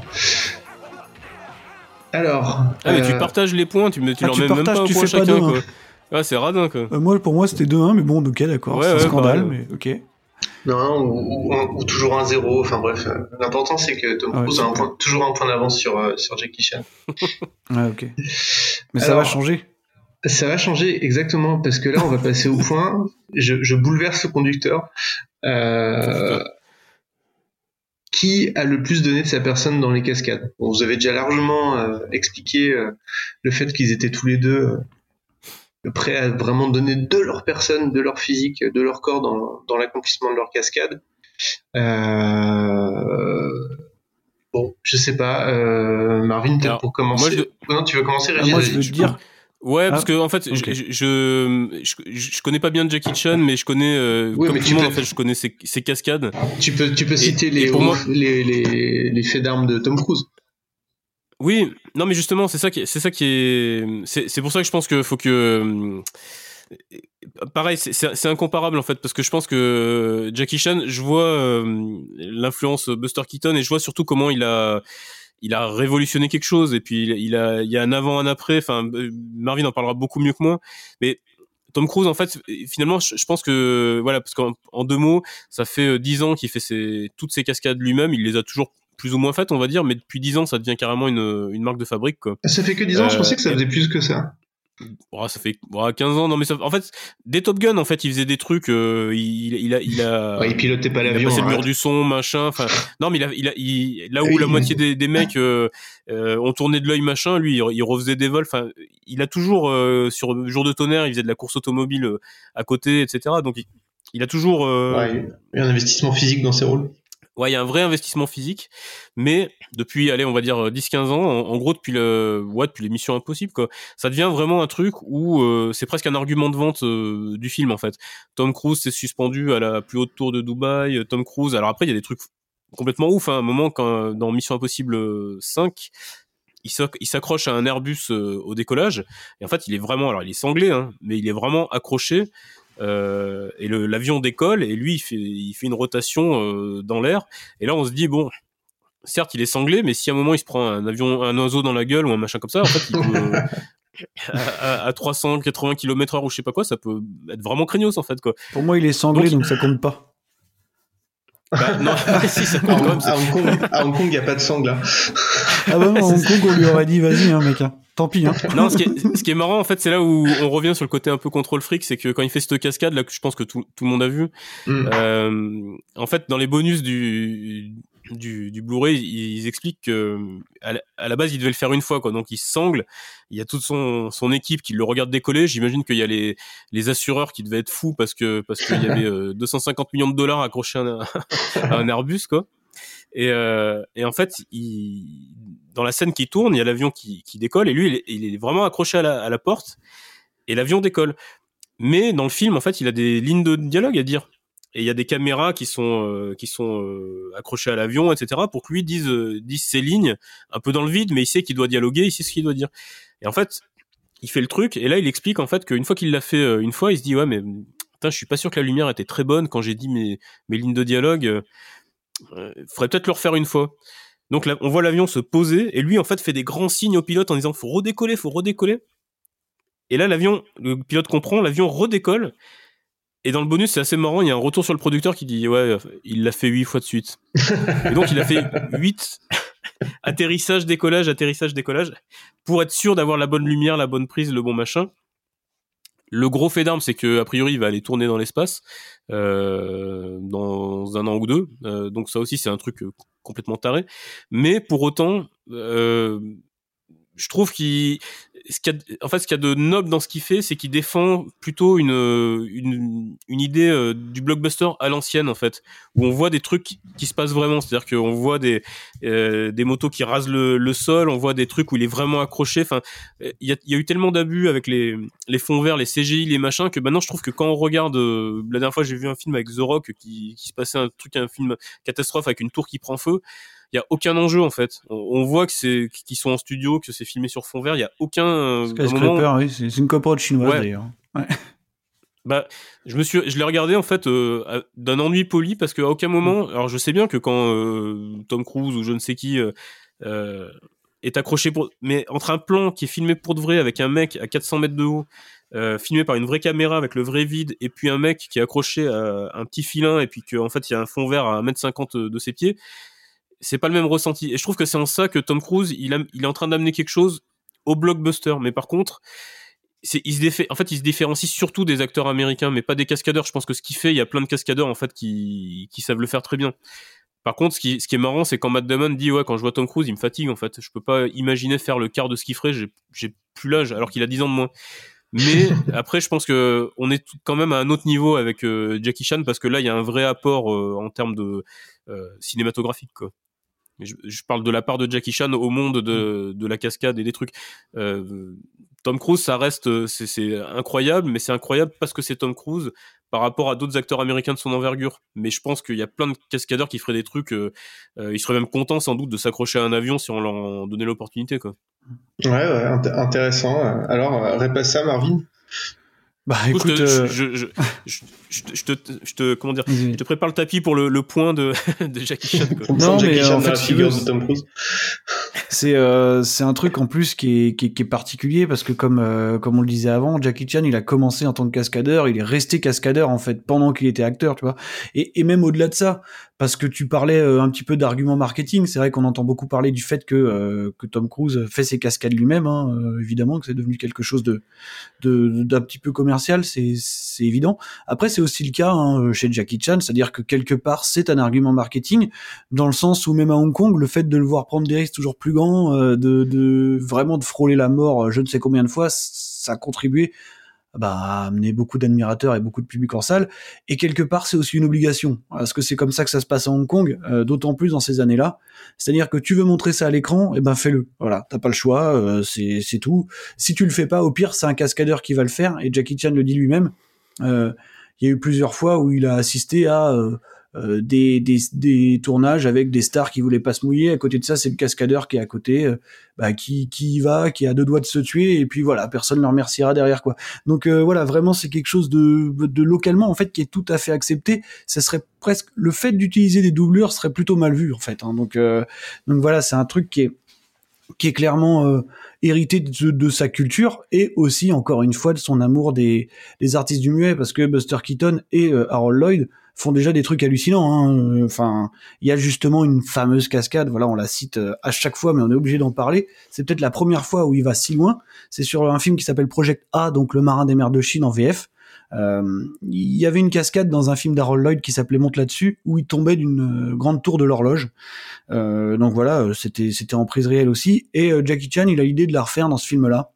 Alors... Ah mais euh... tu partages les points, tu, me, tu ah, leur tu mets même pas un point chacun, deux, quoi. hein. Ouais, c'est radin, quoi. Euh, moi, pour moi, c'était deux un, mais bon, ok, d'accord, ouais, c'est ouais, un scandale, pareil. mais ok. Non, ou, ou, ou toujours un zéro, enfin bref. L'important c'est que Tom Cruise ah ouais, a un point, toujours un point d'avance sur, euh, sur Jackie Chan. Ah ok. Mais ça Alors, va changer. Ça va changer, exactement, parce que là on va passer au point, je, je bouleverse le conducteur. Euh, qui a le plus donné de sa personne dans les cascades? Bon, vous avez déjà largement euh, expliqué euh, le fait qu'ils étaient tous les deux... Euh, prêts à vraiment donner de leur personne, de leur physique, de leur corps dans, dans l'accomplissement de leur cascade. Euh... Bon, je sais pas. Euh... Marvin, peut-être Alors, pour commencer. Moi, je... Non, tu veux commencer, Régis? Ah, moi, je veux dire... Ouais, ah, parce que en fait, okay. je, je, je, je connais pas bien Jackie Chan, mais je connais, euh, oui, comme tout le monde, peux... en fait, je connais ses, ses cascades. Tu peux, tu peux et, citer les, pour moi... les, les, les faits d'armes de Tom Cruise. Oui, non, mais justement, c'est ça qui, est, c'est ça qui est, c'est, c'est pour ça que je pense que faut que, pareil, c'est, c'est, c'est incomparable en fait, parce que je pense que Jackie Chan, je vois euh, l'influence Buster Keaton et je vois surtout comment il a, il a révolutionné quelque chose et puis il a, il y a un avant, un après. Enfin, Marvin en parlera beaucoup mieux que moi, mais Tom Cruise, en fait, finalement, je pense que voilà, parce qu'en en deux mots, ça fait dix ans qu'il fait ses, toutes ses cascades lui-même. Il les a toujours plus ou moins faites, on va dire, mais depuis dix ans, ça devient carrément une, une marque de fabrique, quoi. Ça fait que dix ans, euh, je pensais que ça faisait plus que ça. Oh, ça fait oh, quinze ans, non mais ça, en fait, des Top Gun, en fait, il faisait des trucs, euh, il, il a, il a, ouais, il pilotait pas l'avion. Il a passé hein, le mur du son, machin. Enfin, non, mais il a, il a, il, là où oui, la moitié des, des mecs euh, euh, ont tourné de l'œil, machin, lui, il, il refaisait des vols. Enfin, il a toujours euh, sur jour de tonnerre, il faisait de la course automobile euh, à côté, et cetera. Donc, il, il a toujours. Euh, ouais, il y a un investissement physique dans ses rôles. Ouais, il y a un vrai investissement physique, mais depuis, allez, on va dire dix quinze ans, en, en gros depuis le, ouais, depuis les Missions Impossibles, quoi, ça devient vraiment un truc où euh, c'est presque un argument de vente euh, du film en fait. Tom Cruise s'est suspendu à la plus haute tour de Dubaï. Tom Cruise, alors après il y a des trucs complètement ouf. Hein, à un moment, quand dans Mission Impossible cinq, il, s'ac- il s'accroche à un Airbus euh, au décollage, et en fait il est vraiment, alors il est sanglé, hein, mais il est vraiment accroché. Euh, et le, l'avion décolle et lui il fait, il fait une rotation euh, dans l'air et là on se dit bon, certes il est sanglé, mais si à un moment il se prend un avion, un oiseau dans la gueule ou un machin comme ça, en fait il peut, à, à trois cent quatre-vingts kilomètres heure ou je sais pas quoi, ça peut être vraiment craignos en fait, quoi. Pour moi il est sanglé, donc, donc ça compte pas. Bah, non, si, ça compte quand même. À Hong Kong, à Hong Kong, il n'y a pas de sangle. Hein. Ah bah non, à Hong Kong, on lui aurait dit, vas-y, hein, mec, hein. Tant pis, hein. Non, ce qui, est, ce qui est marrant, en fait, c'est là où on revient sur le côté un peu contrôle fric, c'est que quand il fait cette cascade, là, que je pense que tout, tout le monde a vu, mm. euh, en fait, dans les bonus du, du, du Blu-ray, ils, ils expliquent que, à la, à la base, il devait le faire une fois, quoi. Donc, il se sangle. Il y a toute son, son équipe qui le regarde décoller. J'imagine qu'il y a les, les assureurs qui devaient être fous parce que, parce qu'il y avait euh, deux cent cinquante millions de dollars accrochés à un, à un Airbus, quoi. Et, euh, et en fait, il, dans la scène qui tourne, il y a l'avion qui, qui décolle et lui, il est, il est vraiment accroché à la, à la porte et l'avion décolle. Mais dans le film, en fait, il a des lignes de dialogue à dire. Et il y a des caméras qui sont, euh, qui sont euh, accrochées à l'avion, et cetera, pour que lui dise, euh, dise ses lignes un peu dans le vide, mais il sait qu'il doit dialoguer, il sait ce qu'il doit dire. Et en fait, il fait le truc, et là, il explique en fait qu'une fois qu'il l'a fait euh, une fois, il se dit « Ouais, mais putain, je suis pas sûr que la lumière était très bonne quand j'ai dit mes, mes lignes de dialogue. Euh, euh, faudrait peut-être le refaire une fois. » Donc là, on voit l'avion se poser, et lui, en fait, fait des grands signes au pilote en disant « Faut redécoller, faut redécoller. » Et là, l'avion, le pilote comprend, l'avion redécolle. Et dans le bonus, c'est assez marrant, il y a un retour sur le producteur qui dit « Ouais, il l'a fait huit fois de suite. » Et donc, il a fait huit atterrissage, décollage, atterrissage, décollage, pour être sûr d'avoir la bonne lumière, la bonne prise, le bon machin. Le gros fait d'armes, c'est que a priori, il va aller tourner dans l'espace euh, dans un an ou deux. Euh, donc ça aussi, c'est un truc complètement taré. Mais pour autant, euh, je trouve qu'il ce qu'il y a, en fait, ce qu'il y a de noble dans ce qu'il fait, c'est qu'il défend plutôt une une une idée euh, du blockbuster à l'ancienne, en fait, où on voit des trucs qui, qui se passent vraiment, c'est-à-dire qu'on voit des euh, des motos qui rasent le, le sol, on voit des trucs où il est vraiment accroché. Enfin, il y a il y a eu tellement d'abus avec les les fonds verts, les C G I, les machins, que maintenant je trouve que quand on regarde, euh, la dernière fois j'ai vu un film avec The Rock qui qui se passait un truc, un film catastrophe avec une tour qui prend feu. Il y a aucun enjeu en fait. On, on voit que c'est qu'ils sont en studio, que c'est filmé sur fond vert. Il y a aucun euh, Skyscraper, moment... oui, c'est, c'est une coprode chinoise ouais. d'ailleurs. Ouais. Bah, je me suis, je l'ai regardé en fait euh, d'un ennui poli parce qu'à aucun moment. Alors je sais bien que quand euh, Tom Cruise ou je ne sais qui euh, euh, est accroché pour, mais entre un plan qui est filmé pour de vrai avec un mec à quatre cents mètres de haut, euh, filmé par une vraie caméra avec le vrai vide, et puis un mec qui est accroché à un petit filin et puis qu'en fait il y a un fond vert à un mètre cinquante de ses pieds. C'est pas le même ressenti. Et je trouve que c'est en ça que Tom Cruise, il, a, il est en train d'amener quelque chose au blockbuster. Mais par contre, c'est, il se défait, en fait, il se différencie surtout des acteurs américains, mais pas des cascadeurs. Je pense que ce qu'il fait, il y a plein de cascadeurs, en fait, qui, qui savent le faire très bien. Par contre, ce qui, ce qui est marrant, c'est quand Matt Damon dit, ouais, quand je vois Tom Cruise, il me fatigue, en fait. Je peux pas imaginer faire le quart de ce qu'il ferait. J'ai, j'ai plus l'âge, alors qu'il a dix ans de moins. Mais après, je pense que on est quand même à un autre niveau avec euh, Jackie Chan, parce que là, il y a un vrai apport euh, en termes de euh, cinématographique, quoi. Je, je parle de la part de Jackie Chan au monde de, de la cascade et des trucs. Euh, Tom Cruise, ça reste, c'est, c'est incroyable, mais c'est incroyable parce que c'est Tom Cruise par rapport à d'autres acteurs américains de son envergure. Mais je pense qu'il y a plein de cascadeurs qui feraient des trucs, euh, euh, ils seraient même contents sans doute de s'accrocher à un avion si on leur donnait l'opportunité, quoi. Ouais, ouais, int- intéressant. Alors, répète ça, Marvin. Bah écoute, je, euh... je, je, je, je, je, te, je te, comment dire, je te prépare le tapis pour le, le point de, de Jackie Chan, quoi. Non, Jackie mais Chan en fait, la figure de Tom Cruise. C'est euh, c'est un truc en plus qui est qui est, qui est particulier parce que comme euh, comme on le disait avant, Jackie Chan, il a commencé en tant que cascadeur, il est resté cascadeur en fait pendant qu'il était acteur, tu vois. Et et même au-delà de ça, parce que tu parlais euh, un petit peu d'arguments marketing, c'est vrai qu'on entend beaucoup parler du fait que euh, que Tom Cruise fait ses cascades lui-même, hein, euh, évidemment que c'est devenu quelque chose de de d'un petit peu commercial, c'est c'est évident. Après, c'est aussi le cas hein, chez Jackie Chan, c'est-à-dire que quelque part, c'est un argument marketing, dans le sens où même à Hong Kong, le fait de le voir prendre des risques toujours plus grands, euh, de, de vraiment de frôler la mort, je ne sais combien de fois, ça a contribué bah, à amener beaucoup d'admirateurs et beaucoup de public en salle. Et quelque part, c'est aussi une obligation, parce que c'est comme ça que ça se passe à Hong Kong, euh, d'autant plus dans ces années-là. C'est-à-dire que tu veux montrer ça à l'écran, et ben fais-le. Voilà, t'as pas le choix, euh, c'est c'est tout. Si tu le fais pas, au pire, c'est un cascadeur qui va le faire. Et Jackie Chan le dit lui-même. Euh, il y a eu plusieurs fois où il a assisté à euh, euh, des, des, des tournages avec des stars qui voulaient pas se mouiller. À côté de ça, c'est le cascadeur qui est à côté, euh, bah, qui, qui y va, qui a deux doigts de se tuer, et puis voilà, personne ne le remerciera derrière, quoi. Donc euh, voilà, vraiment, c'est quelque chose de, de localement, en fait, qui est tout à fait accepté. Ça serait presque, le fait d'utiliser des doublures serait plutôt mal vu, en fait, hein. Donc, euh, donc voilà, c'est un truc qui est qui est clairement euh, hérité de, de sa culture et aussi encore une fois de son amour des, des artistes du muet, parce que Buster Keaton et euh, Harold Lloyd font déjà des trucs hallucinants, hein. Enfin, il y a justement une fameuse cascade, voilà, on la cite euh, à chaque fois, mais on est obligé d'en parler. C'est peut-être la première fois où il va si loin. C'est sur un film qui s'appelle Project A, donc Le Marin des mers de Chine en V F. Euh, il y avait une cascade dans un film d'Harold Lloyd qui s'appelait Monte là-dessus, où il tombait d'une grande tour de l'horloge. Euh, donc voilà, c'était c'était en prise réelle aussi. Et euh, Jackie Chan, il a l'idée de la refaire dans ce film-là.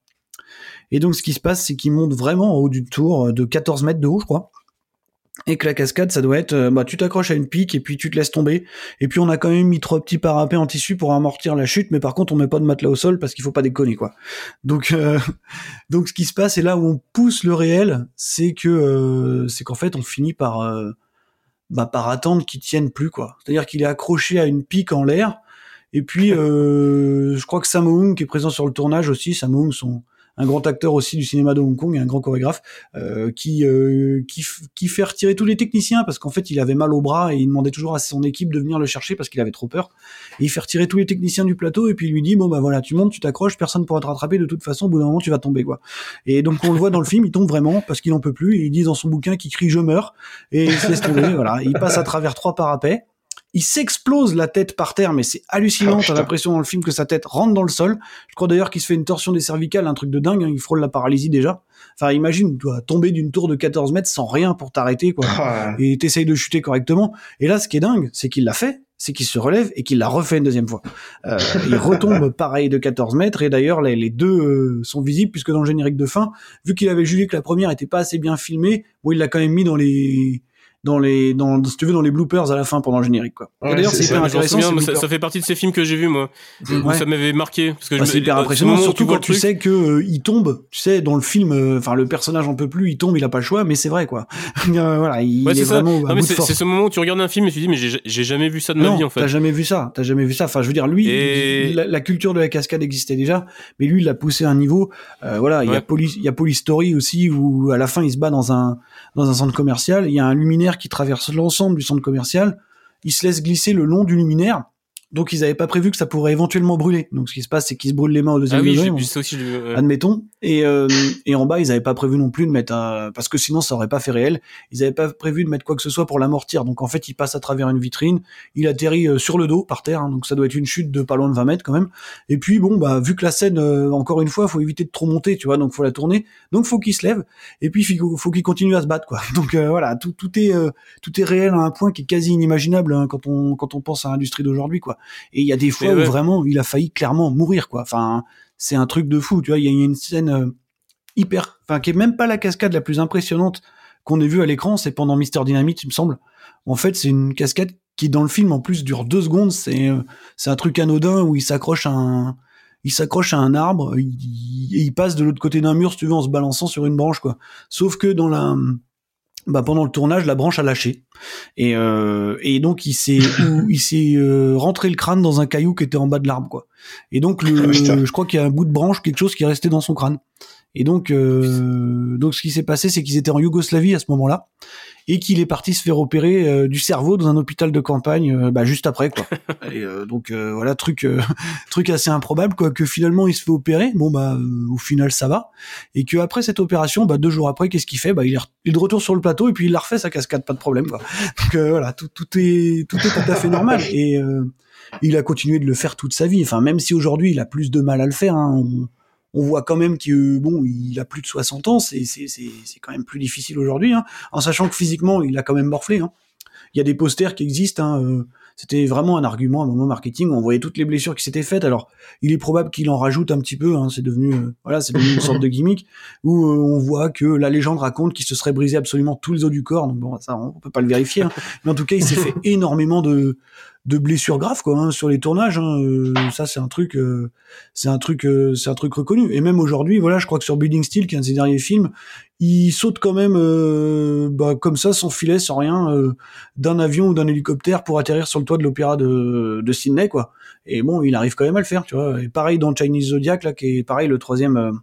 Et donc ce qui se passe, c'est qu'il monte vraiment en haut d'une tour de quatorze mètres de haut, je crois. Et que la cascade, ça doit être, euh, bah, tu t'accroches à une pique et puis tu te laisses tomber. Et puis on a quand même mis trois petits parapets en tissu pour amortir la chute, mais par contre on met pas de matelas au sol parce qu'il faut pas déconner, quoi. Donc, euh, donc ce qui se passe, et là où on pousse le réel, c'est que, euh, c'est qu'en fait on finit par, euh, bah, par attendre qu'il tienne plus, quoi. C'est-à-dire qu'il est accroché à une pique en l'air. Et puis, euh, je crois que Sammo Hung, qui est présent sur le tournage aussi, Sammo Hung, son un grand acteur aussi du cinéma de Hong Kong et un grand chorégraphe, euh, qui, euh, qui, qui fait retirer tous les techniciens parce qu'en fait il avait mal au bras et il demandait toujours à son équipe de venir le chercher parce qu'il avait trop peur. Et il fait retirer tous les techniciens du plateau et puis il lui dit bon bah voilà, tu montes, tu t'accroches, personne pourra te rattraper, de toute façon au bout d'un moment tu vas tomber, quoi. Et donc on le voit dans le film, il tombe vraiment parce qu'il en peut plus et il dit dans son bouquin qu'il crie je meurs et il se laisse tomber. Voilà, il passe à travers trois parapets. Il s'explose la tête par terre, mais c'est hallucinant. Oh, t'as l'impression dans le film que sa tête rentre dans le sol. Je crois d'ailleurs qu'il se fait une torsion des cervicales, un truc de dingue, hein. Il frôle la paralysie déjà. Enfin, imagine, tu dois tomber d'une tour de quatorze mètres sans rien pour t'arrêter, quoi. Oh. Et t'essayes de chuter correctement. Et là, ce qui est dingue, c'est qu'il l'a fait. c'est qu'il se relève et qu'il la refait une deuxième fois. Euh, il retombe pareil de quatorze mètres et d'ailleurs les, les deux euh, sont visibles puisque dans le générique de fin, vu qu'il avait jugé que la première était pas assez bien filmée, bon il l'a quand même mis dans les dans les dans si tu veux dans les bloopers à la fin pendant le générique quoi. Ouais, d'ailleurs c'est, c'est hyper ouais, intéressant. Souviens, ça, ça fait partie de ces films que j'ai vus moi. Où ouais. Ça m'avait marqué parce que bah, je c'est me, hyper impressionnant surtout quand tu truc... sais que euh, il tombe, tu sais dans le film enfin euh, le personnage en peut plus, il tombe, il a pas le choix mais c'est vrai quoi. voilà, il ouais, est, c'est vraiment non, mais c'est, c'est ce moment où tu regardes un film et tu dis mais j'ai, j'ai jamais vu ça de non, ma vie en fait. T'as jamais vu ça, t'as jamais vu ça. Enfin je veux dire lui et... la, la culture de la cascade existait déjà mais lui il l'a poussé à un niveau euh, voilà, ouais. il y a Police il y a Police Story aussi où à la fin il se bat dans un dans un centre commercial, il y a un luminaire qui traverse l'ensemble du centre commercial. Ils se laissent glisser le long du luminaire, donc ils avaient pas prévu que ça pourrait éventuellement brûler. Donc ce qui se passe, c'est qu'ils se brûlent les mains au deuxième ah oui, degré, j'ai bon, vu ça aussi, euh... admettons. Et euh, et en bas, ils avaient pas prévu non plus de mettre un, parce que sinon ça aurait pas fait réel. Ils avaient pas prévu de mettre quoi que ce soit pour l'amortir. Donc en fait, il passe à travers une vitrine, il atterrit euh, sur le dos par terre, hein, donc ça doit être une chute de pas loin de vingt mètres quand même. Et puis bon, bah vu que la scène, euh, encore une fois, faut éviter de trop monter, tu vois, donc faut la tourner. Donc faut qu'il se lève. Et puis faut, faut qu'il continue à se battre, quoi. Donc euh, voilà, tout tout est euh, tout est réel à un point qui est quasi inimaginable hein, quand on quand on pense à l'industrie d'aujourd'hui, quoi. Et il y a des fois ouais. où vraiment il a failli clairement mourir, quoi. Enfin, c'est un truc de fou, tu vois. Il y a une scène euh, hyper, enfin, qui est même pas la cascade la plus impressionnante qu'on ait vue à l'écran, c'est pendant Mister Dynamite, il me semble. En fait, c'est une cascade qui, dans le film, en plus, dure deux secondes. C'est, euh, c'est un truc anodin où il s'accroche à un, il s'accroche à un arbre, il, il, il passe de l'autre côté d'un mur, si tu veux, en se balançant sur une branche, quoi. Sauf que dans la, bah pendant le tournage, la branche a lâché et euh, et donc il s'est où, il s'est euh, rentré le crâne dans un caillou qui était en bas de l'arbre, quoi. Et donc le, je crois qu'il y a un bout de branche, quelque chose qui est resté dans son crâne. Et donc euh, donc ce qui s'est passé, c'est qu'ils étaient en Yougoslavie à ce moment-là et qu'il est parti se faire opérer euh, du cerveau dans un hôpital de campagne euh, bah juste après, quoi. Et euh, donc euh, voilà, truc euh, truc assez improbable, quoi, que finalement il se fait opérer. Bon bah euh, au final ça va, et que après cette opération, bah deux jours après, qu'est-ce qu'il fait? Bah il est, il est de retour sur le plateau et puis il la refait sa cascade, pas de problème, quoi. Donc euh, voilà, tout tout est tout est tout à fait normal et euh, il a continué de le faire toute sa vie. Enfin même si aujourd'hui il a plus de mal à le faire, hein, on, on voit quand même que bon, il a plus de soixante ans, c'est c'est c'est c'est quand même plus difficile aujourd'hui, hein, en sachant que physiquement, il a quand même morflé, hein. Il y a des posters qui existent, hein, euh, c'était vraiment un argument à un moment marketing, on voyait toutes les blessures qui s'étaient faites. Alors, il est probable qu'il en rajoute un petit peu, hein, c'est devenu euh, voilà, c'est devenu une sorte de gimmick où euh, on voit que la légende raconte qu'il se serait brisé absolument tous les os du corps. Donc bon, ça on peut pas le vérifier, hein. Mais en tout cas, il s'est fait énormément de de blessures graves, quoi, hein, sur les tournages, hein. Euh, ça c'est un truc euh, c'est un truc euh, c'est un truc reconnu. Et même aujourd'hui, voilà, je crois que sur Building Steel, qui est un de ses derniers films, il saute quand même euh, bah, comme ça, sans filet, sans rien, euh, d'un avion ou d'un hélicoptère pour atterrir sur le toit de l'opéra de, de Sydney, quoi. Et bon, il arrive quand même à le faire, tu vois. Et pareil dans Chinese Zodiac, là, qui est pareil le troisième euh,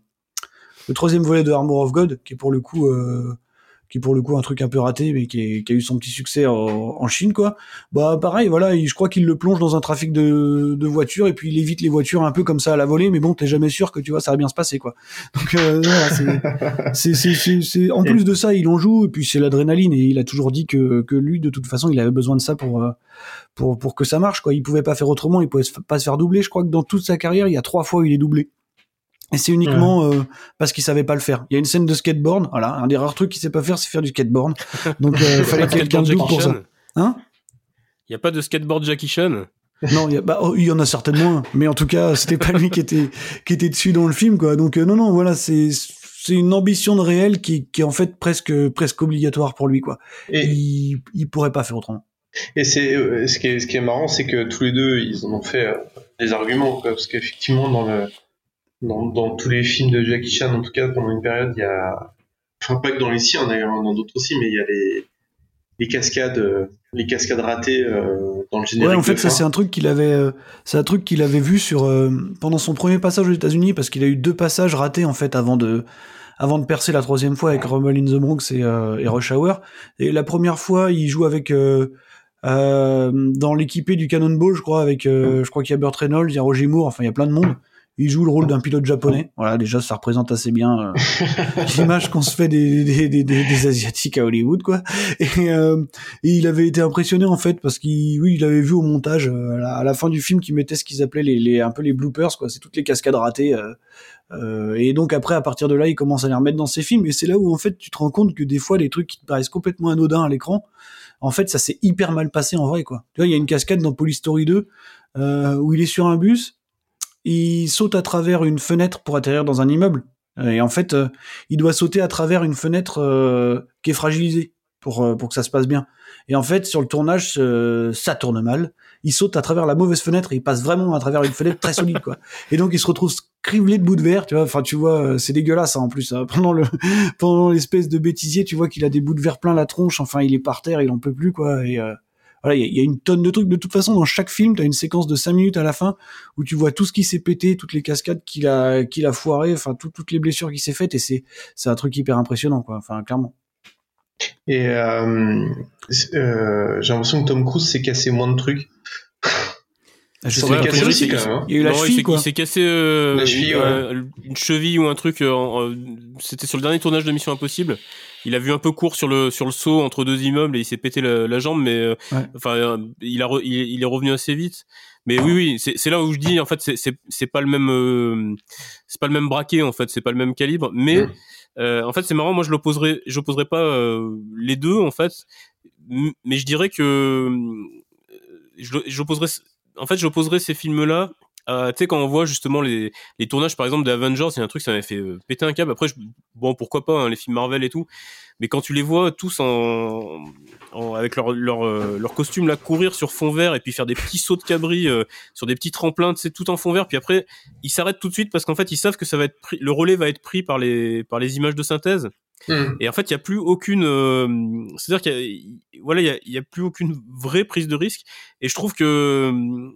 le troisième volet de Armor of God, qui est pour le coup euh, qui est pour le coup un truc un peu raté, mais qui, est, qui a eu son petit succès en, en Chine, quoi. Bah pareil, voilà, il, je crois qu'il le plonge dans un trafic de, de voitures, et puis il évite les voitures un peu comme ça à la volée, mais bon, t'es jamais sûr que tu vois ça va bien se passer, quoi. Donc euh, voilà, c'est, c'est, c'est, c'est, c'est, en plus de ça, il en joue, et puis c'est l'adrénaline, et il a toujours dit que, que lui, de toute façon, il avait besoin de ça pour, pour, pour que ça marche, quoi. Il pouvait pas faire autrement, il pouvait pas se faire doubler. Je crois que dans toute sa carrière, il y a trois fois où il est doublé. Et c'est uniquement ouais. euh, parce qu'il savait pas le faire. Il y a une scène de skateboard, voilà, un des rares trucs qu'il sait pas faire, c'est faire du skateboard. Donc il euh, fallait quelqu'un de double pour ça. Hein? Il y a pas de skateboard Jackie Chan? Non, il y a, bah, oh, il y en a certainement un, mais en tout cas, c'était pas lui qui était qui était dessus dans le film, quoi. Donc euh, non, non, voilà, c'est c'est une ambition de réel qui qui est en fait presque presque obligatoire pour lui, quoi. Et il il pourrait pas faire autrement. Et c'est ce qui est ce qui est marrant, c'est que tous les deux, ils en ont fait euh, des arguments, quoi, parce qu'effectivement dans le Dans, dans tous les films de Jackie Chan, en tout cas, pendant une période, il y a, enfin, pas que dans les siens, d'ailleurs, dans d'autres aussi, mais il y a les, les cascades, euh, les cascades ratées, euh, dans le générique. Ouais, en fait, de ça, fin. c'est un truc qu'il avait, euh, c'est un truc qu'il avait vu sur, euh, pendant son premier passage aux États-Unis, parce qu'il a eu deux passages ratés, en fait, avant de, avant de percer la troisième fois avec Rumble in the Bronx et, euh, et Rush Hour. Et la première fois, il joue avec, euh, euh, dans l'équipé du Cannonball, je crois, avec, euh, je crois qu'il y a Burt Reynolds, il y a Roger Moore, enfin, il y a plein de monde. il joue le rôle d'un pilote japonais. Voilà, déjà ça représente assez bien euh, l'image qu'on se fait des, des, des, des, des asiatiques à Hollywood, quoi. Et, euh, et il avait été impressionné en fait parce qu'il, oui, il avait vu au montage euh, à, la, à la fin du film qu'ils mettaient ce qu'ils appelaient les, les un peu les bloopers, quoi. C'est toutes les cascades ratées. Euh, euh, et donc après, à partir de là, il commence à les remettre dans ses films. Et c'est là où en fait, tu te rends compte que des fois, les trucs qui te paraissent complètement anodins à l'écran, en fait, ça s'est hyper mal passé en vrai, quoi. Tu vois, il y a une cascade dans Police Story deux euh, où il est sur un bus. Il saute à travers une fenêtre pour atterrir dans un immeuble. Et en fait, euh, il doit sauter à travers une fenêtre euh, qui est fragilisée pour euh, pour que ça se passe bien. Et en fait, sur le tournage, euh, ça tourne mal. Il saute à travers la mauvaise fenêtre et il passe vraiment à travers une fenêtre très solide, quoi. Et donc, il se retrouve criblé de bouts de verre, tu vois. Enfin, tu vois, c'est dégueulasse, hein, en plus. Hein. Pendant le pendant l'espèce de bêtisier, tu vois qu'il a des bouts de verre plein la tronche. Enfin, il est par terre, il en peut plus, quoi. Et euh, voilà, il y, y a une tonne de trucs. De toute façon, dans chaque film, t'as une séquence de cinq minutes à la fin où tu vois tout ce qui s'est pété, toutes les cascades qu'il a, qu'il a foiré, enfin, tout, toutes les blessures qui s'est faites, et c'est, c'est un truc hyper impressionnant, quoi. Enfin, clairement. Et euh, euh, j'ai l'impression que Tom Cruise s'est cassé moins de trucs. Je sais pas, cassé aussi, quand même, hein. Il y a eu la non, cheville, il quoi. Il s'est cassé euh, la cheville, euh, ouais. une cheville ou un truc. Euh, euh, c'était sur le dernier tournage de Mission Impossible. Il a vu un peu court sur le sur le saut entre deux immeubles et il s'est pété la, la jambe, mais euh, ouais. enfin euh, il a re, il, il est revenu assez vite. Mais oui oui, c'est c'est là où je dis en fait c'est c'est c'est pas le même euh, c'est pas le même braquet en fait, c'est pas le même calibre. Mais mmh. euh, en fait c'est marrant, moi je l'opposerais j'opposerais pas euh, les deux en fait, mais je dirais que je j'opposerais en fait j'opposerais ces films là. Euh, tu sais, quand on voit justement les, les tournages par exemple des Avengers, il y a un truc, ça m'avait fait euh, péter un câble. Après, je, bon, pourquoi pas, hein, les films Marvel et tout, mais quand tu les vois tous en, en avec leur leur euh, leur costume là, courir sur fond vert et puis faire des petits sauts de cabri euh, sur des petits tremplins, tu sais, tout en fond vert, puis après ils s'arrêtent tout de suite parce qu'en fait ils savent que ça va être pris, le relais va être pris par les par les images de synthèse. Mmh. Et en fait, il y a plus aucune, euh, c'est-à-dire qu'il y a, voilà, il y a, il y a plus aucune vraie prise de risque. Et je trouve que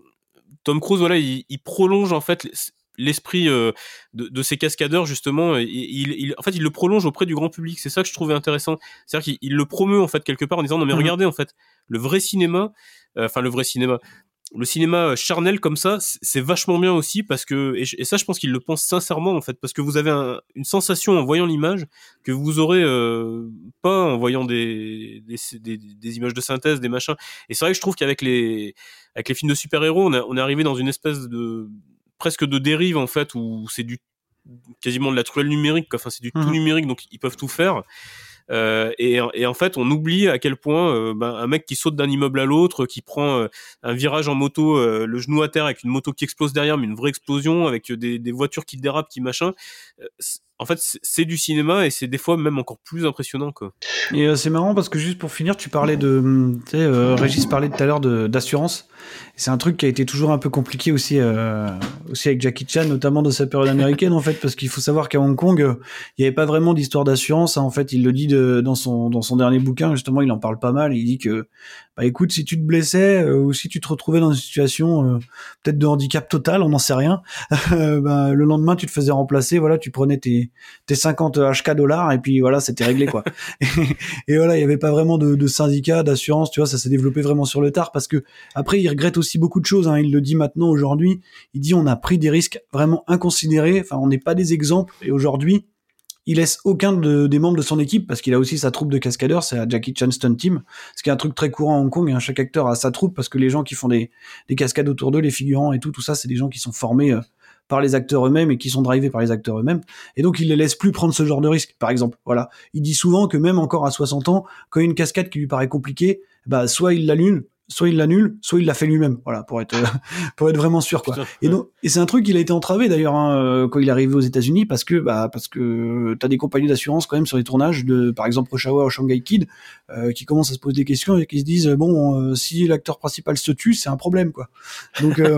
Tom Cruise, voilà, il, il prolonge en fait l'esprit euh, de, de ces cascadeurs justement. Il, il, il, en fait, il le prolonge auprès du grand public. C'est ça que je trouvais intéressant. C'est-à-dire qu'il il le promeut en fait quelque part en disant non mais mmh. regardez en fait le vrai cinéma, euh, enfin le vrai cinéma. Le cinéma charnel comme ça, c'est vachement bien aussi parce que, et, et ça je pense qu'il le pense sincèrement en fait, parce que vous avez un, une sensation en voyant l'image que vous aurez euh, pas en voyant des, des, des, des images de synthèse, des machins. Et c'est vrai que je trouve qu'avec les, avec les films de super-héros, on, a, on est arrivé dans une espèce de, presque de dérive en fait, où c'est du, quasiment de la truelle numérique, quoi. Enfin c'est du mmh. tout numérique, donc ils peuvent tout faire. Euh, et, et en fait on oublie à quel point euh, ben, un mec qui saute d'un immeuble à l'autre, qui prend euh, un virage en moto, euh, le genou à terre avec une moto qui explose derrière, mais une vraie explosion avec des, des voitures qui dérapent, qui machin, euh, en fait c'est du cinéma et c'est des fois même encore plus impressionnant, quoi. Et euh, c'est marrant parce que juste pour finir, tu parlais de, tu sais, euh, Régis parlait tout à l'heure de, d'assurance. C'est un truc qui a été toujours un peu compliqué aussi, euh, aussi avec Jackie Chan, notamment dans sa période américaine en fait, parce qu'il faut savoir qu'à Hong Kong, euh, il n'y avait pas vraiment d'histoire d'assurance. Hein, en fait, il le dit de, dans son dans son dernier bouquin, justement, il en parle pas mal. Il dit que, bah écoute, si tu te blessais euh, ou si tu te retrouvais dans une situation euh, peut-être de handicap total, on n'en sait rien. bah, le lendemain, tu te faisais remplacer. Voilà, tu prenais tes tes cinquante H K dollars et puis voilà, c'était réglé, quoi. et, et voilà, il y avait pas vraiment de, de syndicat d'assurance, tu vois, ça s'est développé vraiment sur le tard parce que après il regrette aussi beaucoup de choses, hein. Il le dit maintenant aujourd'hui, il dit on a pris des risques vraiment inconsidérés, enfin on n'est pas des exemples et aujourd'hui il laisse aucun de, des membres de son équipe parce qu'il a aussi sa troupe de cascadeurs, c'est la Jackie Chan Stunt Team, ce qui est un truc très courant à Hong Kong, hein. Chaque acteur a sa troupe parce que les gens qui font des, des cascades autour d'eux, les figurants et tout, tout ça c'est des gens qui sont formés euh, par les acteurs eux-mêmes et qui sont drivés par les acteurs eux-mêmes, et donc il les laisse plus prendre ce genre de risque. Par exemple, voilà, il dit souvent que même encore à soixante ans, quand il y a une cascade qui lui paraît compliquée, bah soit il l'annule, soit il l'annule, soit il l'a fait lui-même, voilà, pour être euh, pour être vraiment sûr, quoi. Et donc, et c'est un truc il a été entravé d'ailleurs, hein, quand il est arrivé aux États-Unis, parce que bah parce que t'as des compagnies d'assurance quand même sur les tournages de, par exemple, Rush Hour ou Shanghai Kid, euh, qui commencent à se poser des questions et qui se disent bon, euh, si l'acteur principal se tue, c'est un problème, quoi. Donc euh,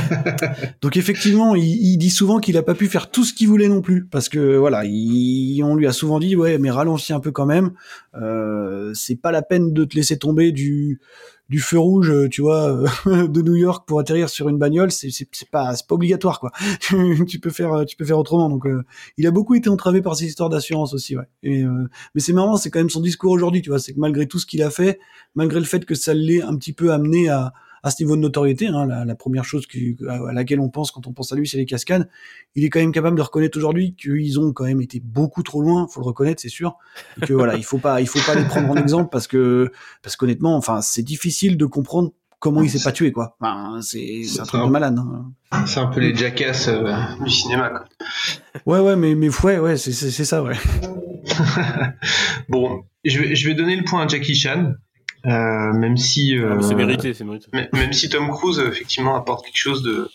donc effectivement, il, il dit souvent qu'il a pas pu faire tout ce qu'il voulait non plus, parce que voilà, il, on lui a souvent dit ouais, mais ralentis un peu quand même, euh, c'est pas la peine de te laisser tomber du du feu rouge, tu vois, de New York pour atterrir sur une bagnole, c'est c'est, c'est pas c'est pas obligatoire, quoi. tu peux faire tu peux faire autrement. Donc euh, il a beaucoup été entravé par ces histoires d'assurance aussi, ouais. Et euh, mais c'est marrant, c'est quand même son discours aujourd'hui, tu vois, c'est que malgré tout ce qu'il a fait, malgré le fait que ça l'ait un petit peu amené à à ce niveau de notoriété, hein, la, la première chose qui, à laquelle on pense quand on pense à lui, c'est les cascades. Il est quand même capable de reconnaître aujourd'hui qu'ils ont quand même été beaucoup trop loin, faut le reconnaître, c'est sûr. Et que voilà, il faut pas, il faut pas les prendre en exemple parce que, parce qu'honnêtement, enfin, c'est difficile de comprendre comment il s'est pas tué, quoi. Enfin, c'est, c'est un truc de malade. Hein. C'est un peu les jackass euh, du cinéma, quoi. Ouais, ouais, mais, mais ouais, ouais, c'est, c'est, c'est ça, ouais. Bon, je vais, je vais donner le point à Jackie Chan. Euh, même si euh, ah, c'est mérité, c'est mérité. Même, même si Tom Cruise effectivement apporte quelque chose de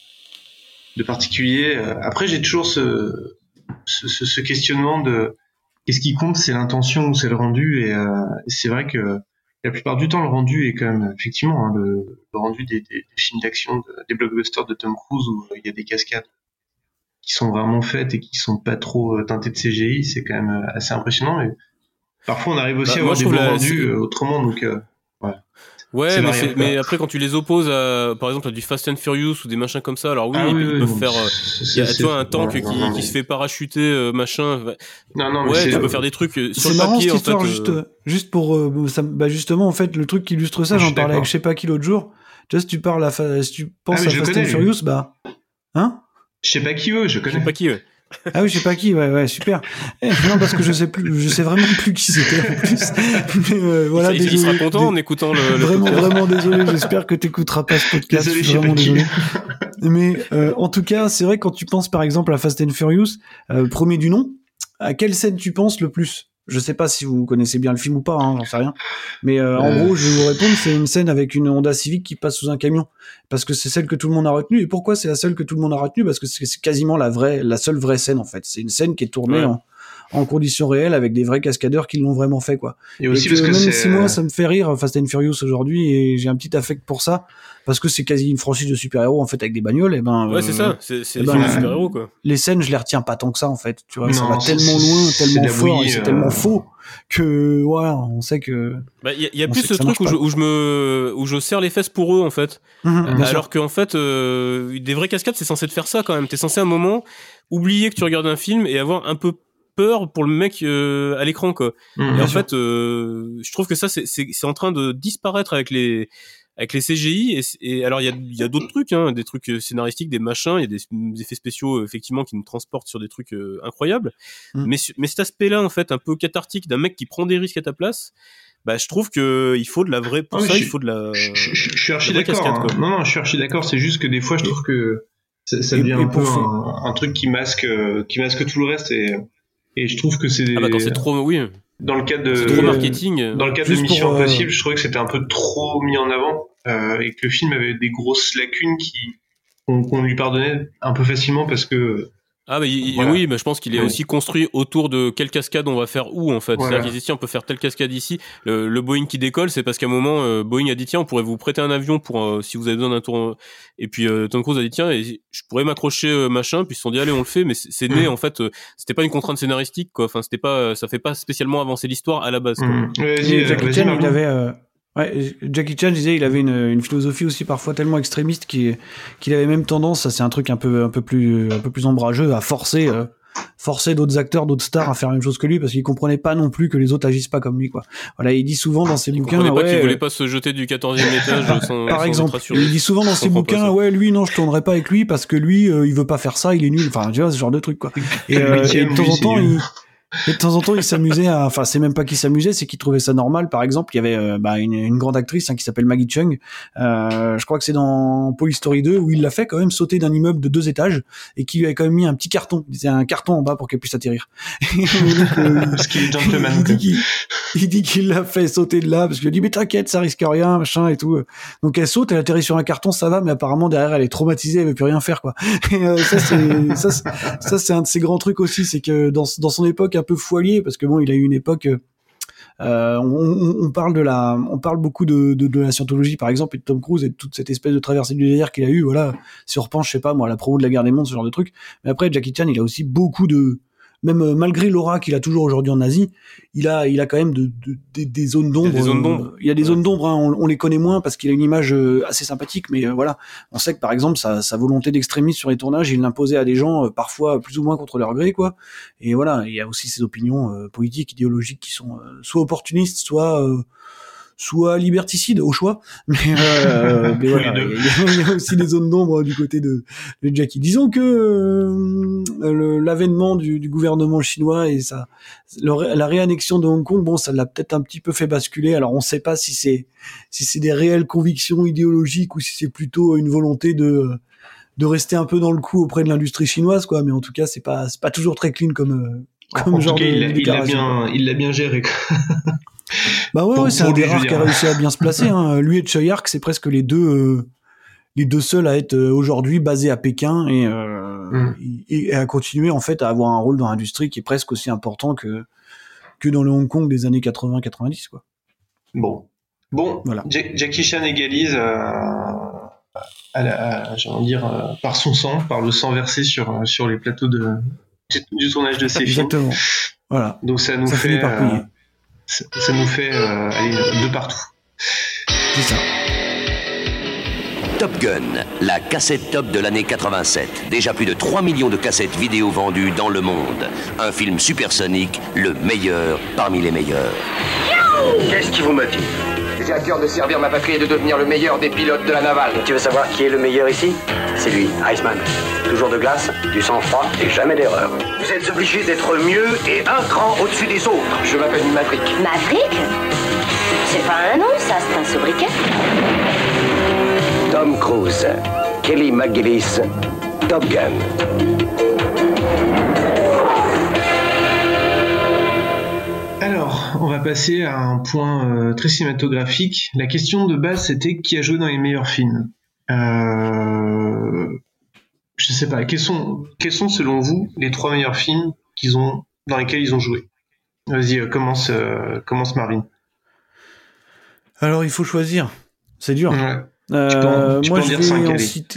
de particulier. Après, j'ai toujours ce ce, ce questionnement de qu'est-ce qui compte, c'est l'intention ou c'est le rendu, et euh, c'est vrai que la plupart du temps, le rendu est quand même effectivement hein, le, le rendu des, des, des films d'action, de, des blockbusters de Tom Cruise où il y a des cascades qui sont vraiment faites et qui sont pas trop teintées de C G I, c'est quand même assez impressionnant. Mais parfois, on arrive aussi bah, à avoir des bons la... rendus euh, autrement, donc. Euh, Ouais, ouais c'est mais, c'est, mais après quand tu les opposes à, par exemple à du Fast and Furious ou des machins comme ça, alors oui, ah, ils, oui, ils oui, peuvent oui, faire il y a tu vois un tank ouais, qui, non, non, qui mais... se fait parachuter euh, machin non non ouais mais tu c'est... peux faire des trucs euh, sur c'est le marrant, papier cette histoire, en fait juste euh... juste pour euh, ça, bah justement en fait le truc qui illustre ça, j'en parlais d'accord. avec je sais pas qui l'autre jour, tu vois, si tu parles à fa... si tu penses ah, à Fast and Furious, bah hein je sais pas qui eux je connais je sais pas qui eux ah oui, je sais pas qui, ouais, ouais, super. Eh, non, parce que je sais plus, je sais vraiment plus qui c'était en plus. Mais euh, voilà, il, désolé. Il sera content dé... en écoutant le. le vraiment, podcast. vraiment désolé. J'espère que t'écouteras pas ce podcast. Désolé, je suis vraiment désolé. Mais euh, en tout cas, c'est vrai quand tu penses par exemple à Fast and Furious, euh, premier du nom, à quelle scène tu penses le plus? Je sais pas si vous connaissez bien le film ou pas, hein, j'en sais rien. Mais euh, euh... en gros, je vais vous répondre, c'est une scène avec une Honda Civic qui passe sous un camion, parce que c'est celle que tout le monde a retenue. Et pourquoi c'est la seule que tout le monde a retenue? Parce que c'est, c'est quasiment la vraie, la seule vraie scène en fait. C'est une scène qui est tournée ouais. en, en conditions réelles avec des vrais cascadeurs qui l'ont vraiment fait, quoi. Et, et aussi que, parce que même c'est... si moi ça me fait rire Fast and Furious aujourd'hui et j'ai un petit affect pour ça. Parce que c'est quasi une franchise de super-héros en fait avec des bagnoles, et ben ouais euh, c'est ça, c'est c'est ben, des super-héros quoi. Les scènes je les retiens pas tant que ça en fait, tu vois, non, ça va c'est, tellement c'est, loin, c'est tellement fort, bouillie, et c'est euh... tellement faux que voilà, on sait que. Bah il y a, y a plus ce truc où je, où je me où je serre les fesses pour eux en fait, mmh, alors qu'en fait euh, des vraies cascades c'est censé te faire ça quand même. T'es censé à un moment oublier que tu regardes un film et avoir un peu peur pour le mec euh, à l'écran quoi. Mmh, et en sûr. fait euh, je trouve que ça c'est c'est c'est en train de disparaître avec les avec les C G I et, et alors il y a il y a d'autres trucs hein, des trucs scénaristiques, des machins, il y a des, des effets spéciaux effectivement qui nous transportent sur des trucs euh, incroyables. Mmh. Mais mais cet aspect-là en fait un peu cathartique d'un mec qui prend des risques à ta place, bah je trouve que il faut de la vraie pour ah, ça, il faut de la je, je, je, je suis archi d'accord. Cascade, hein. Non non, je suis archi d'accord, c'est juste que des fois je trouve que ça, ça devient et, un et peu un, un truc qui masque qui masque tout le reste et et je trouve que c'est des... Ah bah quand c'est trop oui. Dans le cadre de c'est trop marketing. Dans le cadre de Mission pour, Impossible, euh... je trouvais que c'était un peu trop mis en avant euh, et que le film avait des grosses lacunes qui qu'on, qu'on lui pardonnait un peu facilement parce que ah bah il, voilà. oui, bah je pense qu'il est oui. aussi construit autour de quelle cascade on va faire où en fait. Voilà. C'est-à-dire qu'ici on peut faire telle cascade ici. Le, le Boeing qui décolle, c'est parce qu'à un moment euh, Boeing a dit tiens on pourrait vous prêter un avion pour euh, si vous avez besoin d'un tour. Et puis euh, Tom Cruise a dit tiens et je pourrais m'accrocher euh, machin. Puis ils se sont dit allez on le fait. Mais c'est, c'est né mmh. en fait. Euh, c'était pas une contrainte scénaristique quoi. Enfin c'était pas ça fait pas spécialement avancer l'histoire à la base. Quoi. Mmh. Vas-y, Jackie vas-y, Chan il avait euh... Ouais, Jackie Chan disait il avait une, une philosophie aussi parfois tellement extrémiste qu'il, qu'il avait même tendance, ça c'est un truc un peu un peu plus un peu plus ombrageux, à forcer euh, forcer d'autres acteurs, d'autres stars à faire la même chose que lui parce qu'il comprenait pas non plus que les autres agissent pas comme lui quoi. Voilà, il dit souvent dans ses il bouquins comprenait pas ouais, qu'il euh... voulait pas se jeter du quatorzième étage sans par sans exemple. Il dit souvent dans ses bouquins ouais lui non je tournerai pas avec lui parce que lui euh, il veut pas faire ça, il est nul. Enfin tu vois ce genre de truc quoi. Et, euh, et de temps en temps il Et de temps en temps, il s'amusait à, enfin, c'est même pas qu'il s'amusait, c'est qu'il trouvait ça normal. Par exemple, il y avait, euh, bah, une, une grande actrice, hein, qui s'appelle Maggie Cheung. Euh, je crois que c'est dans Police Story deux où il l'a fait quand même sauter d'un immeuble de deux étages et qui lui avait quand même mis un petit carton. Il disait un carton en bas pour qu'elle puisse atterrir. donc, euh, parce qu'il est gentleman. Il dit qu'il, il dit qu'il l'a fait sauter de là parce qu'il a dit, mais t'inquiète, ça risque rien, machin et tout. Donc elle saute, elle atterrit sur un carton, ça va, mais apparemment derrière, elle est traumatisée, elle veut plus rien faire, quoi. Et, euh, ça, c'est, ça, c'est, ça, c'est un de ses grands trucs aussi, c'est que dans, dans son époque un peu foilier, parce que bon, il a eu une époque, euh, on, on, on parle de la, on parle beaucoup de, de, de la scientologie, par exemple, et de Tom Cruise et de toute cette espèce de traversée du désert qu'il a eu, voilà. Si on repense, je sais pas, moi, à la promo de la guerre des mondes, ce genre de truc. Mais après, Jackie Chan, il a aussi beaucoup de, même euh, malgré l'aura qu'il a toujours aujourd'hui en Asie, il a, il a quand même de, de, de, des zones d'ombre. Il y a des zones d'ombre. Euh, il y a des ouais. zones d'ombre, hein, on, on les connaît moins parce qu'il a une image euh, assez sympathique, mais euh, voilà. On sait que par exemple, sa, sa volonté d'extrémisme sur les tournages, il l'imposait à des gens, euh, parfois plus ou moins contre leur gré, quoi. Et voilà, il y a aussi ses opinions euh, politiques, idéologiques qui sont euh, soit opportunistes, soit, euh, soit liberticide au choix, mais, euh, mais voilà, il y, y a aussi des zones d'ombre du côté de, de Jackie. Disons que euh, le, l'avènement du, du gouvernement chinois et ça, le, la réannexion de Hong Kong, bon, ça l'a peut-être un petit peu fait basculer. Alors on ne sait pas si c'est si c'est des réelles convictions idéologiques ou si c'est plutôt une volonté de de rester un peu dans le coup auprès de l'industrie chinoise, quoi. Mais en tout cas, c'est pas c'est pas toujours très clean comme comme en genre tout cas, de, il l'a, de il l'a bien il l'a bien géré, quoi. Bah ouais, Pour- ouais, c'est pour un des lui, je rares veux qui a dire. réussi à bien se placer. Hein. Lui et Choi Ark, c'est presque les deux, euh, les deux seuls à être euh, aujourd'hui basés à Pékin et, euh, Mm. et, et à continuer en fait à avoir un rôle dans l'industrie qui est presque aussi important que que dans le Hong Kong des années quatre-vingts quatre-vingt-dix, quoi. Bon. Bon, Voilà. Ja- Jackie Chan égalise, euh, à la, à- j'ai envie de dire, euh, par son sang, par le sang versé sur, euh, sur les plateaux de, du, du tournage de ses films. Exactement. Voilà. Donc ça nous Ça fait, finit par payer. euh, ça, ça nous fait euh, aller de partout. C'est ça. Top Gun, la cassette top de l'année quatre-vingt-sept. Déjà plus de trois millions de cassettes vidéo vendues dans le monde. Un film supersonique, le meilleur parmi les meilleurs. Qu'est-ce qui vous motive? J'ai à cœur de servir ma patrie et de devenir le meilleur des pilotes de la navale. Tu veux savoir qui est le meilleur ici? C'est lui, Iceman. Toujours de glace, du sang-froid et jamais d'erreur. Vous êtes obligé d'être mieux et un cran au-dessus des autres. Je m'appelle Maverick. Maverick? C'est pas un nom, ça, c'est un sobriquet. Tom Cruise, Kelly McGillis, Top Gun. Alors, on va passer à un point euh, très cinématographique. La question de base, c'était qui a joué dans les meilleurs films. Euh, je sais pas. Quels sont, quels sont selon vous les trois meilleurs films qu'ils ont, dans lesquels ils ont joué? Vas-y, euh, commence, euh, commence Marvin. Alors il faut choisir. C'est dur. Ouais. Euh, Tu peux en- tu moi peux en je dire vais cinq, en allez. citer.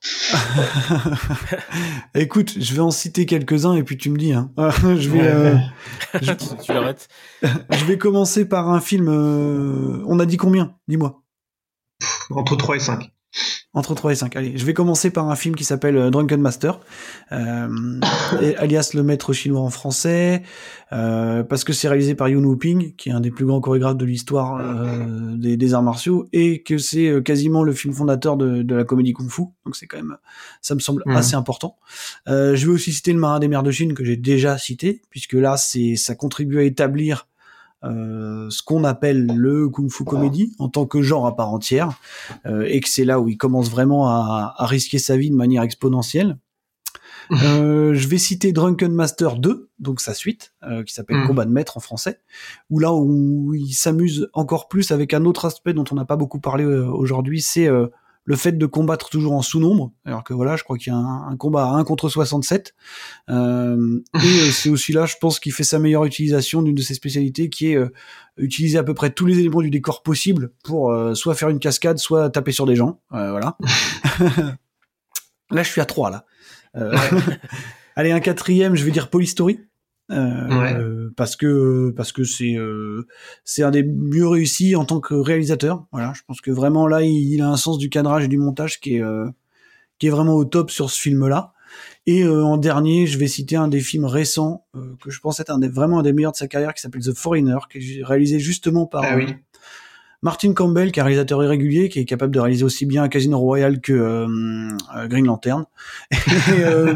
Écoute, je vais en citer quelques-uns et puis tu me dis. Hein. je vais. euh, je... Tu l'arrêtes. je vais commencer par un film. euh, On a dit combien? Dis-moi. Entre trois et cinq. Entre trois et cinq. Allez, je vais commencer par un film qui s'appelle euh, Drunken Master, euh, et- alias Le Maître Chinois en français, euh, parce que c'est réalisé par Yuen Woo-ping, qui est un des plus grands chorégraphes de l'histoire euh, des, des arts martiaux, et que c'est euh, quasiment le film fondateur de, de la comédie kung-fu. Donc c'est quand même, ça me semble Mhm. assez important. Euh, je vais aussi citer Le Marin des mers de Chine, que j'ai déjà cité, puisque là, c'est, ça contribue à établir euh, ce qu'on appelle le kung-fu comédie en tant que genre à part entière, euh, et que c'est là où il commence vraiment à, à risquer sa vie de manière exponentielle. Euh, je vais citer Drunken Master deux, donc sa suite, euh, qui s'appelle Mhm. Combat de maître en français, où là où il s'amuse encore plus avec un autre aspect dont on n'a pas beaucoup parlé euh, aujourd'hui, c'est euh, le fait de combattre toujours en sous-nombre, alors que voilà, je crois qu'il y a un, un combat à un contre soixante-sept, euh, et euh, c'est aussi là, je pense, qu'il fait sa meilleure utilisation d'une de ses spécialités, qui est euh, utiliser à peu près tous les éléments du décor possible pour euh, soit faire une cascade, soit taper sur des gens, euh, voilà. Là, je suis à trois, là. Euh, allez, un quatrième, je vais dire Polystory. Euh, Ouais. euh, parce que parce que c'est euh, c'est un des mieux réussis en tant que réalisateur. Voilà, je pense que vraiment là, il, il a un sens du cadrage et du montage qui est euh, qui est vraiment au top sur ce film-là. Et euh, en dernier, je vais citer un des films récents euh, que je pense être un des, vraiment un des meilleurs de sa carrière, qui s'appelle The Foreigner, qui est réalisé justement par Ah oui. euh, Martin Campbell, qui est un réalisateur irrégulier, qui est capable de réaliser aussi bien Casino Royale que euh, euh, Green Lantern. Et, euh,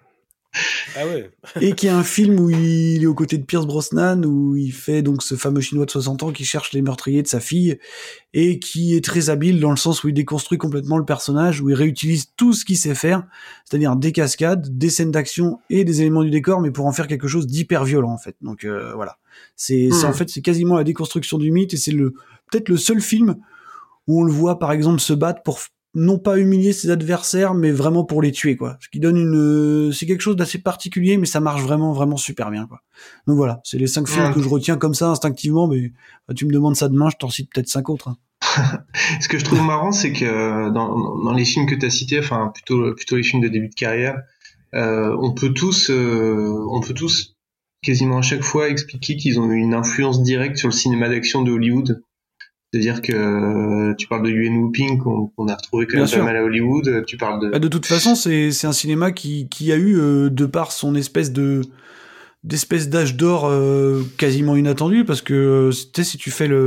Ah ouais. et qui est un film où il est aux côtés de Pierce Brosnan, où il fait donc ce fameux chinois de soixante ans qui cherche les meurtriers de sa fille, et qui est très habile dans le sens où il déconstruit complètement le personnage, où il réutilise tout ce qu'il sait faire, c'est-à-dire des cascades, des scènes d'action et des éléments du décor, mais pour en faire quelque chose d'hyper violent en fait. Donc euh, voilà, c'est, c'est Mm. en fait c'est quasiment la déconstruction du mythe, et c'est le peut-être le seul film où on le voit par exemple se battre pour f- non pas humilier ses adversaires, mais vraiment pour les tuer, quoi. Ce qui donne une, c'est quelque chose d'assez particulier, mais ça marche vraiment, vraiment super bien, quoi. Donc voilà, c'est les cinq films Ouais. que je retiens comme ça instinctivement, mais bah, tu me demandes ça demain, je t'en cite peut-être cinq autres. Hein. Ce que je trouve marrant, c'est que dans, dans les films que tu as cités, enfin plutôt plutôt les films de début de carrière, euh, on peut tous, euh, on peut tous quasiment à chaque fois expliquer qu'ils ont eu une influence directe sur le cinéma d'action de Hollywood. C'est-à-dire que euh, tu parles de Yuen Woo-ping qu'on, qu'on a retrouvé quand Bien même sûr. pas mal à Hollywood. Tu parles de Bah, de toute façon, c'est c'est un cinéma qui qui a eu euh, de par son espèce de d'espèce d'âge d'or euh, quasiment inattendu, parce que euh, tu sais, si tu fais le,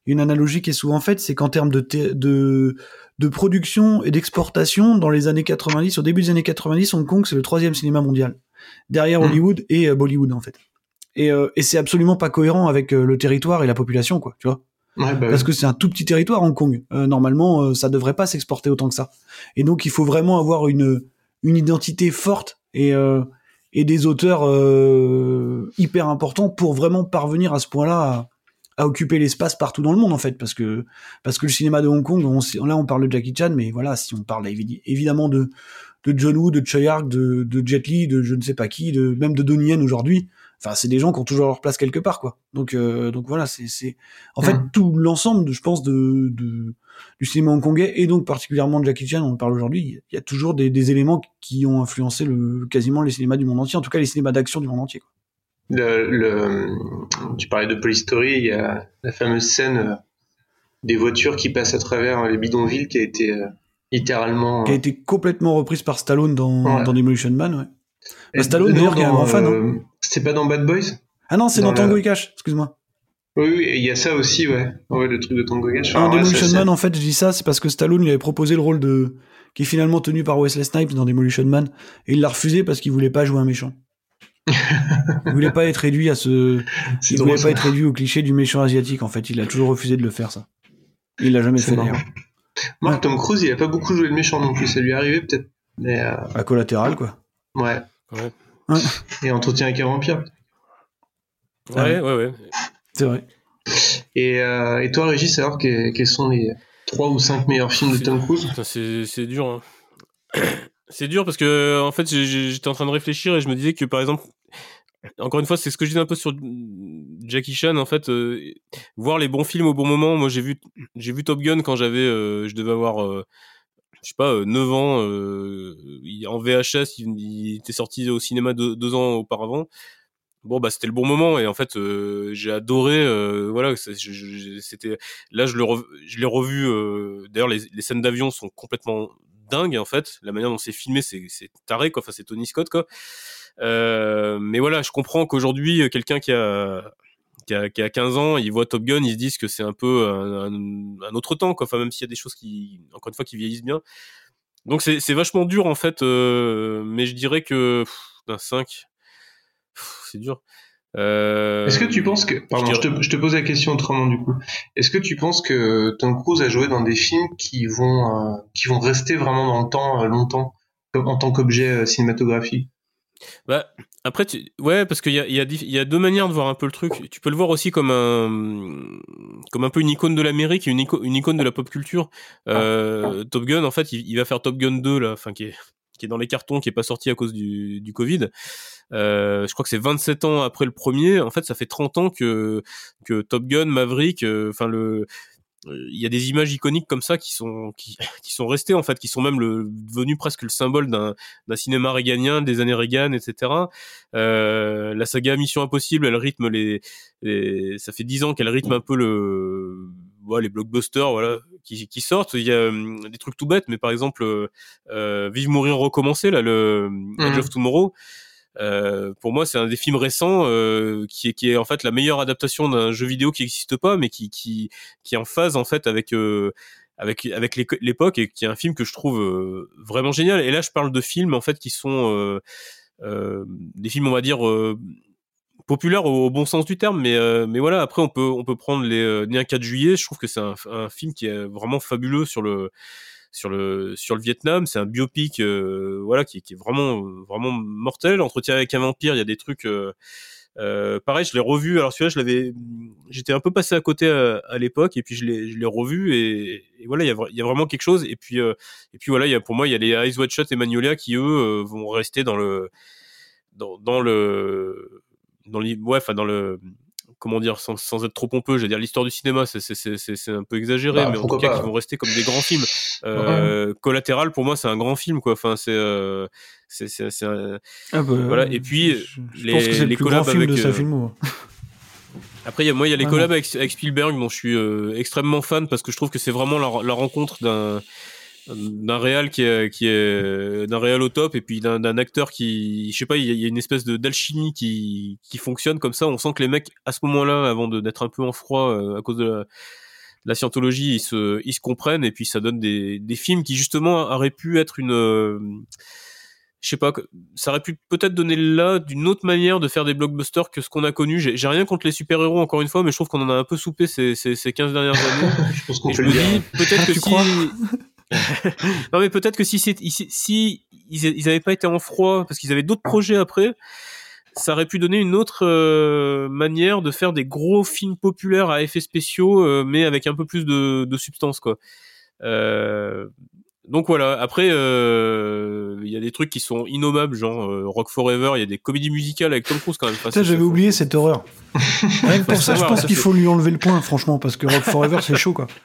une analogie qui est souvent faite, c'est qu'en termes de, t- de, de production et d'exportation, dans les années quatre-vingt-dix, au début des années quatre-vingt-dix, Hong Kong, c'est le troisième cinéma mondial. Derrière mmh. Hollywood et euh, Bollywood, en fait. Et, euh, et c'est absolument pas cohérent avec euh, le territoire et la population, quoi, tu vois. Ouais, bah Parce oui. que c'est un tout petit territoire, Hong Kong. Euh, normalement, euh, ça devrait pas s'exporter autant que ça. Et donc, il faut vraiment avoir une, une identité forte et, euh, et des auteurs euh, hyper importants pour vraiment parvenir à ce point-là à, à occuper l'espace partout dans le monde, en fait. Parce que, parce que le cinéma de Hong Kong, on, là, on parle de Jackie Chan, mais voilà, si on parle évi- évidemment de, de John Woo, de Choi Ark, de, de Jet Li, de je ne sais pas qui, de, même de Donnie Yen aujourd'hui. Enfin, c'est des gens qui ont toujours leur place quelque part, quoi. Donc, euh, donc voilà, c'est, c'est, en fait, Mmh. tout l'ensemble, de, je pense, de, de, du cinéma hongkongais et donc particulièrement de Jackie Chan, on en parle aujourd'hui. Il y a toujours des, des éléments qui ont influencé le, quasiment les cinémas du monde entier, en tout cas les cinémas d'action du monde entier, quoi. Le, le, tu parlais de Police Story, il y a la fameuse scène euh, des voitures qui passent à travers les bidonvilles qui a été euh, littéralement. Qui a été complètement reprise par Stallone dans, Ouais. dans Demolition Man, ouais. Et Bah, Stallone, non, d'ailleurs, qui est un dans, grand fan, euh, hein. C'était pas dans Bad Boys? Ah non, c'est dans, dans Tango la- et Cash, excuse-moi. Oui, oui, et il y a ça aussi, ouais. Ouais, le truc de Tango Cash. Dans Enfin, ouais, Demolition ça, c'est- Man, en fait, je dis ça, c'est parce que Stallone lui avait proposé le rôle de, qui est finalement tenu par Wesley Snipes dans Demolition Man, et il l'a refusé parce qu'il voulait pas jouer un méchant. Il voulait pas être réduit à ce, C'est il drôle, voulait ça. pas être réduit au cliché du méchant asiatique, en fait. Il a toujours refusé de le faire, ça. Il l'a jamais C'est fait, marrant. d'ailleurs. Mark Tom Cruise, il a pas beaucoup joué le méchant non plus. Ça lui est arrivé peut-être. Mais euh, À collatéral, quoi. ouais. Ouais. Ouais. Et Entretien avec un vampire. Ouais, ouais, ouais. C'est vrai. Et, euh, et toi, Régis, alors que- quels sont les trois ou cinq meilleurs films de Tom Cruise? Putain, c'est, c'est dur. Hein. C'est dur parce que en fait j'ai- j'ai- j'étais en train de réfléchir et je me disais que par exemple, encore une fois, c'est ce que je disais un peu sur Jackie Chan, en fait, euh, voir les bons films au bon moment. Moi, j'ai vu j'ai vu Top Gun quand j'avais, euh, je devais avoir, euh, je sais pas, euh, neuf ans, euh, il- en V H S, il, il était sorti au cinéma deux, deux ans auparavant. Bon, bah c'était le bon moment et en fait euh, j'ai adoré, euh, voilà, c'est- je- je- c'était là je le re- je l'ai revu. Euh, d'ailleurs, les, les scènes d'avion sont complètement dingues en fait. La manière dont c'est filmé, c'est c'est taré quoi. Enfin, c'est Tony Scott quoi. Euh, mais voilà, je comprends qu'aujourd'hui quelqu'un qui a qui a, qui a quinze ans, il voit Top Gun, ils se disent que c'est un peu un, un, un autre temps quoi. Enfin, même s'il y a des choses qui, encore une fois, qui vieillissent bien. Donc c'est c'est vachement dur en fait, euh, mais je dirais que pff, un cinq, pff, c'est dur. Euh, Est-ce que tu penses que... Pardon, je, dirais- te, je te pose la question autrement du coup. Est-ce que tu penses que Tom Cruise a joué dans des films qui vont, euh, qui vont rester vraiment dans le temps, euh, longtemps, comme, en tant qu'objet euh, cinématographique? Bah, après, tu... ouais, parce qu'il y a, il y, a, dif- il y a deux manières de voir un peu le truc. Tu peux le voir aussi comme un, comme un peu une icône de l'Amérique, une, ico- une icône de la pop culture. Euh, Top Gun, en fait, il, il va faire Top Gun deux, là, enfin, qui est, qui est dans les cartons, qui est pas sorti à cause du, du Covid. Euh, je crois que c'est vingt-sept ans après le premier. En fait, ça fait trente ans que, que Top Gun, Maverick, enfin, le, il y a des images iconiques comme ça qui sont qui, qui sont restées en fait, qui sont même le devenues presque le symbole d'un d'un cinéma réganien des années Reagan, et cetera. Euh, la saga Mission Impossible, elle rythme les, les ça fait dix ans qu'elle rythme un peu le ouais, les blockbusters voilà qui qui sortent. Il y a hum, des trucs tout bêtes, mais par exemple euh, Vive mourir recommencer là, le Edge Mhm. of Tomorrow. Euh, pour moi, c'est un des films récents euh, qui est qui est en fait la meilleure adaptation d'un jeu vidéo qui n'existe pas, mais qui qui qui est en phase en fait avec euh, avec avec l'éco- l'époque et qui est un film que je trouve euh, vraiment génial. Et là, je parle de films en fait qui sont euh, euh, des films, on va dire euh, populaires au, au bon sens du terme, mais euh, mais voilà. Après, on peut on peut prendre les euh, Né un quatre juillet. Je trouve que c'est un, un film qui est vraiment fabuleux sur le sur le sur le Vietnam. C'est un biopic euh, voilà qui, qui est vraiment vraiment mortel. Entretien avec un vampire, il y a des trucs euh, euh, pareil, je l'ai revu. Alors celui-là, je l'avais j'étais un peu passé à côté à, à l'époque et puis je l'ai je l'ai revu et, et voilà, il y a il y a vraiment quelque chose et puis euh, et puis voilà, il y a pour moi il y a les Eyes Wide Shut et Magnolia qui eux euh, vont rester dans le dans dans le dans le ouais, enfin dans le comment dire, sans, sans être trop pompeux, je veux dire l'histoire du cinéma, c'est c'est c'est c'est, c'est un peu exagéré, Bah, mais en tout pourquoi cas pas. qui vont rester comme des grands films. Euh, Collatéral, pour moi, c'est un grand film, quoi. Enfin, c'est euh, c'est c'est, c'est un... Ah bah, voilà. Et puis je, je les pense que c'est le les plus grand collabs film avec de sa euh, filmo. après, il y a, moi, il y a les Ah, collabs non. avec, avec Spielberg dont je suis euh, extrêmement fan parce que je trouve que c'est vraiment la, la rencontre d'un d'un réal qui est qui est d'un réal au top et puis d'un d'un acteur qui, je sais pas, il y a, il y a une espèce de d'alchimie qui qui fonctionne comme ça. On sent que les mecs à ce moment-là, avant de d'être un peu en froid euh, à cause de la la scientologie, ils se, ils se comprennent et puis ça donne des, des films qui justement auraient pu être une, euh, je sais pas, ça aurait pu peut-être donner là d'une autre manière de faire des blockbusters que ce qu'on a connu. J'ai, j'ai rien contre les super-héros encore une fois, mais je trouve qu'on en a un peu soupé ces, ces, ces quinze dernières années. Je pense qu'on et peut je me le dire. dis peut-être que Tu si, crois non mais peut-être que si c'est, si, si ils, ils avaient pas été en froid parce qu'ils avaient d'autres projets après, ça aurait pu donner une autre euh, manière de faire des gros films populaires à effets spéciaux, euh, mais avec un peu plus de, de substance, quoi. Euh, donc voilà. Après, il euh, y a des trucs qui sont innommables, genre euh, Rock Forever. Il y a des comédies musicales avec Tom Cruise quand même. Enfin, Putain, j'avais faut, oublié faut, cette horreur. Rien que pour ça, je pense qu'il faut lui enlever le point, franchement, parce que Rock Forever, c'est chaud, quoi.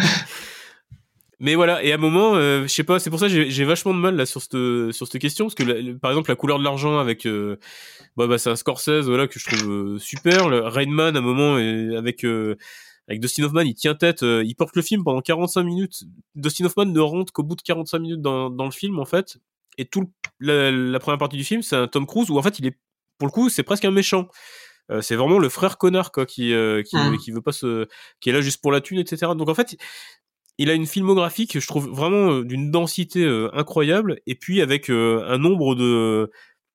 Mais voilà, et à un moment, euh, je sais pas, c'est pour ça que j'ai, j'ai vachement de mal là sur cette sur cette question, parce que la, le, par exemple la couleur de l'argent avec, euh, bah, bah c'est un Scorsese, voilà, que je trouve euh, super. Le Rain Man à un moment et avec euh, avec Dustin Hoffman, il tient tête, euh, il porte le film pendant quarante-cinq minutes. Dustin Hoffman ne rentre qu'au bout de quarante-cinq minutes dans dans le film en fait, et tout le, la, la première partie du film, c'est un Tom Cruise où en fait il est, pour le coup, c'est presque un méchant. Euh, c'est vraiment le frère connard quoi, qui euh, qui mmh. qui veut pas se, qui est là juste pour la thune, et cetera. Donc en fait, il a une filmographie que je trouve vraiment euh, d'une densité euh, incroyable, et puis avec euh, un nombre de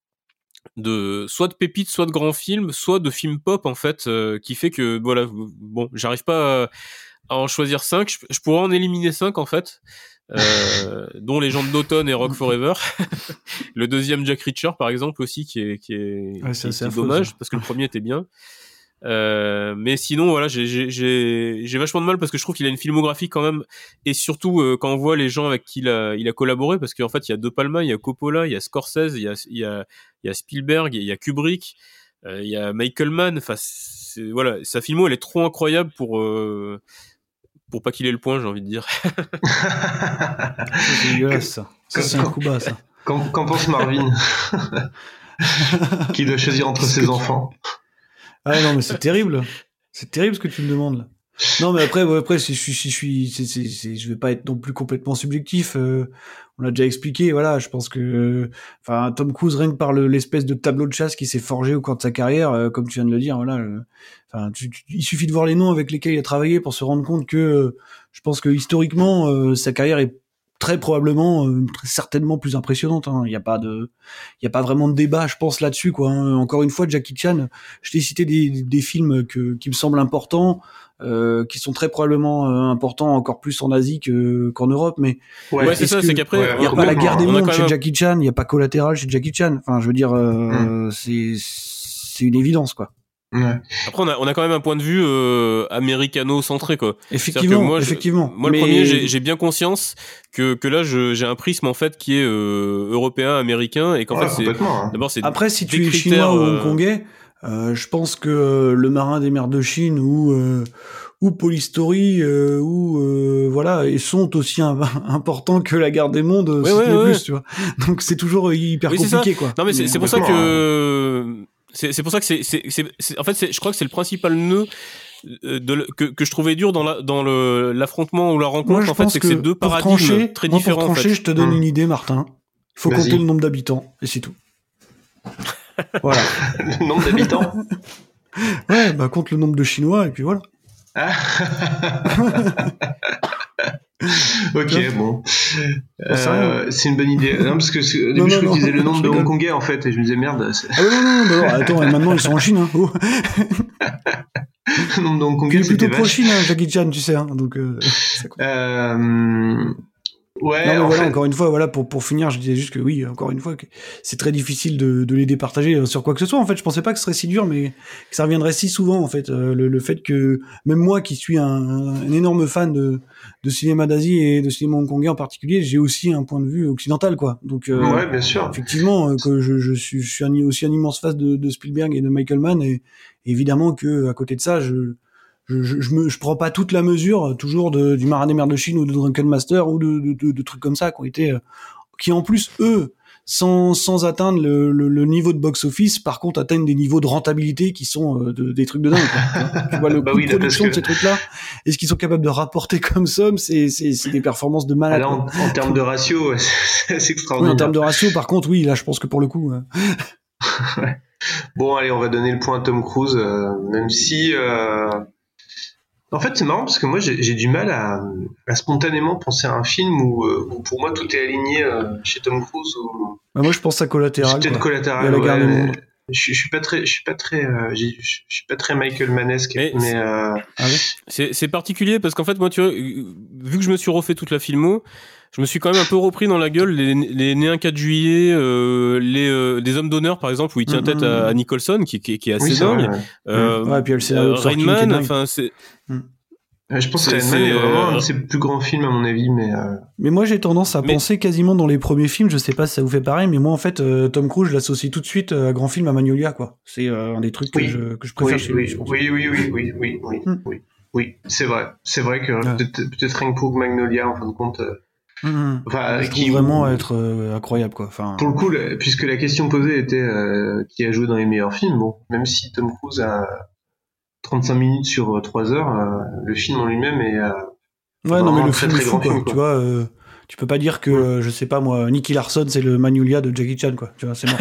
de soit de pépites, soit de grands films, soit de films pop en fait, euh, qui fait que voilà, bon, j'arrive pas à, à en choisir cinq. Je, je pourrais en éliminer cinq en fait, euh, dont Les Légendes d'Automne et Rock Forever. Le deuxième Jack Reacher par exemple aussi, qui est qui est, ouais, qui, qui est dommage ça. Parce que le premier était bien. Euh, mais sinon voilà, j'ai j'ai j'ai j'ai vachement de mal parce que je trouve qu'il a une filmographie quand même, et surtout euh, quand on voit les gens avec qui il a il a collaboré, parce qu'en fait il y a De Palma, il y a Coppola, il y a Scorsese, il y a il y a il y a Spielberg, il y a Kubrick, euh, il y a Michael Mann. Enfin c'est, voilà, sa filmo elle est trop incroyable pour euh, pour pas qu'il ait le point, j'ai envie de dire. C'est dégueulasse ça. Ça c'est un coup bas ça. Qu'en, qu'en pense Marvin qui doit choisir entre ses enfants? Ah non mais c'est terrible, c'est terrible ce que tu me demandes là. Non mais après, ouais, après si je suis, si je suis, c'est, c'est, c'est, je vais pas être non plus complètement subjectif. Euh, on l'a déjà expliqué, voilà. Je pense que, enfin, Tom Cruise, rien que par le, l'espèce de tableau de chasse qui s'est forgé au cours de sa carrière, euh, comme tu viens de le dire, voilà. Enfin, tu, tu, il suffit de voir les noms avec lesquels il a travaillé pour se rendre compte que, euh, je pense que historiquement, euh, sa carrière est très probablement, euh, très certainement plus impressionnante. Il hein. y a pas de, il y a pas vraiment de débat, je pense là-dessus, quoi. Hein. Encore une fois, Jackie Chan, je t'ai cité des, des films que, qui me semblent importants, euh, qui sont très probablement euh, importants encore plus en Asie que, qu'en Europe, mais ouais, ouais c'est ça, c'est qu'après, il y a pas la guerre des mondes chez même... Jackie Chan, il y a pas Collateral chez Jackie Chan. Enfin, je veux dire, euh, mm. c'est, c'est une évidence, quoi. Ouais. Après on a on a quand même un point de vue euh, américano-centré quoi. Effectivement, moi, je, effectivement. Moi mais... le premier j'ai, j'ai bien conscience que que là je, j'ai un prisme en fait qui est euh, européen, américain, et qu'en ouais, fait c'est hein. d'abord c'est après si tu es critères, chinois ou euh... hongkongais, euh, je pense que euh, Le Marin des mers de Chine ou euh, ou Police Story euh, ou euh, voilà, et sont aussi un, importants que La Guerre des Mondes, ouais, si ouais, ce n'est ouais. plus, tu vois. Donc c'est toujours hyper oui, compliqué quoi. Non mais c'est, c'est pour ça que C'est, c'est pour ça que c'est, c'est, c'est, c'est, en fait, c'est, je crois que c'est le principal nœud de le, que, que je trouvais dur dans la, dans le, l'affrontement ou la rencontre. Moi, en fait, c'est que, que c'est deux paradigmes trancher, très moi, différents. Pour trancher, en fait. je te donne mmh. une idée, Martin. Il faut Vas-y. compter le nombre d'habitants, et c'est tout. Voilà. Le nombre d'habitants? Ouais, bah, compte le nombre de Chinois, et puis voilà. Ah. Ok, bon. Euh, c'est une bonne idée. Non, parce que au début, non, je non, disais le nombre de Hongkongais, en fait, et je me disais merde. C'est... Ah non, non, non, non, attends, maintenant, ils sont en Chine, hein. Oh. Le nombre de Hongkongais, c'est plutôt pro-Chine, hein, Jackie Chan, tu sais, hein, donc, euh, c'est cool. Euh... Ouais, non, mais en voilà, fait... encore une fois, voilà, pour, pour finir, je disais juste que oui, encore une fois, que c'est très difficile de, de les départager sur quoi que ce soit. En fait, je pensais pas que ce serait si dur, mais que ça reviendrait si souvent, en fait. Euh, le, le fait que, même moi qui suis un, un énorme fan de, de cinéma d'Asie et de cinéma hongkongais en particulier, j'ai aussi un point de vue occidental, quoi. Donc, euh, ouais, bien sûr. Effectivement, euh, que je, je suis, je suis un, aussi un immense fan de, de Spielberg et de Michael Mann, et évidemment que, à côté de ça, je, Je, je, je, me, je prends pas toute la mesure toujours de, du Marin des mers de Chine ou de Drunken Master ou de, de, de, de trucs comme ça qui ont été, euh, qui en plus eux, sans, sans atteindre le, le, le niveau de box-office, par contre atteignent des niveaux de rentabilité qui sont euh, de, des trucs de dingue. Quoi. Tu vois le bah coût oui, de production que... de ces trucs-là et ce qu'ils sont capables de rapporter comme somme, c'est, c'est, c'est des performances de malade. Alors, en, en termes de ratio, c'est, c'est extraordinaire. Oui, en termes de ratio, par contre, oui, là, je pense que pour le coup. Euh... ouais. Bon, allez, on va donner le point à Tom Cruise, euh, même si. Euh... En fait, c'est marrant parce que moi, j'ai, j'ai du mal à, à spontanément penser à un film où, euh, où pour moi tout est aligné euh, chez Tom Cruise. Ou... Bah moi, je pense à Collatéral. C'est peut-être quoi. Collatéral. Et à la guerre ouais, du mais... monde. Je, je suis pas très, je suis pas très, euh, je suis pas très Michael Manesque, mais, mais euh... ah ouais c'est, c'est particulier parce qu'en fait, moi, tu vois, vu que je me suis refait toute la filmo, je me suis quand même un peu repris dans la gueule les, les nés un quatre juillet, euh, les euh, des hommes d'honneur par exemple où il tient mmh, tête à, à Nicholson qui, qui, qui est assez oui, dingue. Vrai, ouais. Euh, ouais, et puis il y a le scénario de Rain Man, enfin c'est. Mmh. Je pense que Rain Man est vraiment un de ses plus grands films à mon avis, mais. Euh... Mais moi j'ai tendance à mais... penser quasiment dans les premiers films, je sais pas si ça vous fait pareil, mais moi en fait euh, Tom Cruise je l'associe tout de suite à grand film à Magnolia quoi. C'est euh, un des trucs oui. que je que je préfère oui, chez oui, lui. Je pense. Oui oui oui oui oui oui mmh. oui oui c'est vrai c'est vrai que ouais. peut-être, peut-être rien que pour Magnolia en fin de compte. Euh... Mmh. Enfin, je qui trouve vraiment être euh, incroyable quoi. Enfin. Pour le coup, là, puisque la question posée était euh, qui a joué dans les meilleurs films, bon, même si Tom Cruise a trente-cinq minutes sur trois heures, euh, le film en lui-même est euh, ouais non mais le très, film très est fou grand quoi. Film, quoi. Tu vois euh, tu peux pas dire que euh, je sais pas moi Nicky Larson c'est le Magnolia de Jackie Chan quoi. Tu vois c'est mort.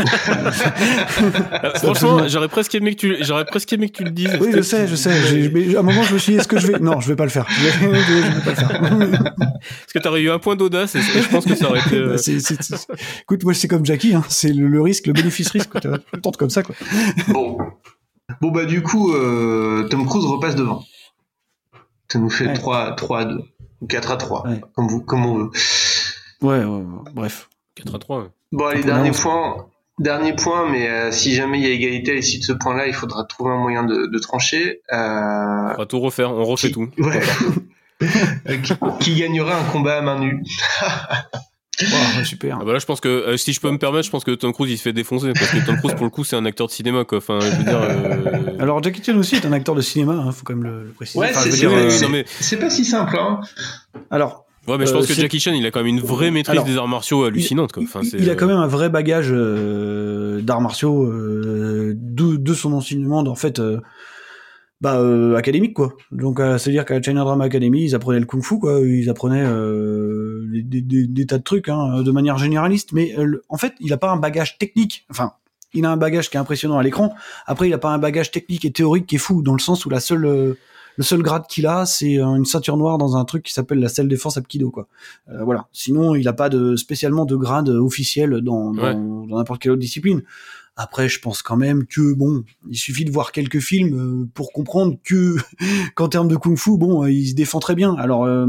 Franchement j'aurais presque aimé que tu j'aurais presque aimé que tu le dises. Oui je sais je sais j'ai, mais à un moment je me suis dit est-ce que je vais non je vais pas le faire. Je vais, je vais pas le faire. Parce que t'aurais eu un point d'audace et je pense que ça aurait été. Euh... c'est, c'est, c'est... Écoute moi c'est comme Jackie hein. C'est le, le risque le bénéfice risque tu le tentes comme ça quoi. Bon bon bah du coup euh, Tom Cruise repasse devant. Ça nous fait ouais. trois à deux ou quatre à trois ouais. comme vous comme on veut. Ouais, ouais, ouais. Bref. quatre à trois Ouais. Bon allez dernier point dernier point mais euh, si jamais il y a égalité à l'issue de ce point-là, il faudra trouver un moyen de, de trancher. Euh... On va tout refaire, on refait qui... tout. Ouais. qui, qui gagnerait un combat à main nue. Wow, super. Ah bah là, je pense que euh, si je peux me permettre, je pense que Tom Cruise il se fait défoncer parce que Tom Cruise pour le coup c'est un acteur de cinéma quoi. Enfin, je veux dire. Euh... Alors Jackie Chan aussi est un acteur de cinéma, hein, faut quand même le, le préciser. Ouais, enfin, c'est, je veux c'est, dire, euh... c'est, mais... c'est pas si simple. Hein. Alors. Ouais, mais je euh, pense que c'est... Jackie Chan il a quand même une vraie maîtrise Alors, des arts martiaux hallucinante quoi. Enfin, c'est, il a quand même un vrai bagage euh, d'arts martiaux euh, de, de son enseignement en fait. Euh, bah euh, académique quoi. Donc euh, c'est à dire qu'à la China Drama Academy ils apprenaient le kung-fu quoi, ils apprenaient euh, des, des, des tas de trucs hein, de manière généraliste, mais euh, en fait il a pas un bagage technique, enfin il a un bagage qui est impressionnant à l'écran, après il a pas un bagage technique et théorique qui est fou, dans le sens où la seule euh, le seul grade qu'il a c'est une ceinture noire dans un truc qui s'appelle la self-défense Aikido quoi. Euh, voilà, sinon il a pas de spécialement de grade officiel dans, dans, ouais. dans n'importe quelle autre discipline. Après, je pense quand même que bon, il suffit de voir quelques films euh, pour comprendre que qu'en termes de kung-fu, bon, euh, il se défend très bien. Alors, euh,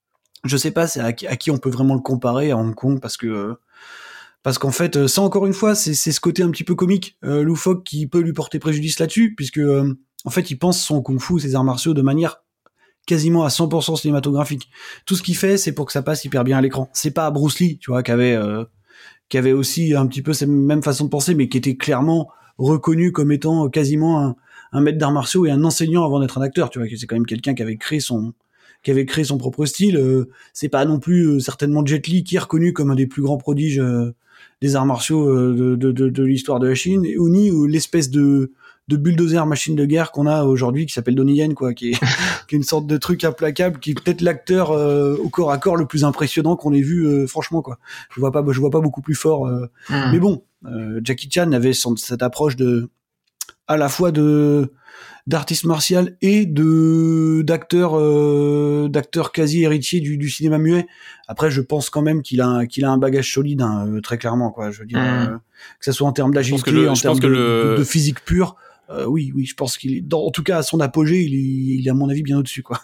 je sais pas, c'est à qui, à qui on peut vraiment le comparer à Hong Kong, parce que euh, parce qu'en fait, ça encore une fois, c'est, c'est ce côté un petit peu comique, euh, loufoque qui peut lui porter préjudice là-dessus, puisque euh, en fait, il pense son kung-fu, ses arts martiaux de manière quasiment à cent pour cent cinématographique. Tout ce qu'il fait, c'est pour que ça passe hyper bien à l'écran. C'est pas Bruce Lee, tu vois, qui avait euh, qui avait aussi un petit peu cette même façon de penser, mais qui était clairement reconnu comme étant quasiment un, un maître d'arts martiaux et un enseignant avant d'être un acteur. Tu vois, c'est quand même quelqu'un qui avait créé son, qui avait créé son propre style. Euh, c'est pas non plus euh, certainement Jet Li qui est reconnu comme un des plus grands prodiges euh, des arts martiaux euh, de, de, de, de l'histoire de la Chine, et ni euh, l'espèce de de bulldozer machine de guerre qu'on a aujourd'hui qui s'appelle Donnie Yen quoi, qui est, qui est une sorte de truc implacable, qui est peut-être l'acteur euh, au corps à corps le plus impressionnant qu'on ait vu euh, franchement quoi. Je vois pas je vois pas beaucoup plus fort euh, mmh. Mais bon, euh, Jackie Chan avait son, cette approche de à la fois de d'artiste martial et de d'acteur euh, d'acteur quasi héritier du, du cinéma muet. Après je pense quand même qu'il a un, qu'il a un bagage solide hein, euh, très clairement quoi, je veux dire mmh. euh, que ça soit en termes d'agilité, le, en termes de, le... de, de physique pure. Euh, oui, oui, je pense qu'il est, dans, en tout cas à son apogée, il est, il est à mon avis bien au-dessus, quoi.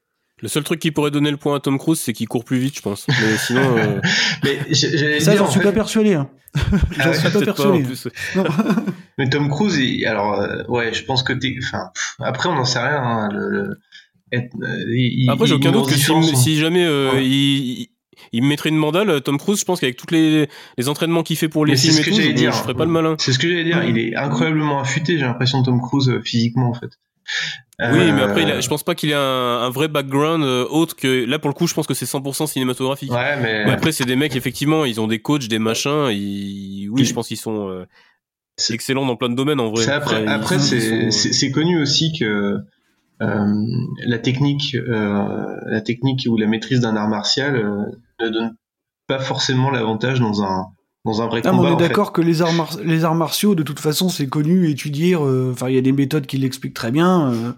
Le seul truc qui pourrait donner le point à Tom Cruise, c'est qu'il court plus vite, je pense. Mais sinon, euh... mais j'allais ça, dire, j'en suis fait... pas persuadé. Hein. j'en ah, suis pas persuadé. Pas, mais Tom Cruise, il, alors, euh, ouais, je pense que t'es, enfin, après, on n'en sait rien. Hein, le, le, être, euh, il, après, j'ai aucun doute que si, son... si jamais euh, ouais. il il me mettrait une mandale, Tom Cruise, je pense qu'avec tous les, les entraînements qu'il fait pour les mais films et tout, je, dire. je ferais pas le malin. C'est ce que j'allais dire, il est incroyablement affûté, j'ai l'impression, Tom Cruise, euh, physiquement, en fait. Euh... Oui, mais après, il a, je pense pas qu'il ait un, un vrai background euh, autre que, là, pour le coup, je pense que c'est cent pour cent cinématographique. Ouais, mais... mais après, c'est des mecs, effectivement, ils ont des coachs, des machins, ils, oui, je pense qu'ils sont euh, excellents dans plein de domaines, en vrai. C'est après, enfin, après, c'est, sont... c'est, c'est connu aussi que, euh, la technique, euh, la technique ou la maîtrise d'un art martial, euh, ne donne pas forcément l'avantage dans un dans un vrai ah, combat. On est en d'accord fait. que les arts, mar- les arts martiaux, de toute façon, c'est connu, étudié. Enfin, euh, il y a des méthodes qui l'expliquent très bien. Euh,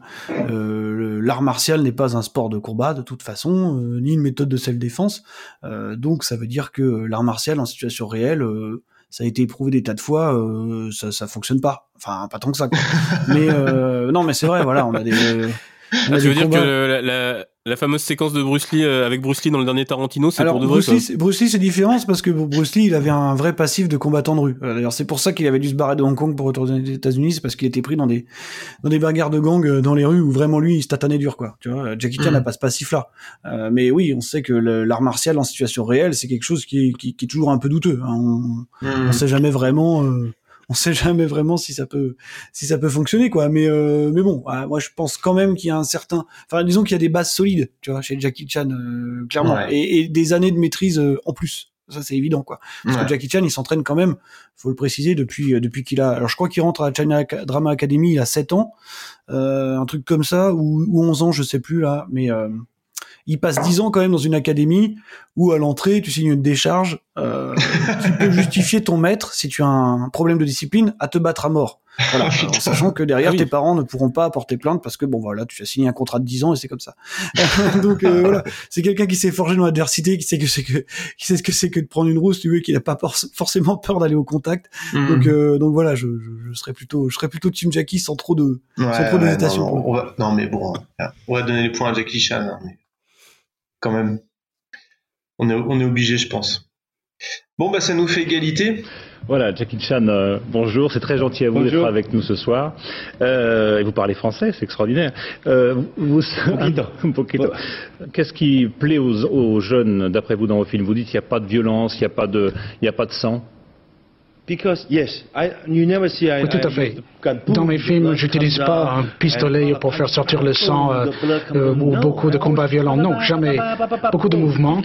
euh, l'art martial n'est pas un sport de combat, de toute façon, euh, ni une méthode de self-défense. Euh, donc, ça veut dire que l'art martial en situation réelle, euh, ça a été éprouvé des tas de fois, euh, ça, ça fonctionne pas. Enfin, pas tant que ça, quoi. mais euh, non, mais c'est vrai, voilà, on a des. Euh, on a ah, tu des veux dire combats. que la, la, la fameuse séquence de Bruce Lee euh, avec Bruce Lee dans le dernier Tarantino, c'est Alors, pour de vrai, Bruce quoi. Lee, c'est- Bruce Lee, c'est différent, c'est parce que Bruce Lee, il avait un vrai passif de combattant de rue. Euh, D'ailleurs, c'est pour ça qu'il avait dû se barrer de Hong Kong pour retourner aux États-Unis, c'est parce qu'il était pris dans des dans des bagarres de gang euh, dans les rues où vraiment lui, il se tatanait dur, quoi. Tu vois, Jackie Chan n'a Mhm. pas ce passif-là. Euh, mais oui, on sait que le- l'art martial en situation réelle, c'est quelque chose qui est, qui, qui est toujours un peu douteux. Hein. On, Mhm. on sait jamais vraiment. Euh, on sait jamais vraiment si ça peut si ça peut fonctionner, quoi. Mais euh, mais bon, euh, moi je pense quand même qu'il y a un certain, enfin disons qu'il y a des bases solides, tu vois, chez Jackie Chan, euh, clairement, Ouais. et, et des années de maîtrise euh, en plus. Ça c'est évident, quoi. Parce Ouais. que Jackie Chan, il s'entraîne quand même, faut le préciser, depuis euh, depuis qu'il a. Alors je crois qu'il rentre à la China Ac- Drama Academy il a sept ans, euh, un truc comme ça, ou, ou onze ans, je sais plus là, mais. Euh, il passe dix ans quand même dans une académie où à l'entrée tu signes une décharge, euh, tu peux justifier ton maître si tu as un problème de discipline à te battre à mort. Voilà, en sachant que derrière Ah oui. tes parents ne pourront pas porter plainte parce que bon voilà, tu as signé un contrat de dix ans et c'est comme ça. Donc euh, voilà, c'est quelqu'un qui s'est forgé dans l'adversité, qui sait que c'est que qui sait ce que c'est que de prendre une rousse, tu veux, qui n'a pas por- forcément peur d'aller au contact. Mhm. Donc euh, donc voilà, je, je, je serais plutôt je serais plutôt team Jackie sans trop de Ouais, sans trop ouais, d'hésitation. non, on va- non, mais bon, on va donner les points à Jackie Chan, hein, mais quand même, on est, on est obligé, je pense. Bon, bah ça nous fait égalité. Voilà, Jackie Chan, euh, bonjour, c'est très gentil à vous Bonjour. d'être avec nous ce soir. Euh, et vous parlez français, c'est extraordinaire. Euh, vous, un poquito. Qu'est-ce qui plaît aux, aux jeunes, d'après vous, dans vos films? Vous dites qu'il n'y a pas de violence, il n'y a pas de, il n'y a pas de sang. Because, yes, I, you never see I, Oui, tout à I fait. use the gun. Dans mes films, j'utilise pas un pistolet pour faire sortir le sang euh, euh, ou beaucoup de combats violents. Non, jamais. Beaucoup de mouvements.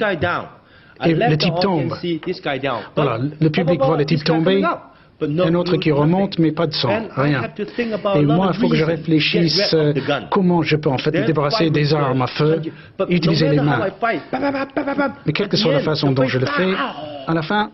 Et le type tombe. Voilà, le public voit le type tomber. Un autre qui remonte, mais pas de sang, rien. Et moi, il faut que je réfléchisse euh, comment je peux en fait me débarrasser des armes à feu, utiliser les mains. Mais quelle que soit la façon dont je le fais, à la fin,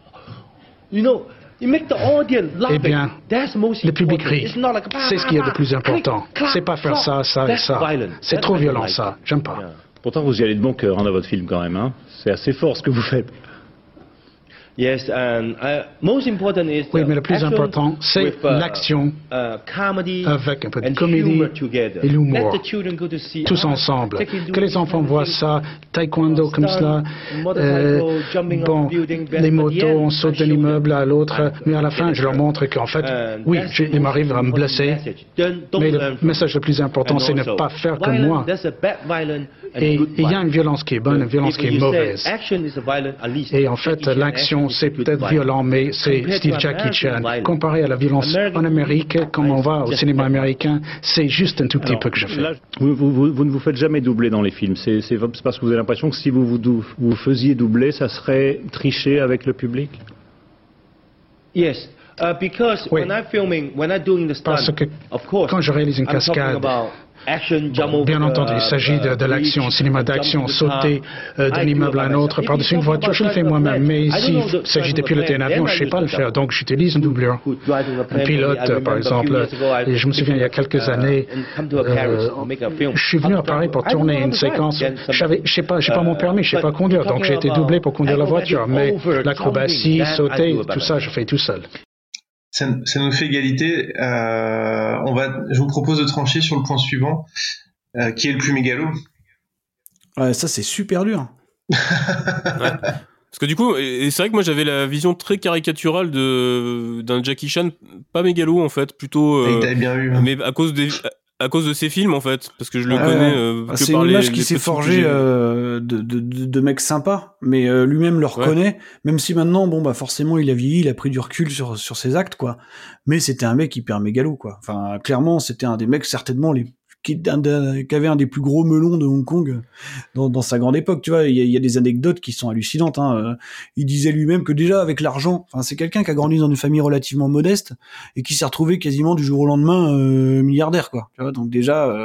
eh bien, le public rit. C'est ce qu'il y a de plus important. C'est pas faire ça, ça et ça. C'est trop violent, ça. J'aime pas. Pourtant, vous y allez de bon cœur hein, dans votre film quand même. Hein. C'est assez fort ce que vous faites. Yes, and uh, most important is Oui, mais le plus action important, c'est with, uh, l'action uh, comedy avec un peu de and comédie humor together. et l'humour. Let the children go to see, Tous ah, ensemble. Jackie do Que les enfants voient ça, taekwondo comme cela, euh, bon, les motos, on saute d'un immeuble à l'autre, mais à la fin, je leur montre qu'en fait, oui, je- il m'arrive à me blesser, mais le message le plus important, c'est ne pas faire comme moi. Et il y a une violence qui est bonne, une violence qui est mauvaise. Et en fait, l'action, c'est peut-être violent, mais c'est style Jackie Chan. Comparé à la violence en Amérique, quand on va au cinéma américain, c'est juste un tout petit Alors, peu que je fais. là, vous, vous, vous, vous ne vous faites jamais doubler dans les films. C'est c'est parce que vous avez l'impression que si vous vous, dou- vous faisiez doubler, ça serait tricher avec le public. Yes, uh, because Oui. when I'm filming, when I'm doing the stunt, Parce que of course, quand je réalise une I'm talking cascade, about action, jump over, bien entendu, il uh, s'agit de, de uh, l'action, reach, cinéma jump d'action, to the sauter car. euh, d'un I do immeuble it à un by autre myself. par-dessus If une you talk voiture, je le about fais moi-même. driving a Mais plane, I ici, don't know il the s'agit de driving a piloter un plane, avion, then je ne sais I pas le use faire, donc j'utilise un doubleur. who driving a Un plane. I pilote, remember par a few exemple, years ago, I et je me souviens, il y a quelques uh, années, and come to a Paris euh, to make a film. je suis venu à Paris pour tourner une séquence. J'avais, je sais pas, j'ai pas mon permis, je sais pas conduire, donc j'ai été doublé pour conduire la voiture. Mais l'acrobatie, sauter, tout ça, je fais tout seul. Ça, ça nous fait égalité. Euh, on va, je vous propose de trancher sur le point suivant. Euh, qui est le plus mégalo? Ouais, ça c'est super dur. Parce que du coup, et et c'est vrai que moi j'avais la vision très caricaturale de d'un Jackie Chan, pas mégalo en fait, plutôt. Euh, Et t'avais bien eu. Hein. Mais à cause des à cause de ses films en fait, parce que je le Ouais, connais ouais. euh, Ah, que c'est par une les, image qui les s'est petits films que forgée j'ai vus. euh, de, de, de, de mecs sympas, mais euh, lui-même le reconnaît, même si maintenant, bon bah forcément il a vieilli, il a pris du recul sur, sur ses actes, quoi. Mais c'était un mec hyper mégalo, quoi. Enfin, clairement, c'était un des mecs certainement les qui, un des- qui avait un des plus gros melons de Hong Kong dans, dans sa grande époque, tu vois. Il y a, il y a des anecdotes qui sont hallucinantes, hein. Euh, Il disait lui-même que déjà avec l'argent, enfin c'est quelqu'un qui a grandi dans une famille relativement modeste et qui s'est retrouvé quasiment du jour au lendemain euh, milliardaire, quoi. Tu vois, donc déjà. Euh,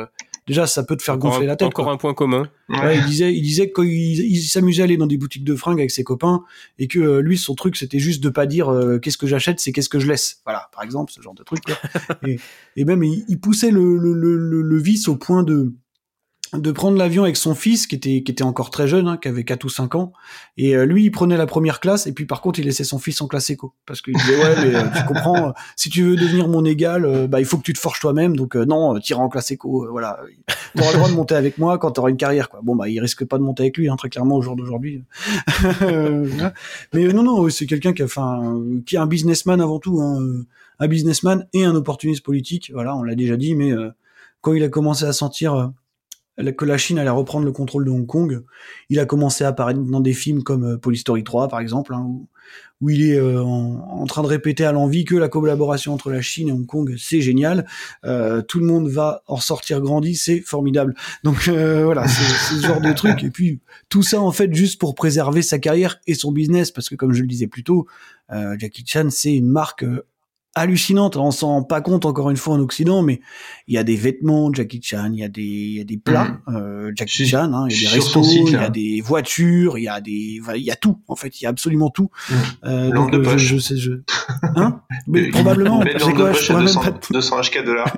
déjà ça peut te faire encore gonfler un, la tête. Encore quoi. un point commun. Ouais, ouais. Il disait, il disait que quand il, il s'amusait à aller dans des boutiques de fringues avec ses copains et que euh, lui son truc c'était juste de pas dire euh, qu'est-ce que j'achète, c'est qu'est-ce que je laisse. Voilà, par exemple, ce genre de truc. Quoi. et, et même il, il poussait le, le, le, le, le vice au point de de prendre l'avion avec son fils qui était qui était encore très jeune, hein, qui avait quatre ou cinq ans, et euh, lui il prenait la première classe et puis par contre il laissait son fils en classe éco parce qu'il disait ouais mais euh, tu comprends, euh, si tu veux devenir mon égal, euh, bah il faut que tu te forges toi-même, donc euh, non, t'iras en classe éco, euh, voilà, t'auras le droit de monter avec moi quand t'auras une carrière, quoi. Bon bah il risque pas de monter avec lui, hein, très clairement au jour d'aujourd'hui. Mais euh, non non, c'est quelqu'un qui a enfin qui est un businessman avant tout, hein, un businessman et un opportuniste politique, voilà, on l'a déjà dit, mais euh, quand il a commencé à sentir euh, que la Chine allait reprendre le contrôle de Hong Kong, il a commencé à apparaître dans des films comme euh, Police Story trois par exemple, hein, où, où il est euh, en, en train de répéter à l'envi que la collaboration entre la Chine et Hong Kong c'est génial, euh, tout le monde va en sortir grandi, c'est formidable. Donc euh, voilà, c'est, c'est ce genre de truc, et puis tout ça en fait juste pour préserver sa carrière et son business, parce que comme je le disais plus tôt, euh, Jackie Chan c'est une marque euh, hallucinante. On s'en rend pas compte encore une fois en Occident, mais il y a des vêtements Jackie Chan, il y a des, il y a des plats mmh. euh, Jackie Chan, hein, il y a des restos, il y a des voitures, il y a des, il y a tout. En fait, il y a absolument tout. Mmh. Euh, donc de je, je sais, je, hein, mais probablement. C'est quoi, je pourrais même pas. deux cents H K dollars.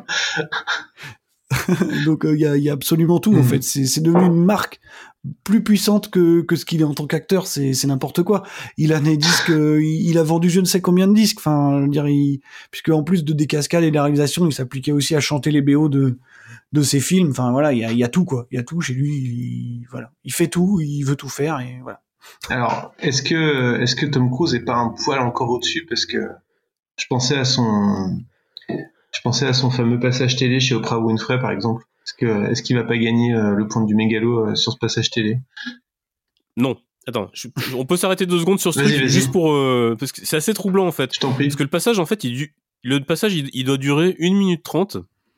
Donc il euh, y a, il y a absolument tout. Mmh. En fait, c'est, c'est devenu une marque plus puissante que que ce qu'il est en tant qu'acteur, c'est c'est n'importe quoi. Il a des disques, euh, il a vendu je ne sais combien de disques, enfin je veux dire, il, puisque en plus de des cascades et de la réalisation, il s'appliquait aussi à chanter les B O de de ses films. Enfin voilà, il y a il y a tout quoi, il y a tout chez lui, il, voilà, il fait tout, il veut tout faire et voilà. Alors est-ce que est-ce que Tom Cruise est pas un poil encore au-dessus, parce que je pensais à son je pensais à son fameux passage télé chez Oprah Winfrey par exemple. Est-ce que est-ce qu'il va pas gagner euh, le point du mégalo euh, sur ce passage télé? Non. Attends, je, on peut s'arrêter deux secondes sur ce vas-y, truc vas-y. juste pour euh, parce que c'est assez troublant en fait. Je t'en prie. Parce que le passage en fait, il, le passage il, il doit durer une minute trente.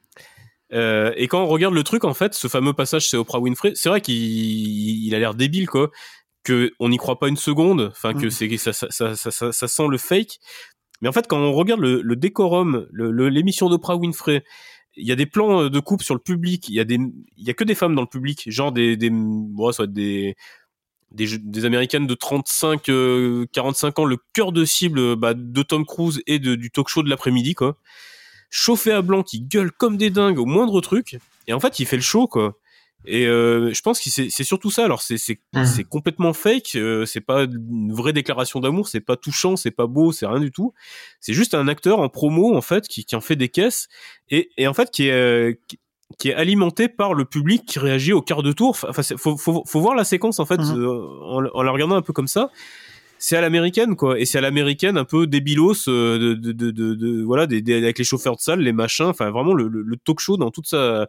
Euh, et quand on regarde le truc en fait, ce fameux passage c'est Oprah Winfrey, c'est vrai qu'il il a l'air débile quoi, que on n'y croit pas une seconde, enfin que mmh. c'est ça ça, ça ça ça ça sent le fake. Mais en fait quand on regarde le, le décorum, le, le, l'émission d'Oprah Winfrey, il y a des plans de coupe sur le public, il y a des il y a que des femmes dans le public, genre des des bon, ça va être des des des américaines de trente-cinq quarante-cinq ans, le cœur de cible bah, de Tom Cruise et de du talk show de l'après-midi quoi. Chauffé à blanc qui gueule comme des dingues au moindre truc, et en fait il fait le show quoi. Et euh, je pense que c'est, c'est surtout ça. Alors c'est c'est mmh. c'est complètement fake, euh, c'est pas une vraie déclaration d'amour, c'est pas touchant, c'est pas beau, c'est rien du tout. C'est juste un acteur en promo en fait qui qui en fait des caisses et et en fait qui est euh, qui, qui est alimenté par le public qui réagit au quart de tour. Enfin c'est, faut faut faut voir la séquence en fait mmh. euh, en, en la regardant un peu comme ça. C'est à l'américaine quoi, et c'est à l'américaine un peu débilos euh, de, de de de de voilà des, des avec les chauffeurs de salle, les machins, enfin vraiment le, le le talk show dans toute sa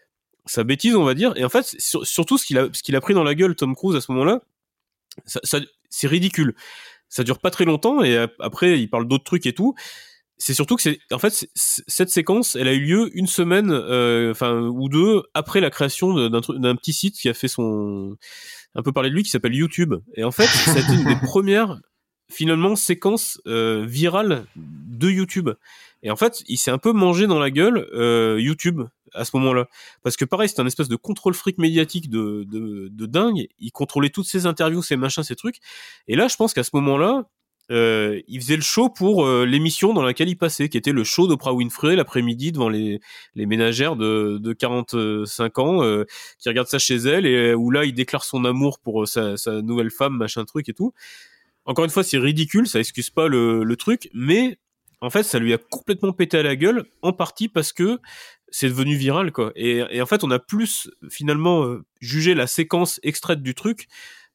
sa bêtise on va dire. Et en fait sur, surtout ce qu'il a ce qu'il a pris dans la gueule Tom Cruise à ce moment-là, ça, ça c'est ridicule. Ça dure pas très longtemps et après il parle d'autres trucs et tout. C'est surtout que c'est en fait c'est, c'est, cette séquence elle a eu lieu une semaine enfin euh, ou deux après la création d'un d'un petit site qui a fait son un peu parler de lui qui s'appelle YouTube. Et en fait ça a été une des premières finalement séquences euh, virales de YouTube. Et en fait il s'est un peu mangé dans la gueule euh, YouTube à ce moment-là, parce que pareil, c'était un espèce de contrôle fric médiatique de, de, de dingue. Il contrôlait toutes ses interviews, ses machins, ses trucs. Et là, je pense qu'à ce moment-là, euh, il faisait le show pour euh, l'émission dans laquelle il passait, qui était le show d'Oprah Winfrey l'après-midi devant les, les ménagères de, de quarante-cinq ans, euh, qui regardent ça chez elle, et où là, il déclare son amour pour sa, sa nouvelle femme, machin truc et tout. Encore une fois, c'est ridicule, ça excuse pas le, le truc, mais en fait, ça lui a complètement pété à la gueule, en partie parce que c'est devenu viral, quoi. Et, et en fait, on a plus, finalement, euh, jugé la séquence extraite du truc.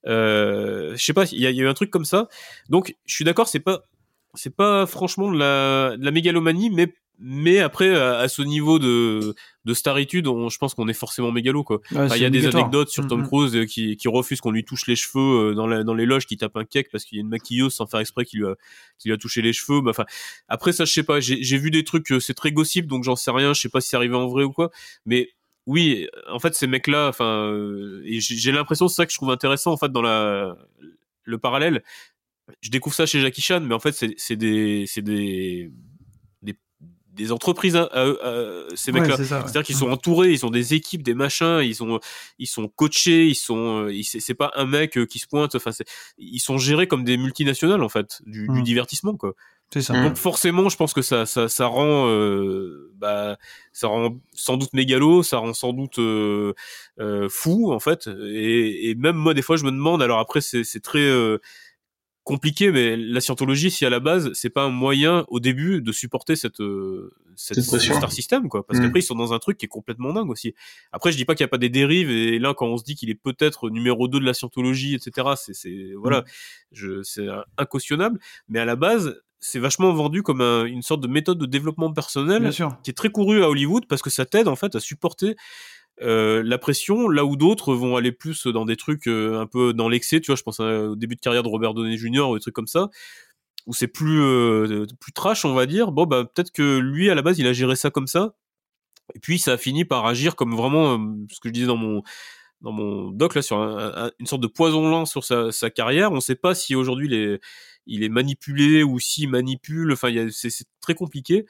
Euh, je sais pas, il y, y a eu un truc comme ça. Donc, je suis d'accord, c'est pas, c'est pas franchement de la, de la mégalomanie, mais, mais après, à, à ce niveau de, de staritude, on, je pense qu'on est forcément mégalo, quoi. Il ouais, y a des anecdotes sur Tom Cruise mm-hmm. qui, qui refuse qu'on lui touche les cheveux dans, la, dans les loges, qui tape un cake parce qu'il y a une maquilleuse sans faire exprès qui lui a, qui lui a touché les cheveux. Bah, enfin, après ça, je sais pas. J'ai, j'ai vu des trucs, c'est très gossip, donc j'en sais rien. Je sais pas si c'est arrivé en vrai ou quoi. Mais oui, en fait, ces mecs-là, enfin, euh, et j'ai, j'ai l'impression, c'est ça que je trouve intéressant en fait dans la, le parallèle. Je découvre ça chez Jackie Chan, mais en fait, c'est, c'est des, c'est des des entreprises à, à, à ces mecs-là. Ouais, c'est ça, ouais. C'est-à-dire qu'ils sont entourés, ils ont des équipes, des machins, ils sont ils sont coachés, ils sont ils, c'est, c'est pas un mec qui se pointe. Enfin, c'est, ils sont gérés comme des multinationales en fait du, mmh. du divertissement quoi. C'est ça. Donc forcément, je pense que ça ça ça rend euh, bah ça rend sans doute mégalo, ça rend sans doute euh, euh, fou en fait. Et, et même moi des fois je me demande. Alors après c'est c'est très euh, compliqué, mais la scientologie, si à la base, c'est pas un moyen au début de supporter cette euh, cette, cette star system, quoi. Parce mmh. qu'après ils sont dans un truc qui est complètement dingue aussi. Après, je dis pas qu'il y a pas des dérives. Et là, quand on se dit qu'il est peut-être numéro deux de la scientologie, et cetera, c'est c'est voilà, mmh. je c'est incautionnable. Mais à la base, c'est vachement vendu comme un, une sorte de méthode de développement personnel qui est très courue à Hollywood parce que ça t'aide en fait à supporter Euh, la pression, là où d'autres vont aller plus dans des trucs euh, un peu dans l'excès, tu vois, je pense à, au début de carrière de Robert Downey junior ou des trucs comme ça, où c'est plus euh, plus trash, on va dire. Bon, bah peut-être que lui, à la base, il a géré ça comme ça, et puis ça a fini par agir comme vraiment euh, ce que je disais dans mon dans mon doc là, sur un, un, une sorte de poison lent sur sa, sa carrière. On sait pas si aujourd'hui il est, il est manipulé ou s'il manipule, enfin, il y a, c'est, c'est très compliqué.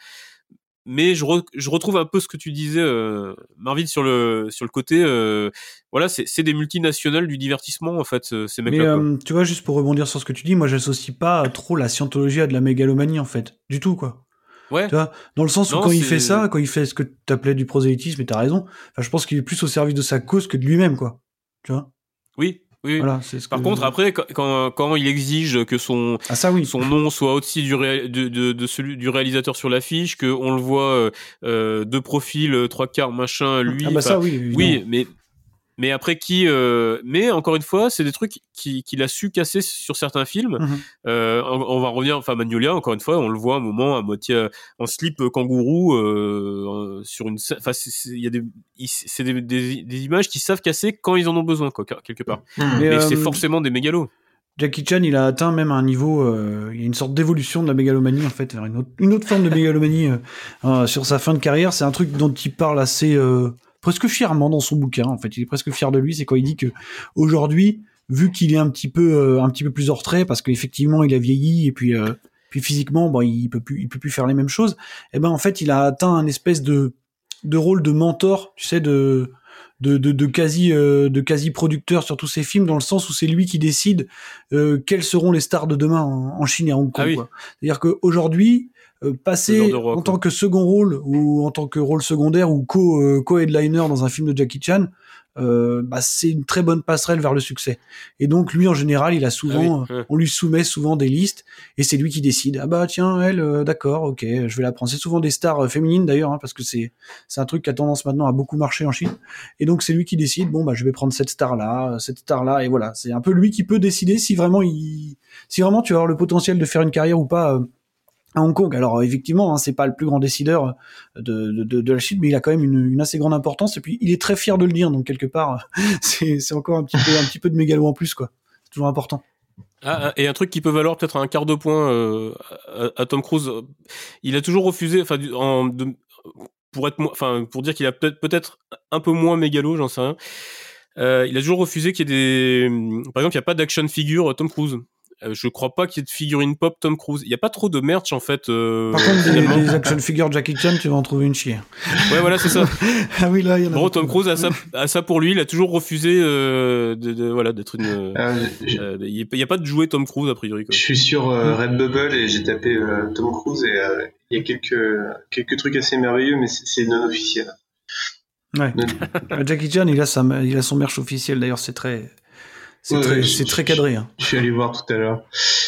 Mais je, re, je retrouve un peu ce que tu disais, euh, Marvin, sur le sur le côté, euh, voilà, c'est, c'est des multinationales du divertissement en fait, ces mecs-là. Mais euh, tu vois, juste pour rebondir sur ce que tu dis, moi j'associe pas trop la scientologie à de la mégalomanie en fait, du tout quoi. Ouais. Tu vois, dans le sens où non, quand c'est... il fait ça, quand il fait ce que t'appelais du prosélytisme, et t'as raison. Enfin, je pense qu'il est plus au service de sa cause que de lui-même quoi. Tu vois. Oui. Oui. Voilà, c'est ce Par que... contre, après, quand, quand il exige que son, ah, ça, oui. son nom soit au-dessus du, ré, de, de, de celui du réalisateur sur l'affiche, qu'on le voit euh, deux profils, trois quarts, machin, lui. Ah bah ça, oui. Évidemment. Oui, mais mais après qui, euh, mais encore une fois, c'est des trucs qui qu'il a su casser sur certains films. Mm-hmm. Euh, on, on va revenir, enfin Magnolia, encore une fois, on le voit un moment à moitié en slip kangourou euh, sur une, enfin il y a des, c'est des, des, des images qui savent casser quand ils en ont besoin, quoi, quelque part. Mm-hmm. Mais, mais euh, c'est forcément des mégalos. Jackie Chan, il a atteint même un niveau, euh, il y a une sorte d'évolution de la mégalomanie en fait, vers une autre, une autre forme de mégalomanie euh, euh, sur sa fin de carrière. C'est un truc dont il parle assez euh, presque fièrement dans son bouquin. En fait, il est presque fier de lui. C'est quand il dit que aujourd'hui, vu qu'il est un petit peu, euh, un petit peu plus en retrait, parce qu'effectivement il a vieilli et puis, euh, puis physiquement, bon, il peut plus, il peut plus faire les mêmes choses. Et ben en fait, il a atteint un espèce de, de rôle de mentor, tu sais, de de de, de quasi euh, de quasi producteur sur tous ses films, dans le sens où c'est lui qui décide euh, quelles seront les stars de demain en, en Chine et à Hong Kong. Ah oui. Quoi. C'est-à-dire qu'aujourd'hui, euh, passer roi, en quoi. tant que second rôle ou en tant que rôle secondaire ou co euh, co-headliner dans un film de Jackie Chan, euh, bah c'est une très bonne passerelle vers le succès. Et donc lui en général, il a souvent, ah oui. on lui soumet souvent des listes et c'est lui qui décide. Ah bah tiens elle, euh, d'accord, ok, je vais la prendre. C'est souvent des stars euh, féminines d'ailleurs, hein, parce que c'est c'est un truc qui a tendance maintenant à beaucoup marcher en Chine. Et donc c'est lui qui décide. Bon bah je vais prendre cette star là, cette star là, et voilà. C'est un peu lui qui peut décider si vraiment il, si vraiment tu vas avoir le potentiel de faire une carrière ou pas. Euh, à Hong Kong. Alors effectivement, hein, c'est pas le plus grand décideur de, de, de, de la Chine, mais il a quand même une, une assez grande importance et puis il est très fier de le dire. Donc quelque part, c'est, c'est encore un petit peu un petit peu de mégalo en plus quoi. C'est toujours important. Ah, et un truc qui peut valoir peut-être un quart de point euh, à, à Tom Cruise, il a toujours refusé, enfin, en, de, pour être, enfin, pour dire qu'il a peut-être peut-être un peu moins mégalo, j'en sais rien. Euh, il a toujours refusé qu'il y ait des, par exemple, il y a pas d'action figure Tom Cruise. Euh, je crois pas qu'il y ait de figurine pop Tom Cruise. Il y a pas trop de merch en fait. Euh, Par contre, des, des action figures Jackie Chan, tu vas en trouver une chier. Ouais, voilà, c'est ça. Ah oui, là, il y en a. Bon, Tom Cruise a ça, a ça pour lui. Il a toujours refusé euh, de, de, voilà, d'être une. Euh, je... euh, il y a pas de jouet Tom Cruise a priori. Quoi. Je suis sur euh, Redbubble et j'ai tapé euh, Tom Cruise et euh, il y a quelques quelques trucs assez merveilleux, mais c'est, c'est non officiel. Ouais. Non... Jackie Chan, il a sa, il a son merch officiel. D'ailleurs, c'est très. C'est, ouais, très, ouais, c'est je, très cadré. Hein. Je suis allé voir tout à l'heure.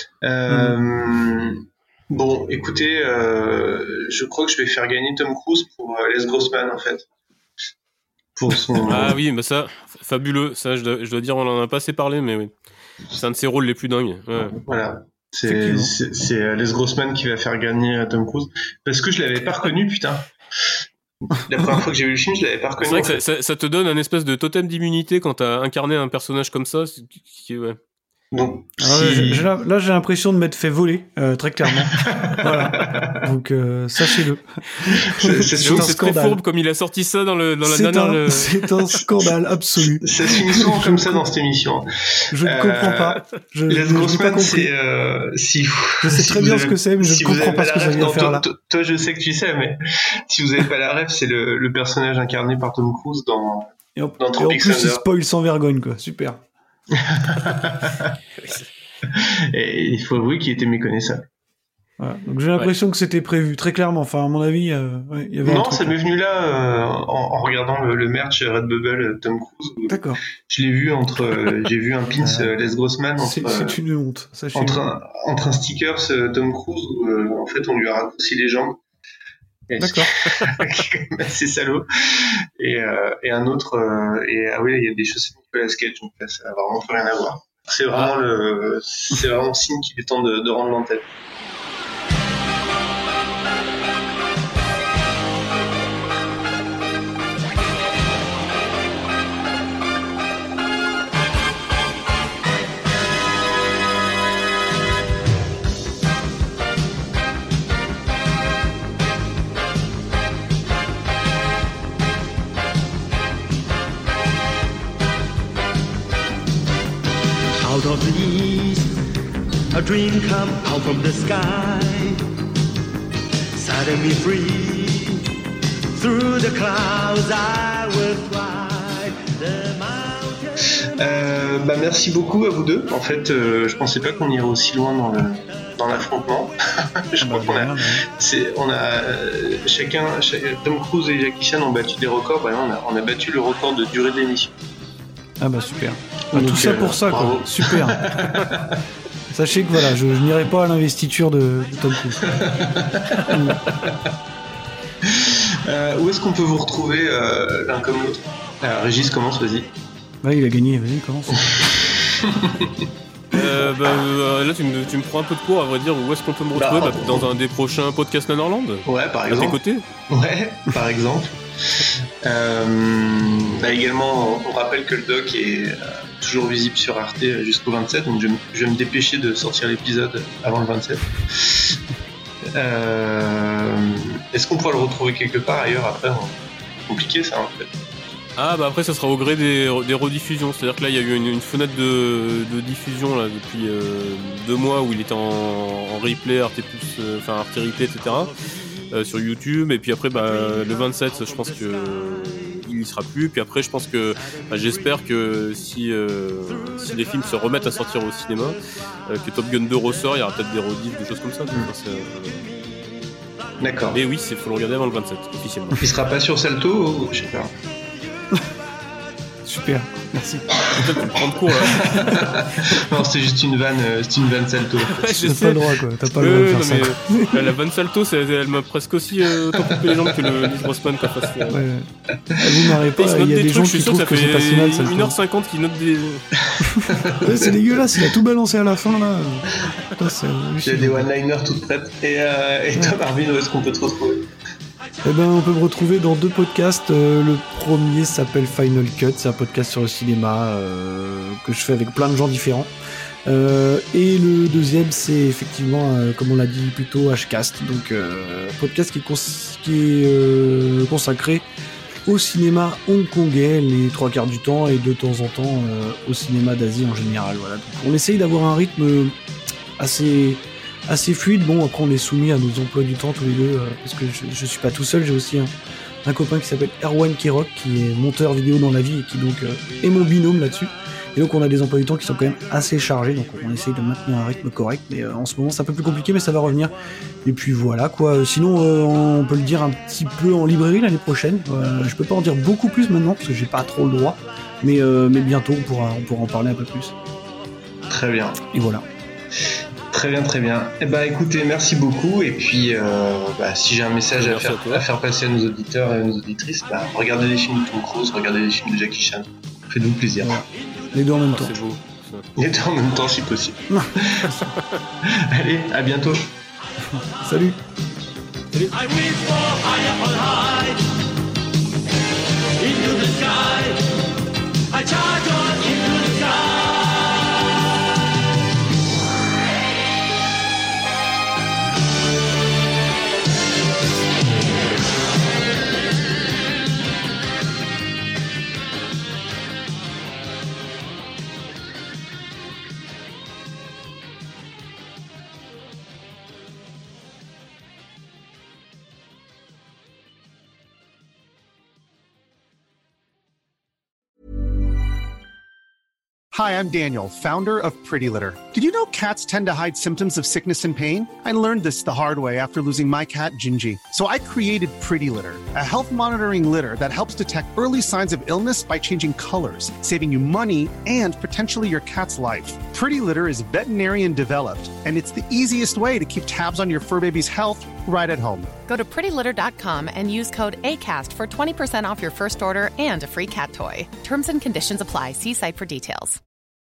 Euh, mmh. Bon, écoutez, euh, je crois que je vais faire gagner Tom Cruise pour euh, Les Grossman, en fait. Pour son... Ah oui, mais ça, fabuleux. Ça, je dois, je dois dire, on en a pas assez parlé, mais oui. C'est un de ses rôles les plus dingues. Ouais. Voilà. C'est, c'est, c'est euh, Les Grossman qui va faire gagner Tom Cruise. Parce que je l'avais pas reconnu, putain. La première fois que j'ai vu le film, je l'avais pas reconnu. C'est vrai que ça, ça, ça te donne un espèce de totem d'immunité quand t'as incarné un personnage comme ça. Qui, qui, ouais. Donc, ah si... ouais, j'ai, j'ai, là, j'ai l'impression de m'être fait voler, euh, très clairement. Voilà. Donc, euh, sachez-le. C'est, c'est, c'est, c'est très fourbe comme il a sorti ça dans, le, dans la c'est dernière. Un, le... C'est un scandale absolu. Ça se finit souvent comme ça dans cette émission. Je ne euh, comprends pas. Je Les Grossman, c'est euh, si vous, je sais si très bien avez, ce que c'est, mais je ne si comprends pas ce que ça vient faire là. Toi, toi, je sais que tu sais, mais si vous n'avez pas la ref, c'est le, le personnage incarné par Tom Cruise dans. Et en, dans et en plus, il spoil sans vergogne, quoi. Super. Et il faut avouer qu'il était méconnaissable. Voilà. Donc j'ai l'impression ouais. que c'était prévu, très clairement. Enfin, à mon avis, euh, ouais, il y avait non, un truc, ça m'est venu là euh, en, en regardant le, le merch Redbubble Tom Cruise. D'accord. Je l'ai vu entre, euh, j'ai vu un pins euh, Les Grossman entre. C'est, c'est une honte. Sachez entre, un, entre un stickers euh, Tom Cruise où euh, en fait on lui a raccourci les jambes. Et d'accord. C'est salaud. Et, euh, et un autre, euh, et ah oui, il y a des choses de Nicolas Cage, donc là, ça n'a vraiment plus rien à voir. C'est vraiment ah. le, c'est vraiment signe qu'il est temps de, de rendre l'antenne. Out of the east, a dream come out from the sky. Setting me free, through the clouds I will fly. The mountain... euh, bah merci beaucoup à vous deux. En fait, euh, je pensais pas qu'on irait aussi loin dans le dans l'affrontement. Je crois qu'on a, c'est, on a euh, chacun, chacun, Tom Cruise et Jackie Chan ont battu des records. Bah, on a, on a battu le record de durée de l'émission. Ah bah super. Ah, tout ça pour ça, bravo. Quoi. Super. Sachez que voilà, je, je n'irai pas à l'investiture de, de Tom Cruise. euh, où est-ce qu'on peut vous retrouver euh, l'un comme l'autre? Alors, Régis, commence, vas-y. Bah, il a gagné, vas-y, commence. euh, bah, euh, là, tu me, tu me prends un peu de cours, à vrai dire. Où est-ce qu'on peut me retrouver bah, bah, dans un des prochains podcasts Nanorland? Ouais, par exemple. À tes côtés. Ouais, par exemple. Euh, bah également, on rappelle que le doc est euh, toujours visible sur Arte jusqu'au vingt-sept, donc je, je vais me dépêcher de sortir l'épisode avant le vingt-sept. Euh, est-ce qu'on pourra le retrouver quelque part ailleurs après? C'est compliqué ça en fait. Ah bah après ça sera au gré des, des rediffusions, c'est-à-dire que là il y a eu une, une fenêtre de, de diffusion là depuis euh, deux mois où il était en, en replay, Arte plus, euh, enfin Arte Replay, et cetera. Euh, sur YouTube, et puis après bah, le vingt-sept je pense que il y sera plus, puis après je pense que bah, j'espère que si, euh, si les films se remettent à sortir au cinéma, euh, que Top Gun deux ressort, il y aura peut-être des rediffs, des choses comme ça. Mmh. C'est, euh... D'accord. Mais oui, il faut le regarder avant le vingt-sept officiellement. Il sera pas sur Salto ou je sais pas. Super, merci. Peut-être tu me prends de cours là. Non, c'est juste une vanne, c'est une vanne Salto. Ouais, T'as sais. Pas le droit quoi, t'as pas euh, le droit de faire non, ça. Mais, la vanne Salto, c'est, elle m'a presque aussi euh, autant coupé les jambes que le Liz Grossman quoi. Parce que, ouais. Vous m'arrêtez pas, il y a des, des gens qui trouvent que c'est pas si mal Salto. une heure cinquante qui notent des... Ouais, c'est dégueulasse, il a tout balancé à la fin là. Putain, c'est... Il y a des one-liners toutes prêtes. Et, euh, et Tom Arvin, où est-ce qu'on peut te retrouver? Eh ben, on peut me retrouver dans deux podcasts. Euh, le premier s'appelle Final Cut, c'est un podcast sur le cinéma euh, que je fais avec plein de gens différents. Euh, et le deuxième, c'est effectivement, euh, comme on l'a dit, plutôt Hcast, donc euh, podcast qui est, cons- qui est euh, consacré au cinéma hongkongais les trois quarts du temps et de temps en temps euh, au cinéma d'Asie en général. Voilà. Donc, on essaye d'avoir un rythme assez assez fluide. Bon, après on est soumis à nos emplois du temps tous les deux, euh, parce que je, je suis pas tout seul, j'ai aussi un, un copain qui s'appelle Erwan Kirok, qui est monteur vidéo dans la vie et qui donc euh, est mon binôme là-dessus. Et donc on a des emplois du temps qui sont quand même assez chargés, donc on essaye de maintenir un rythme correct, mais euh, en ce moment c'est un peu plus compliqué, mais ça va revenir. Et puis voilà quoi, sinon euh, on peut le dire un petit peu en librairie l'année prochaine, euh, je peux pas en dire beaucoup plus maintenant, parce que j'ai pas trop le droit, mais, euh, mais bientôt on pourra, on pourra en parler un peu plus. Très bien. Et voilà. Très bien, très bien. Eh ben, écoutez, merci beaucoup. Et puis, euh, bah, si j'ai un message à faire, à, à faire passer à nos auditeurs et à nos auditrices, bah, regardez les films de Tom Cruise, regardez les films de Jackie Chan. Faites-nous plaisir. Ouais. Les deux en même temps. C'est beau. Les deux en même temps, si possible. Allez, à bientôt. Salut. Salut. I reach for higher on high into the sky. I charge on into the sky. Hi, I'm Daniel, founder of Pretty Litter. Did you know cats tend to hide symptoms of sickness and pain? I learned this the hard way after losing my cat, Gingy. So I created Pretty Litter, a health monitoring litter that helps detect early signs of illness by changing colors, saving you money and potentially your cat's life. Pretty Litter is veterinarian developed, and it's the easiest way to keep tabs on your fur baby's health right at home. Go to pretty litter dot com and use code ACAST for twenty percent off your first order and a free cat toy. Terms and conditions apply. See site for details.